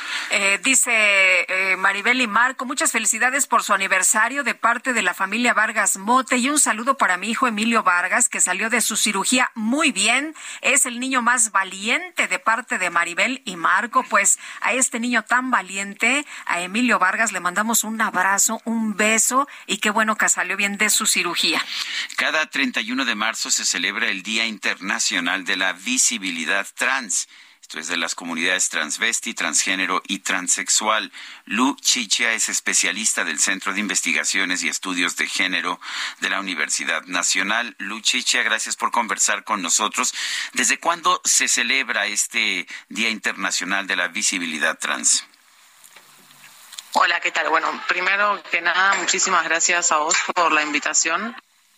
Dice Maribel y Marco, muchas felicidades por su aniversario de parte de la familia Vargas Mote y un saludo para mi hijo Emilio Vargas, que salió de su cirugía muy bien. Es el niño más valiente de parte de Maribel y Marco. Pues a este niño tan valiente, a Emilio Vargas, le mandamos un abrazo, un beso y qué bueno que salió bien de su cirugía. Cada 31 de marzo se celebra el Día Internacional de la Visibilidad Trans. Esto es de las comunidades transvesti, transgénero y transexual. Lu Chichia es especialista del Centro de Investigaciones y Estudios de Género de la Universidad Nacional. Lu Chichia, gracias por conversar con nosotros. ¿Desde cuándo se celebra este Día Internacional de la Visibilidad Trans? Hola, ¿qué tal? Bueno, primero que nada, muchísimas gracias a vos por la invitación.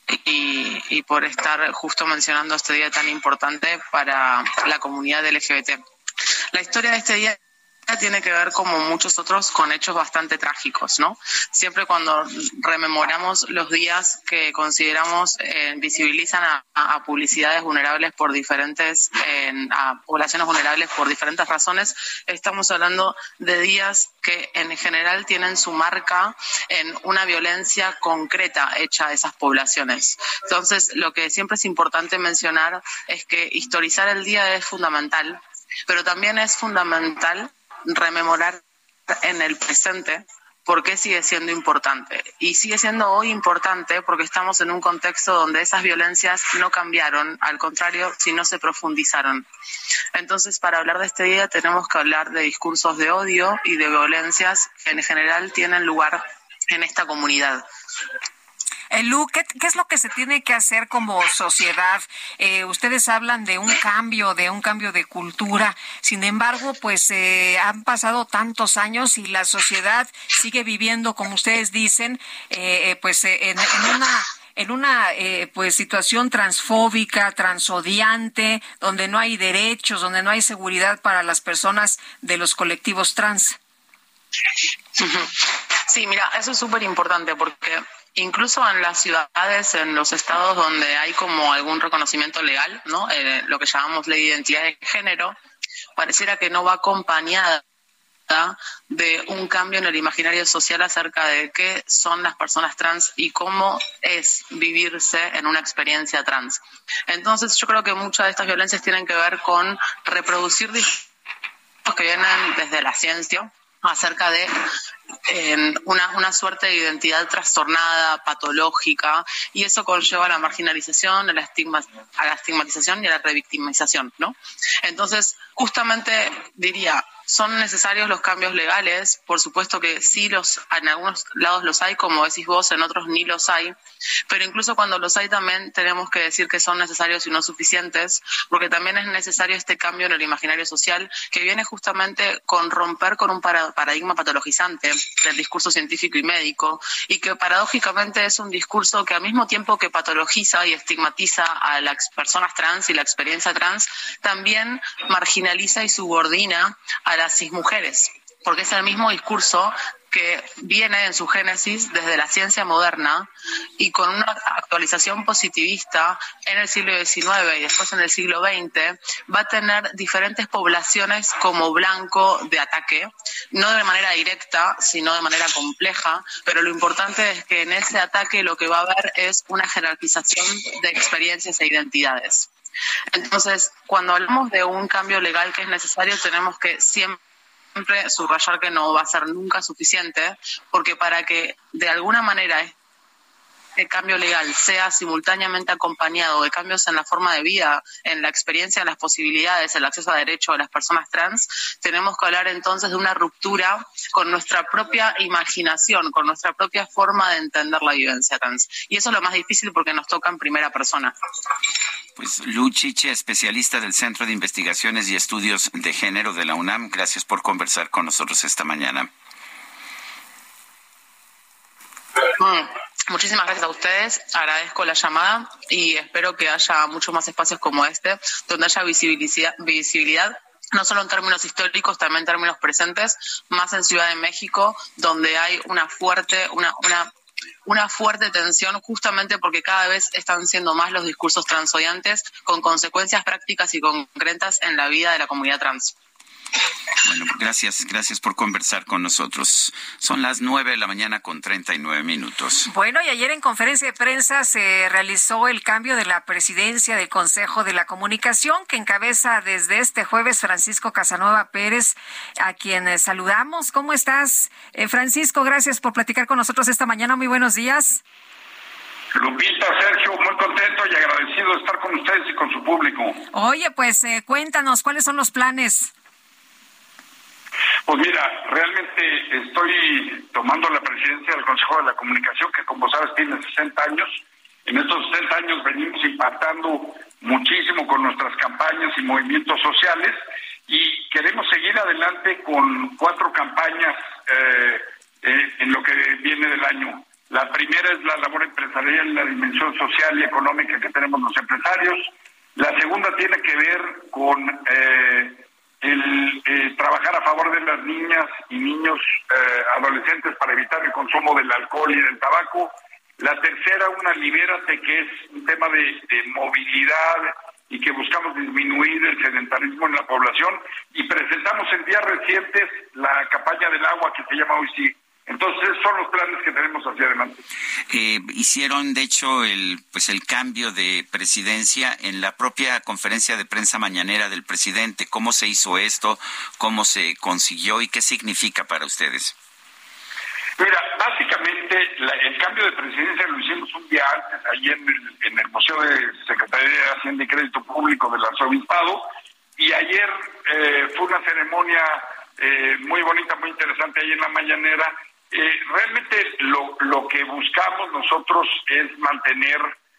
Y por estar justo mencionando este día tan importante para la comunidad LGBT. La historia de este día tiene que ver, como muchos otros, con hechos bastante trágicos, ¿no? Siempre cuando rememoramos los días que consideramos visibilizan a publicidades vulnerables por diferentes, a poblaciones vulnerables por diferentes razones, estamos hablando de días que en general tienen su marca en una violencia concreta hecha a esas poblaciones. Entonces, lo que siempre es importante mencionar es que historizar el día es fundamental, pero también es fundamental rememorar en el presente por qué sigue siendo importante. Y sigue siendo hoy importante porque estamos en un contexto donde esas violencias no cambiaron, al contrario, sino se profundizaron. Entonces, para hablar de este día tenemos que hablar de discursos de odio y de violencias que en general tienen lugar en esta comunidad. Lu, ¿qué es lo que se tiene que hacer como sociedad? Ustedes hablan de un cambio de cultura. Sin embargo, pues han pasado tantos años y la sociedad sigue viviendo, como ustedes dicen, pues en una pues situación transfóbica, transodiante, donde no hay derechos, donde no hay seguridad para las personas de los colectivos trans. Sí, mira, eso es súper importante porque incluso en las ciudades, en los estados donde hay como algún reconocimiento legal, ¿no? Lo que llamamos ley de identidad de género, pareciera que no va acompañada de un cambio en el imaginario social acerca de qué son las personas trans y cómo es vivirse en una experiencia trans. Entonces, yo creo que muchas de estas violencias tienen que ver con reproducir discursos que vienen desde la ciencia acerca de una suerte de identidad trastornada, patológica, y eso conlleva a la marginalización, a la estigmatización y a la revictimización, ¿no? Entonces, justamente diría, ¿son necesarios los cambios legales? Por supuesto que sí, en algunos lados los hay, como decís vos, en otros ni los hay, pero incluso cuando los hay también tenemos que decir que son necesarios y no suficientes, porque también es necesario este cambio en el imaginario social que viene justamente con romper con un paradigma patologizante del discurso científico y médico, y que paradójicamente es un discurso que al mismo tiempo que patologiza y estigmatiza a las personas trans y la experiencia trans, también marginaliza y subordina a las cismujeres, porque es el mismo discurso que viene en su génesis desde la ciencia moderna y con una actualización positivista en el siglo XIX y después en el siglo XX, va a tener diferentes poblaciones como blanco de ataque, no de manera directa, sino de manera compleja, pero lo importante es que en ese ataque lo que va a haber es una jerarquización de experiencias e identidades. Entonces, cuando hablamos de un cambio legal que es necesario, tenemos que siempre subrayar que no va a ser nunca suficiente, porque para que de alguna manera el cambio legal sea simultáneamente acompañado de cambios en la forma de vida, en la experiencia, en las posibilidades, el acceso a derechos de las personas trans, tenemos que hablar entonces de una ruptura con nuestra propia imaginación, con nuestra propia forma de entender la vivencia trans. Y eso es lo más difícil porque nos toca en primera persona. Pues Lu Chiche, especialista del Centro de Investigaciones y Estudios de Género de la UNAM, gracias por conversar con nosotros esta mañana. Muchísimas gracias a ustedes, agradezco la llamada y espero que haya muchos más espacios como este, donde haya visibilidad, no solo en términos históricos, también en términos presentes, más en Ciudad de México, donde hay una fuerte tensión, justamente porque cada vez están siendo más los discursos transodiantes con consecuencias prácticas y concretas en la vida de la comunidad trans. Bueno, gracias por conversar con nosotros. Son las 9:39 a.m. Bueno, y ayer en conferencia de prensa se realizó el cambio de la presidencia del Consejo de la Comunicación, que encabeza desde este jueves Francisco Casanova Pérez, a quien saludamos. ¿Cómo estás, Francisco? Gracias por platicar con nosotros esta mañana. Muy buenos días. Lupita, Sergio, muy contento y agradecido de estar con ustedes y con su público. Oye, pues cuéntanos, ¿cuáles son los planes? Pues mira, realmente estoy tomando la presidencia del Consejo de la Comunicación, que como sabes tiene 60 años. En estos 60 años venimos impactando muchísimo con nuestras campañas y movimientos sociales y queremos seguir adelante con 4 campañas en lo que viene del año. La primera es la labor empresarial, la dimensión social y económica que tenemos los empresarios. La segunda tiene que ver con trabajar a favor de las niñas y niños adolescentes para evitar el consumo del alcohol y del tabaco. La tercera, una libérate, que es un tema de movilidad y que buscamos disminuir el sedentarismo en la población. Y presentamos en días recientes la campaña del agua que se llama Hoy Sí. Entonces, son los planes que tenemos hacia adelante. Hicieron, de hecho, el cambio de presidencia en la propia conferencia de prensa mañanera del presidente. ¿Cómo se hizo esto? ¿Cómo se consiguió? ¿Y qué significa para ustedes? Mira, básicamente, el cambio de presidencia lo hicimos un día antes, ahí en el Museo de Secretaría de Hacienda y Crédito Público del Arzobispado, y ayer fue una ceremonia muy bonita, muy interesante ahí en la mañanera. Realmente lo que buscamos nosotros es mantener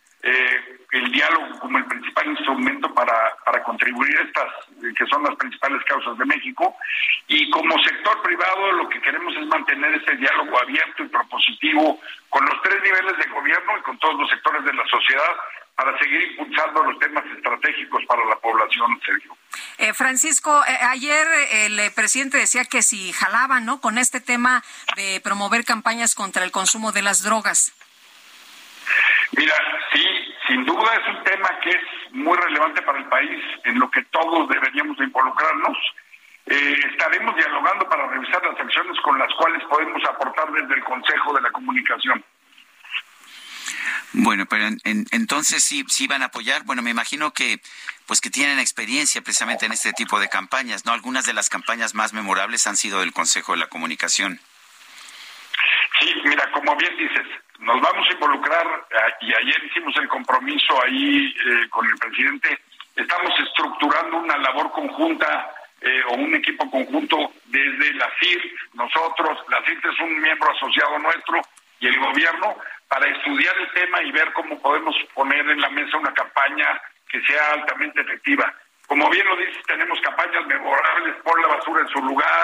el diálogo como el principal instrumento para contribuir a estas, que son las principales causas de México, y como sector privado lo que queremos es mantener ese diálogo abierto y propositivo con los 3 niveles de gobierno y con todos los sectores de la sociedad para seguir impulsando los temas estratégicos para la población, Sergio. Francisco, ayer el presidente decía que si jalaban, ¿no?, con este tema de promover campañas contra el consumo de las drogas. Mira, sí, sin duda es un tema que es muy relevante para el país, en lo que todos deberíamos de involucrarnos. Estaremos dialogando para revisar las acciones con las cuales podemos aportar desde el Consejo de la Comunicación. Bueno, pero entonces sí van a apoyar. Bueno, me imagino que tienen experiencia precisamente en este tipo de campañas, ¿no? Algunas de las campañas más memorables han sido del Consejo de la Comunicación. Sí, mira, como bien dices, nos vamos a involucrar, y ayer hicimos el compromiso ahí con el presidente. Estamos estructurando una labor conjunta o un equipo conjunto desde la CIRT, nosotros, la CIRT es un miembro asociado nuestro, y el gobierno, para estudiar el tema y ver cómo podemos poner en la mesa una campaña que sea altamente efectiva. Como bien lo dices, tenemos campañas memorables: pon la basura en su lugar,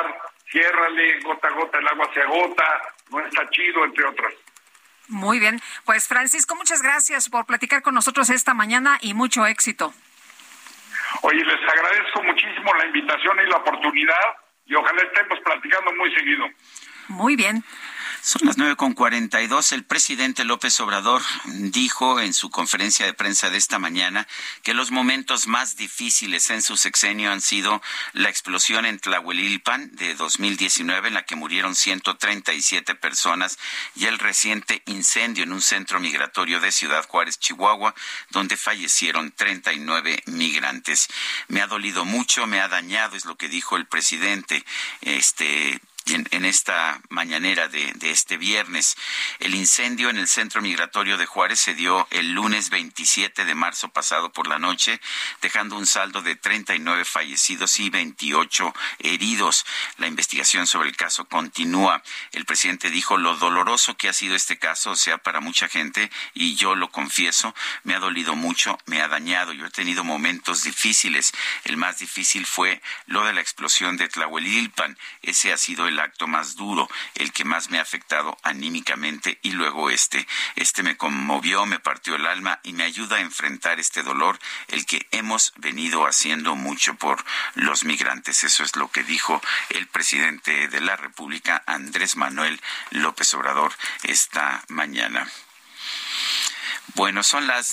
ciérrale, gota a gota el agua se agota, no está chido, entre otras. Muy bien, pues Francisco, muchas gracias por platicar con nosotros esta mañana y mucho éxito. Oye, les agradezco muchísimo la invitación y la oportunidad y ojalá estemos platicando muy seguido. Muy bien. Son las 9:42. El presidente López Obrador dijo en su conferencia de prensa de esta mañana que los momentos más difíciles en su sexenio han sido la explosión en Tlahuelilpan de 2019, en la que murieron 137 personas, y el reciente incendio en un centro migratorio de Ciudad Juárez, Chihuahua, donde fallecieron 39 migrantes. Me ha dolido mucho, me ha dañado, es lo que dijo el presidente en esta mañanera de este viernes. El incendio en el centro migratorio de Juárez se dio el lunes 27 de marzo pasado por la noche, dejando un saldo de 39 fallecidos y 28 heridos. La investigación sobre el caso continúa. El presidente dijo: lo doloroso que ha sido este caso, o sea, para mucha gente, y yo lo confieso, me ha dolido mucho, me ha dañado. Yo he tenido momentos difíciles. El más difícil fue lo de la explosión de Tlahuelilpan. Ese ha sido el acto más duro, el que más me ha afectado anímicamente, y luego este me conmovió, me partió el alma y me ayuda a enfrentar este dolor, el que hemos venido haciendo mucho por los migrantes. Eso es lo que dijo el presidente de la República, Andrés Manuel López Obrador, esta mañana. Bueno, son las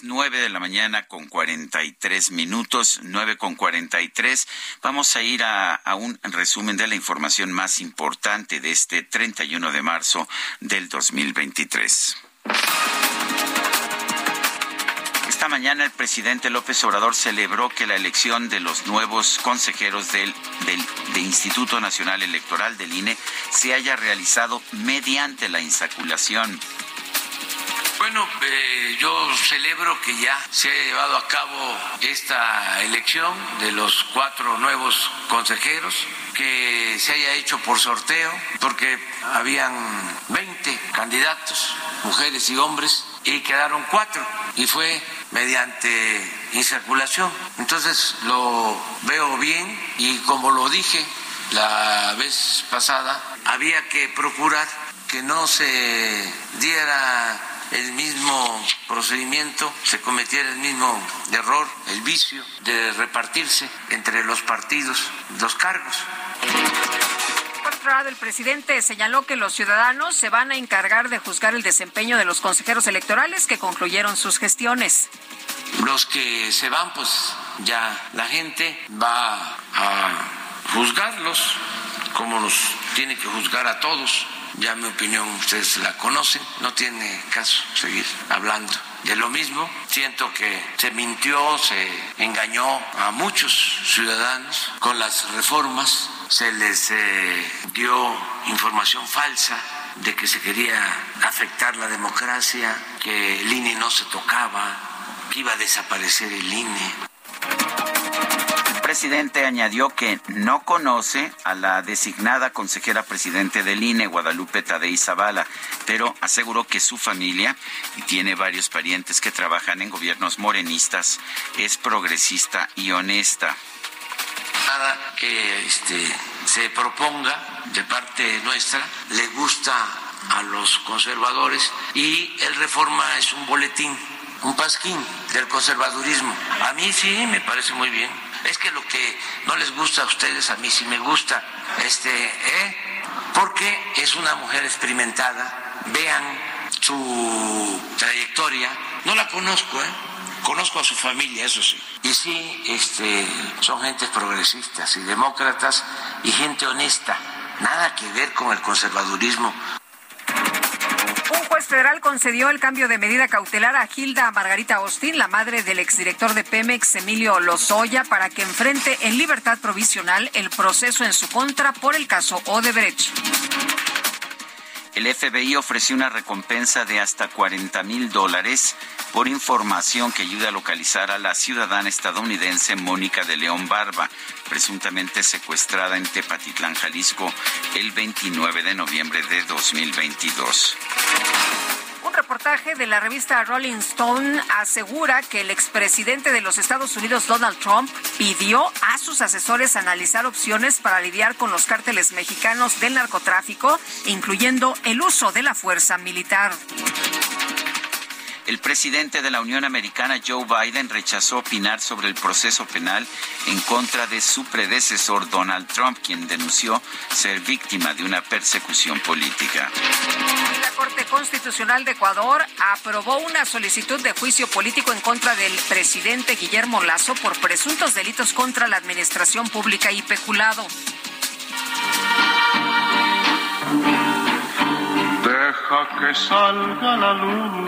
9:43 a.m, 9:43. Vamos a ir a un resumen de la información más importante de este 31 de marzo del 2023. Esta mañana el presidente López Obrador celebró que la elección de los nuevos consejeros del Instituto Nacional Electoral, del INE, se haya realizado mediante la insaculación. Bueno, yo celebro que ya se ha llevado a cabo esta elección de los 4 nuevos consejeros, que se haya hecho por sorteo, porque habían 20 candidatos, mujeres y hombres, y quedaron 4, y fue mediante insaculación. Entonces lo veo bien, y como lo dije la vez pasada, había que procurar que no se diera el mismo procedimiento, se cometiera el mismo error, el vicio de repartirse entre los partidos los cargos. Por otro lado, el presidente señaló que los ciudadanos se van a encargar de juzgar el desempeño de los consejeros electorales que concluyeron sus gestiones. Los que se van, pues ya la gente va a juzgarlos como los tiene que juzgar a todos. Ya mi opinión ustedes la conocen, no tiene caso seguir hablando de lo mismo. Siento que se mintió, se engañó a muchos ciudadanos con las reformas, se les dio información falsa de que se quería afectar la democracia, que el INE no se tocaba, que iba a desaparecer el INE. El presidente añadió que no conoce a la designada consejera presidente del INE, Guadalupe Tadei Zavala, pero aseguró que su familia, y tiene varios parientes que trabajan en gobiernos morenistas, es progresista y honesta. Nada que se proponga de parte nuestra le gusta a los conservadores, y el Reforma es un boletín, un pasquín del conservadurismo. A mí sí me parece muy bien. Es que lo que no les gusta a ustedes, a mí sí me gusta, porque es una mujer experimentada. Vean su trayectoria. No la conozco, conozco a su familia, eso sí. Y sí, son gentes progresistas y demócratas y gente honesta. Nada que ver con el conservadurismo. Un juez federal concedió el cambio de medida cautelar a Hilda Margarita Austin, la madre del exdirector de Pemex, Emilio Lozoya, para que enfrente en libertad provisional el proceso en su contra por el caso Odebrecht. El FBI ofreció una recompensa de hasta $40,000 por información que ayude a localizar a la ciudadana estadounidense Mónica de León Barba, presuntamente secuestrada en Tepatitlán, Jalisco, el 29 de noviembre de 2022. Un reportaje reportaje de la revista Rolling Stone asegura que el expresidente de los Estados Unidos, Donald Trump, pidió a sus asesores analizar opciones para lidiar con los cárteles mexicanos del narcotráfico, incluyendo el uso de la fuerza militar. El presidente de la Unión Americana, Joe Biden, rechazó opinar sobre el proceso penal en contra de su predecesor, Donald Trump, quien denunció ser víctima de una persecución política. La Corte Constitucional de Ecuador aprobó una solicitud de juicio político en contra del presidente Guillermo Lasso por presuntos delitos contra la administración pública y peculado. Deja que salga la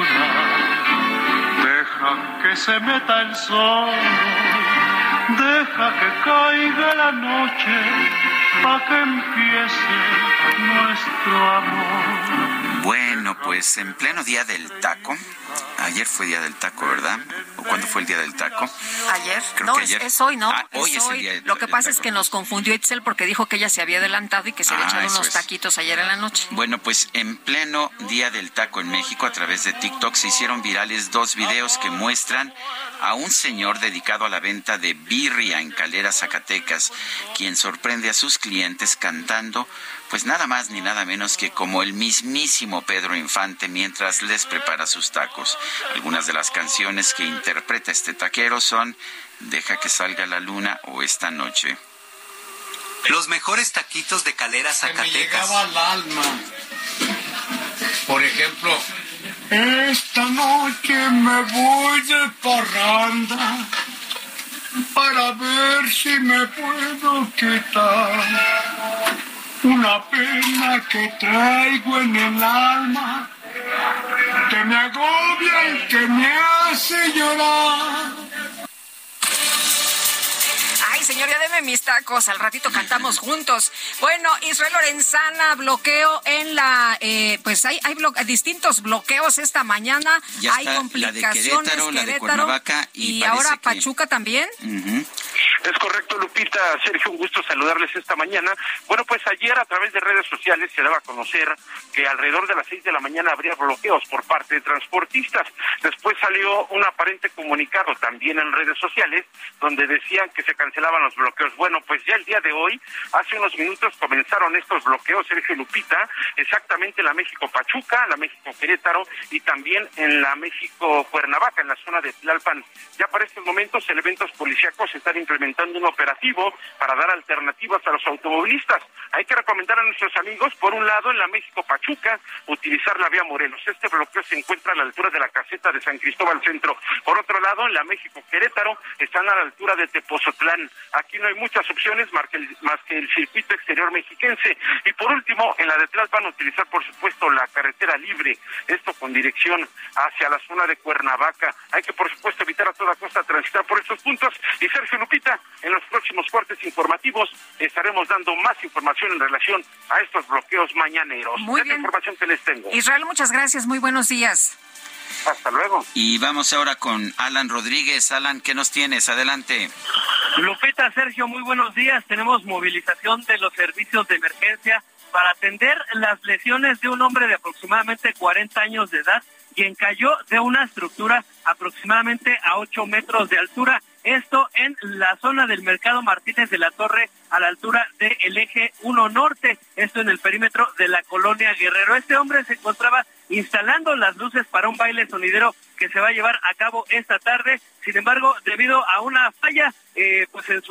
luna, deja que se meta el sol, deja que caiga la noche, pa' que empiece nuestro amor. Bueno, pues en pleno día del taco, ayer fue día del taco, ¿verdad? ¿O cuándo fue el día del taco? Ayer. Creo no, que ayer. Es hoy, ¿no? Hoy es el día del taco. Lo que pasa es que nos confundió Itzel porque dijo que ella se había adelantado y que se había echado unos taquitos ayer en la noche. Bueno, pues en pleno día del taco en México, a través de TikTok, se hicieron virales 2 videos que muestran a un señor dedicado a la venta de birria en Calera, Zacatecas, quien sorprende a sus clientes cantando, pues nada más ni nada menos que como el mismísimo Pedro Infante mientras les prepara sus tacos. Algunas de las canciones que interpreta este taquero son Deja que salga la luna o Esta noche. Los mejores taquitos de Calera, Zacatecas. Me llegaba al alma. Por ejemplo, esta noche me voy de parranda para ver si me puedo quitar una pena que traigo en el alma, que me agobia y que me hace llorar. Ay, señor, ya deme mis tacos, al ratito cantamos juntos. Bueno, Israel Lorenzana, bloqueo en la, pues hay distintos bloqueos esta mañana. Ya hay complicaciones, la de Querétaro, la de Cuernavaca y ahora Pachuca también. Es correcto, Lupita. Sergio, un gusto saludarles esta mañana. Bueno, pues ayer a través de redes sociales se daba a conocer que alrededor de las 6 de la mañana habría bloqueos por parte de transportistas. Después salió un aparente comunicado también en redes sociales donde decían que se cancelaban los bloqueos. Bueno, pues ya el día de hoy, hace unos minutos comenzaron estos bloqueos, Sergio, Lupita, exactamente en la México-Pachuca, la México-Querétaro y también en la México-Cuernavaca, en la zona de Tlalpan. Ya para estos momentos, elementos policíacos están implementando un operativo para dar alternativas a los automovilistas. Hay que recomendar a nuestros amigos, por un lado, en la México-Pachuca, utilizar la vía Morelos. Este bloqueo se encuentra a la altura de la caseta de San Cristóbal Centro. Por otro lado, en la México-Querétaro, están a la altura de Tepozotlán. Aquí no hay muchas opciones más que el circuito exterior mexiquense. Y por último, en la de Tlalpan, utilizar, por supuesto, la carretera libre. Esto con dirección hacia la zona de Cuernavaca. Hay que, por supuesto, evitar a toda costa transitar por estos puntos. Y Sergio, Lupita, en los próximos cortes informativos estaremos dando más información en relación a estos bloqueos mañaneros. Muy bien. Es la información que les tengo. Israel, muchas gracias. Muy buenos días. Hasta luego. Y vamos ahora con Alan Rodríguez. Alan, ¿qué nos tienes? Adelante. Lupita, Sergio, muy buenos días. Tenemos movilización de los servicios de emergencia para atender las lesiones de un hombre de aproximadamente 40 años de edad, quien cayó de una estructura aproximadamente a 8 metros de altura. Esto en la zona del Mercado Martínez de la Torre, a la altura del eje 1 Norte, esto en el perímetro de la colonia Guerrero. Este hombre se encontraba instalando las luces para un baile sonidero que se va a llevar a cabo esta tarde. Sin embargo, debido a una falla, pues en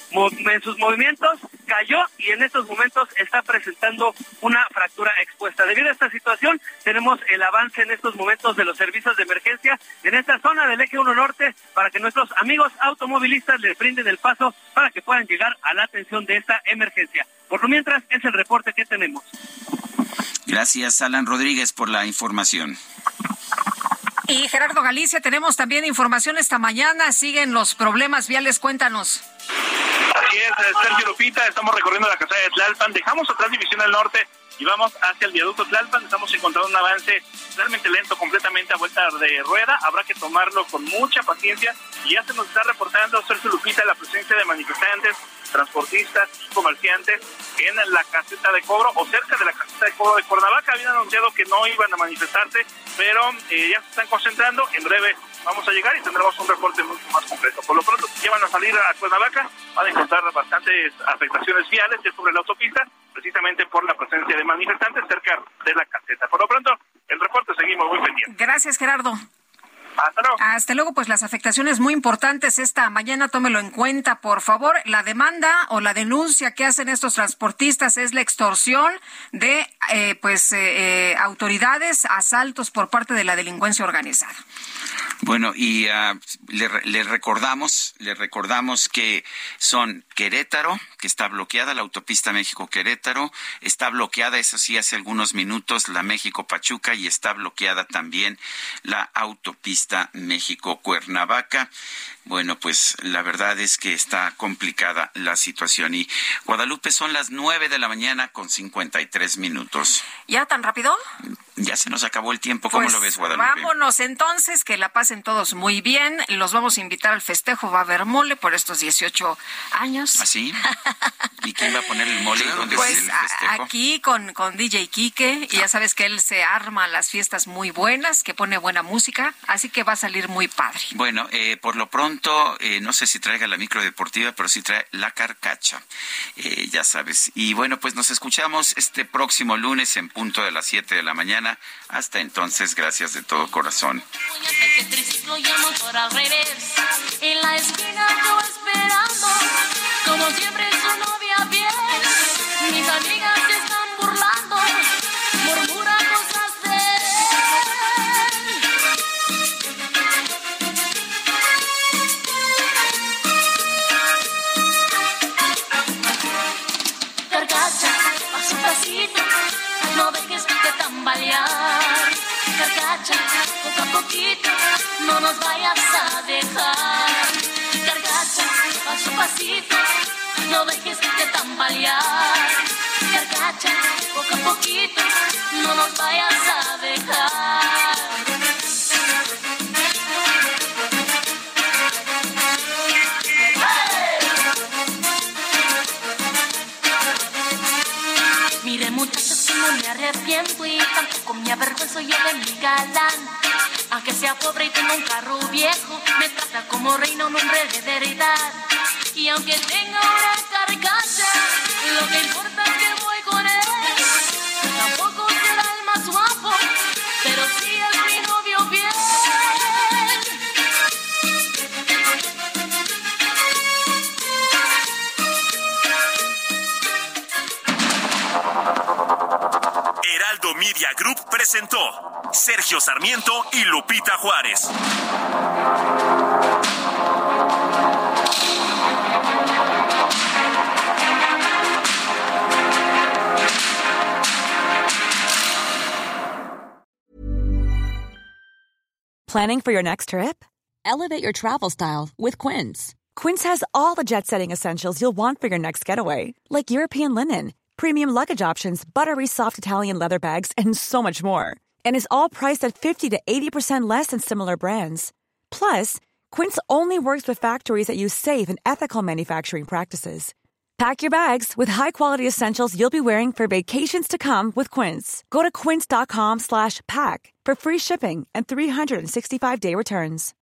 sus movimientos cayó y en estos momentos está presentando una fractura expuesta. Debido a esta situación, tenemos el avance en estos momentos de los servicios de emergencia en esta zona del eje 1 Norte para que nuestros amigos automovilistas les brinden el paso para que puedan llegar a la atención de esta emergencia. Por lo mientras, es el reporte que tenemos. Gracias, Alan Rodríguez, por la información. Y Gerardo Galicia, tenemos también información esta mañana. Siguen los problemas viales, cuéntanos. Así es, Sergio, Lupita. Estamos recorriendo la calzada de Tlalpan. Dejamos atrás División del Norte y vamos hacia el viaducto Tlalpan. Estamos encontrando un avance realmente lento, completamente a vuelta de rueda. Habrá que tomarlo con mucha paciencia. Y ya se nos está reportando, Sergio, Lupita, la presencia de manifestantes, transportistas y comerciantes en la caseta de cobro o cerca de la caseta de cobro de Cuernavaca. Habían anunciado que no iban a manifestarse, pero ya se están concentrando. En breve vamos a llegar y tendremos un reporte mucho más completo. Por lo pronto, si van a salir a Cuernavaca, van a encontrar bastantes afectaciones viales ya sobre la autopista, precisamente por la presencia de manifestantes cerca de la caseta. Por lo pronto, el reporte seguimos muy pendientes. Gracias, Gerardo. Hasta luego. Hasta luego, pues las afectaciones muy importantes esta mañana, tómelo en cuenta, por favor. La demanda o la denuncia que hacen estos transportistas es la extorsión de autoridades, asaltos por parte de la delincuencia organizada. Bueno, y le recordamos que son Querétaro, que está bloqueada, la autopista México-Querétaro, está bloqueada, eso sí, hace algunos minutos, la México-Pachuca, y está bloqueada también la autopista México-Cuernavaca. Bueno, pues la verdad es que está complicada la situación. Y Guadalupe, son las 9:53 a.m. ¿Ya tan rápido? Ya se nos acabó el tiempo. ¿Cómo pues lo ves, Guadalupe? Vámonos entonces, que la pasen todos muy bien. Los vamos a invitar al festejo. Va a haber mole por estos 18 años. ¿Ah, sí? ¿Y quién va a poner el mole? ¿Dónde pues es el festejo? Aquí con DJ Quique. Y ya sabes que él se arma las fiestas muy buenas, que pone buena música. Así que va a salir muy padre. Bueno, por lo pronto, no sé si traiga la micro deportiva, pero sí trae la carcacha. Ya sabes. Y bueno, pues nos escuchamos este próximo lunes en punto de las 7 de la mañana. Hasta entonces, gracias de todo corazón. Que triciclo y el motor al revés. En la esquina yo esperando, como siempre su novia fiel. Mis amigas se están burlando, murmura cosas de él. Carcacha, paso a pasito, no dejes de tambalear. Carcacha, poco a poquito, no nos vayas a dejar. Carcacha, paso a pasito, no dejes de tambalear. Carcacha, poco a poquito, no nos vayas a dejar. Mire, muchachos, que no me arrepiento y tampoco me avergüenzo yo de mi galán. Aunque sea pobre y tenga un carro viejo, me trata como reina, un hombre de verdad. Y aunque tenga una carcacha, lo que importa es que voy con él. Tampoco será el más guapo, pero sí es mi novio fiel. Heraldo Media Group presentó Sergio Sarmiento y Lupita Juárez. Planning for your next trip? Elevate your travel style with Quince. Quince has all the jet-setting essentials you'll want for your next getaway, like European linen, premium luggage options, buttery soft Italian leather bags, and so much more. And is all priced at 50 to 80% less than similar brands. Plus, Quince only works with factories that use safe and ethical manufacturing practices. Pack your bags with high-quality essentials you'll be wearing for vacations to come with Quince. Go to quince.com/pack for free shipping and 365-day returns.